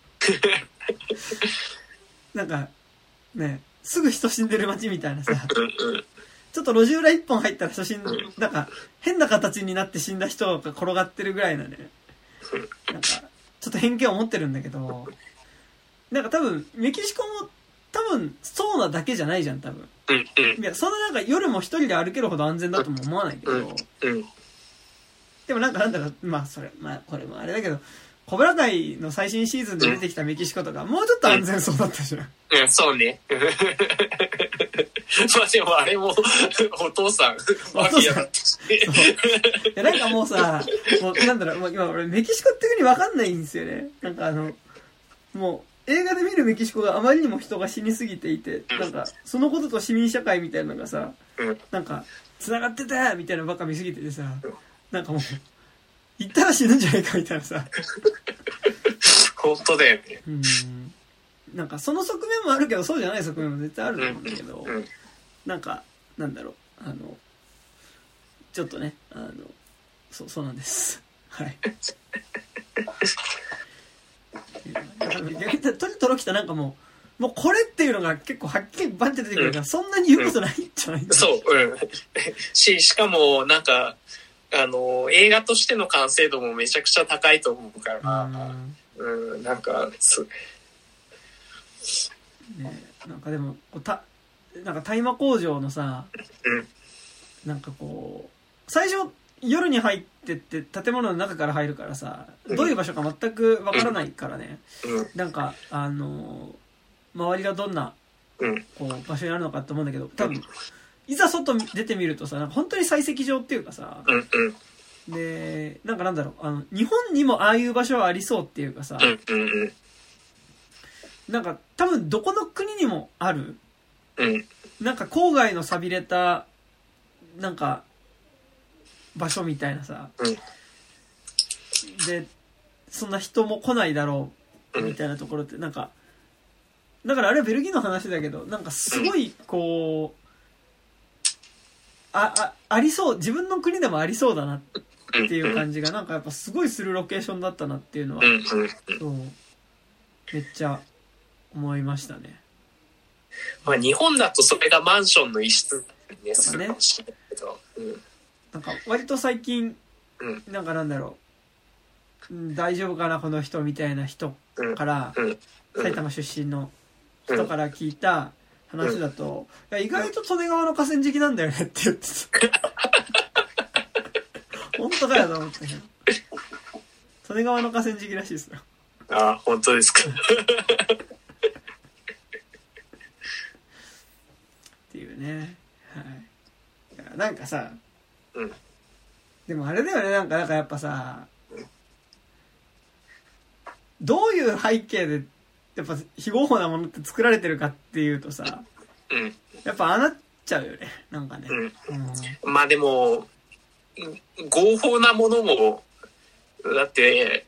なんかね、すぐ人死んでる街みたいなさ、ちょっと路地裏一本入ったらなんか変な形になって死んだ人が転がってるぐらいのね、なんかちょっと偏見を持ってるんだけど、なんか多分メキシコも多分そうなだけじゃないじゃん多分。いやそんななんか夜も一人で歩けるほど安全だとも思わないけど、でもなんかなんだろう、まあそれまあこれもあれだけど、コブラ界の最新シーズンで出てきたメキシコとかもうちょっと安全そうだったじゃん。 そうね。まあでもあれもお父さんマフィアだったし。いやなんかもうさ、もうなんだろう、もう今俺メキシコって国わかんないんですよね。なんかもう映画で見るメキシコがあまりにも人が死にすぎていて、なんかそのことと市民社会みたいなのがさ、なんか繋がってたみたいなばっか見すぎててさ、なんかもう行ったら死ぬんじゃないかみたいなさ。 本当だよね。 なんかその側面もあるけどそうじゃない側面も絶対あると思うんだけど、なんかなんだろう、ちょっとね、そうなんです。はい。逆にトリとロキタなんかもうこれっていうのが結構はっきりバンって出てくるから、そんなに言うことないんじゃないか。 そう、しかもなんか映画としての完成度もめちゃくちゃ高いと思うから、なんかね、なんかでもなんか大麻工場のさ、なんかこう最初夜に入ってって建物の中から入るからさ、どういう場所か全くわからないからね、なんか周りがどんなこう場所にあるのかって思うんだけど、多分いざ外出てみるとさ、なんか本当に採石場っていうかさ、でなんかなんだろう、日本にもああいう場所はありそうっていうかさ、なんか多分どこの国にもある、なんか郊外の寂れたなんか場所みたいなさ、でそんな人も来ないだろうみたいなところって、なんかだからあれはベルギーの話だけど、なんかすごいこうありそう、自分の国でもありそうだなっていう感じがなんかやっぱすごいするロケーションだったなっていうのは、そうめっちゃ思いましたね。 まあ日本だとそれがマンションの一室にするかもしれないけど、 なんか割と最近、なんかなんだろう、大丈夫かなこの人みたいな人から、埼玉出身の人から聞いた話だと、いや意外と利根川の河川敷なんだよねって言ってた。本当かよと思って。利根川の河川敷らしいですよ。 あ、本当ですか。 っていうね。はい。なんかさ、でもあれだよね、なんかやっぱさ、どういう背景でやっぱ非合法なものって作られてるかっていうとさ、やっぱああなっちゃうよね、なんかね。 まあでも合法なものもだって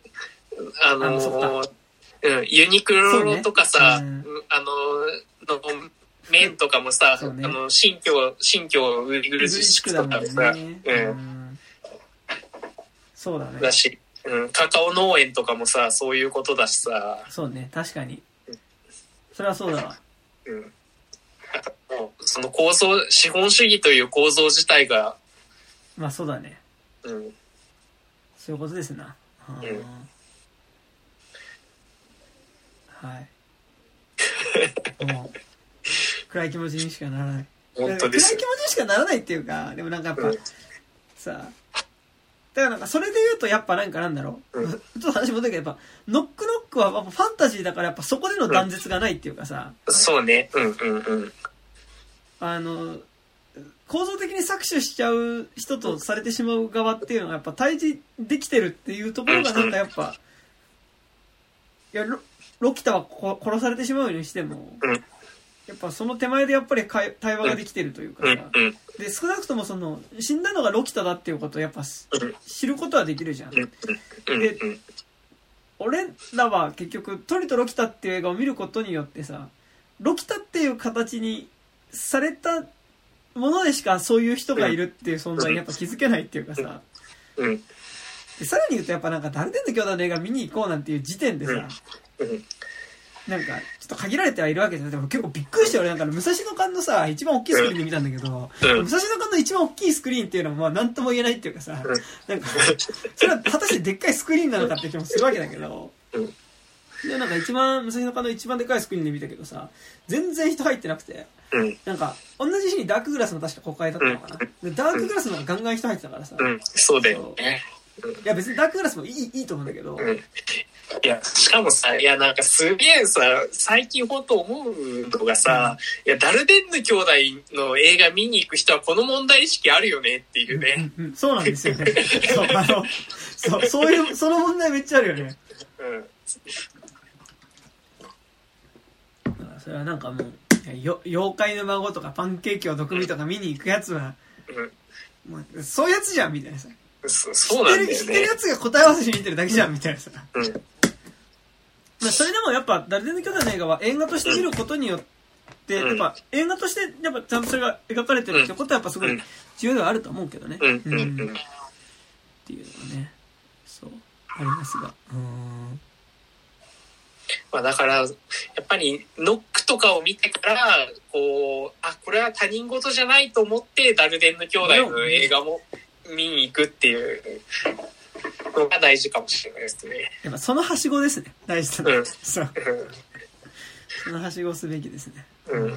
ユニクロとかさ、の麺とかもさ、新疆ウイグル自治区とかもさ、 そうだね。 だし、カカオ農園とかもさ、そういうことだしさ。 そうね、確かに。それはそうだわ。 もうその構造、資本主義という構造自体が。 まあそうだね。そういうことですな。はい。 もう暗い気持ちにしかならない。 本当です。 暗い気持ちにしかならないっていうか、でもなんかやっぱ、さ、だからなんかそれで言うとやっぱなんかなんだろう、ちょっと話戻るけど、やっぱノックノックはやっぱファンタジーだからやっぱそこでの断絶がないっていうかさ、 そうね、 構造的に搾取しちゃう人とされてしまう側っていうのがやっぱ対峙できてるっていうところがなんかやっぱ、いやロキタは殺されてしまうにしても、やっぱその手前でやっぱり対話ができてるというかさ、で少なくともその死んだのがロキタだっていうことをやっぱ知ることはできるじゃん。で俺らは結局トリとロキタっていう映画を見ることによってさ、ロキタっていう形にされたものでしかそういう人がいるっていう存在にやっぱ気づけないっていうかさ、でさらに言うとやっぱなんかダルデンの兄弟の映画見に行こうなんていう時点でさ、なんかちょっと限られてはいるわけじゃん。でも結構びっくりしたよ。なんか武蔵野館のさ一番大きいスクリーンで見たんだけど、武蔵野館の一番大きいスクリーンっていうのはまあ何とも言えないっていうかさ、なんかそれは果たしてでっかいスクリーンなのかって気もするわけだけど、でなんか武蔵野館の一番でかいスクリーンで見たけどさ、全然人入ってなくて、なんか同じ日にダークグラスの確か公開だったのかな。でダークグラスの方がガンガン人入ってたからさ、 そうだよね。 いや別にダークグラスもいいと思うんだけど、 いやしかもさ、いやなんかすげえさ、最近ほんと思うのがさ、いやダルデンヌ兄弟の映画見に行く人はこの問題意識あるよねっていうね。 そうなんですよね。そういうその問題めっちゃあるよね。それはなんかもう妖怪の孫とかパンケーキを毒味とか見に行くやつは、もうそういうやつじゃんみたいなさ。 そうなんだよね。 知ってるやつが答え合わせしに行ってるだけじゃんみたいなさ。まあそれでもやっぱダルデンヌ兄弟の映画は映画として見ることによって、やっぱ映画としてやっぱちゃんとそれが描かれてるってことはやっぱすごい重要ではあると思うけどね。っていうのはね、そうありますが。 まあだからやっぱりノックとかを見てからこうこれは他人事じゃないと思ってダルデンヌ兄弟の映画も見に行くっていうのが大事かもしれないですね。 やっぱそのはしごですね、大事なの。そうそのはしごすべきですね。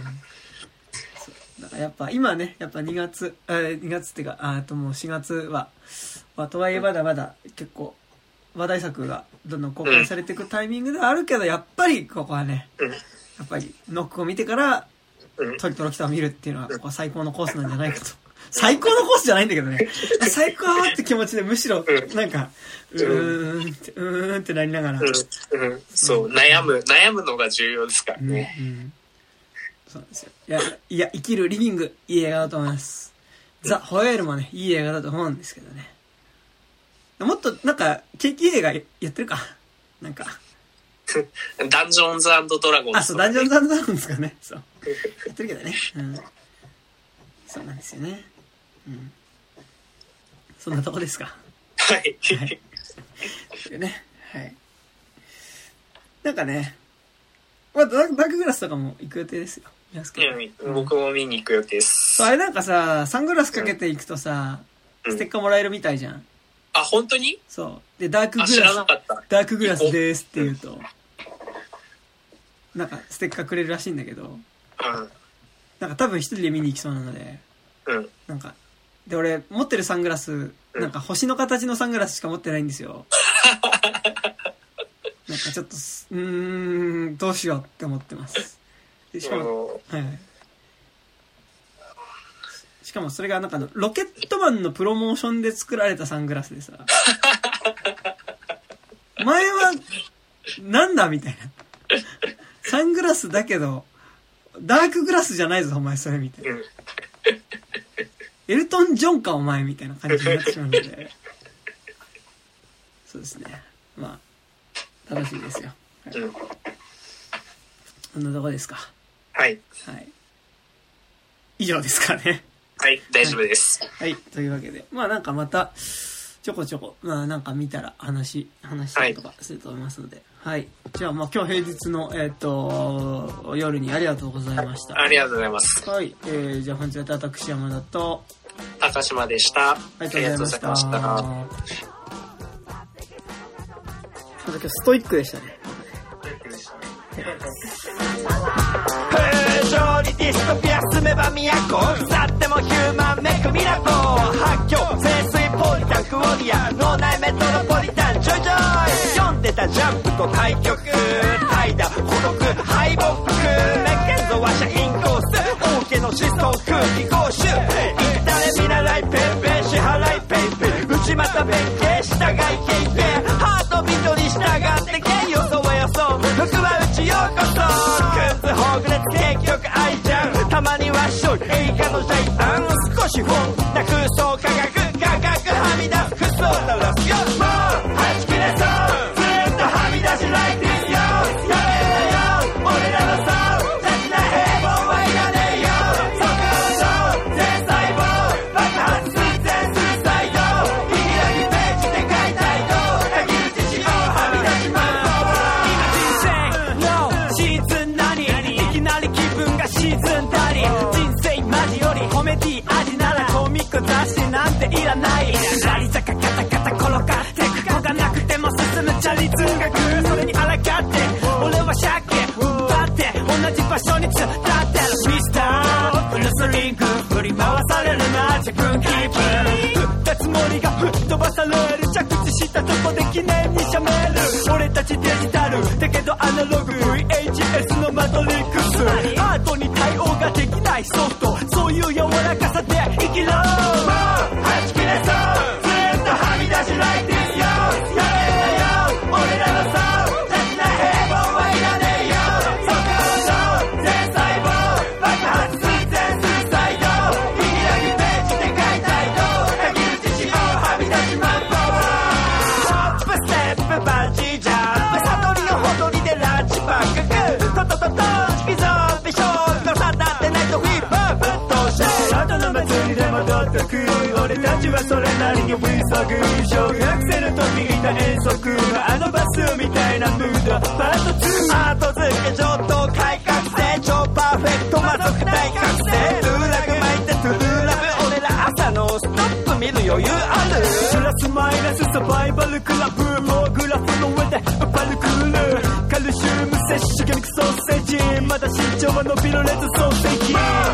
だからやっぱ今ね、やっぱ2月っていうかもう4月は、とはいえまだまだ結構話題作がどんどん公開されていくタイミングではあるけど、やっぱりここはね、やっぱりノックを見てからトリとロキタを見るっていうのはここ最高のコースなんじゃないかと。最高のコースじゃないんだけどね。最高って気持ちでむしろなんかうーんってなりながら、 そう悩むのが重要ですからね。 そうなんですよ。いや生きるリビングいい映画だと思います。ザ・ホエールもねいい映画だと思うんですけどね。もっとなんかケーキ映画やってるかなんかダンジョンズ&ドラゴンズ、 そうダンジョンズ&ドラゴンズかね、そうやってるけどね、そうなんですよね。そんなとこですか。はいね、はい。なんかね、ダークグラスとかも行く予定ですよ。 僕も見に行く予定です。 あれなんかさ、サングラスかけて行くとさ、ステッカーもらえるみたいじゃん。 本当に？ そう。で、ダークグラス、ダークグラスですって言うと、なんかステッカーくれるらしいんだけど、なんか多分一人で見に行きそうなので、なんか、で、俺持ってるサングラス、なんか星の形のサングラスしか持ってないんですよ。なんかちょっと、どうしようって思ってます。でしかも、しかもそれがなんかロケットマンのプロモーションで作られたサングラスでさ、前はなんだみたいな、サングラスだけどダークグラスじゃないぞお前それみたいな、エルトン・ジョンかお前みたいな感じになってしまうので、そうですね、まあ楽しいですよ。こんなとこですか。はい、以上ですかね。 はい、大丈夫です。 はい、というわけで、まあなんかまたちょこちょこ、まあなんか見たら話したりとかすると思いますので、はい。じゃあまあ今日平日の夜にありがとうございました。 ありがとうございます。 はい、じゃあ本日は私山田と高島でした。 ありがとうございました。なんか今日ストイックでしたね。 勝利ディストピア住めば都腐ってもヒューマンメイクミラコ発狂清水ポリタンクオリア脳内メトロポリタンジョイジョイ読んでたジャンプと対局怠惰孤独敗北メッケンゾは社員コース王家の子孫空気講習言ったれ見習いペンペン支払いペイペイ内股弁慶従いケイペイハートビートに従ってけよそはよそ服はうちようこそクンズほぐれつ結局愛ちゃんたまにはしょい映画のジャイアン少しフォンな空想科学価格はみ出す服装ならすよもうはち切れそうずっとはみ出しライティングよやめろよ俺らのそう雑な平凡はいらねえよそこの全細胞爆発寸前スーサイド切り上げページで書いたいとたぎる自信をはみ出しまう今人生のシーズン何いきなり気分が沈んだり人生マジよりコメディ味ならコミック雑誌なんていらないラリ坂カタカタ転がってく子がなくても進むチャリ通学それに抗って俺は鮭奪って同じ場所に伝ってるミスターフルスリング振り回されるな自分キープ振ったつもりが吹っ飛ばされる着地したとこで記念にしゃべる俺たちデジタルだけどアナログ VHS のマトリックスアートに対応ができないソフトそういう柔らかさで生きろもうはち切れそうずっとはみ出しライティングよやめろよ俺らのそう雑な平凡はいらねえよそこの全細胞爆発寸前スーサイド切り上げページで書いたいとたぎる自信をはみ出しまうホップステップバンジージャンプ悟りのほとりでランチバックトトトトチキゾンビショーのさだってないとフィーバーぶっ通し後の祭りで戻ってくる俺たちはそれなりに不足小学生の時いた遠足のあのバスみたいなムードパート2アート付け上等改革性超パーフェクト魔族大覚醒ルーラグ巻いてトゥルーラブ俺ら朝のストップ見る余裕あるプラスマイナスサバイバルクラブもうグラフの上でパルクールカルシウム摂取ゲミクソーセージまだ身長は伸びるレッドソーセージ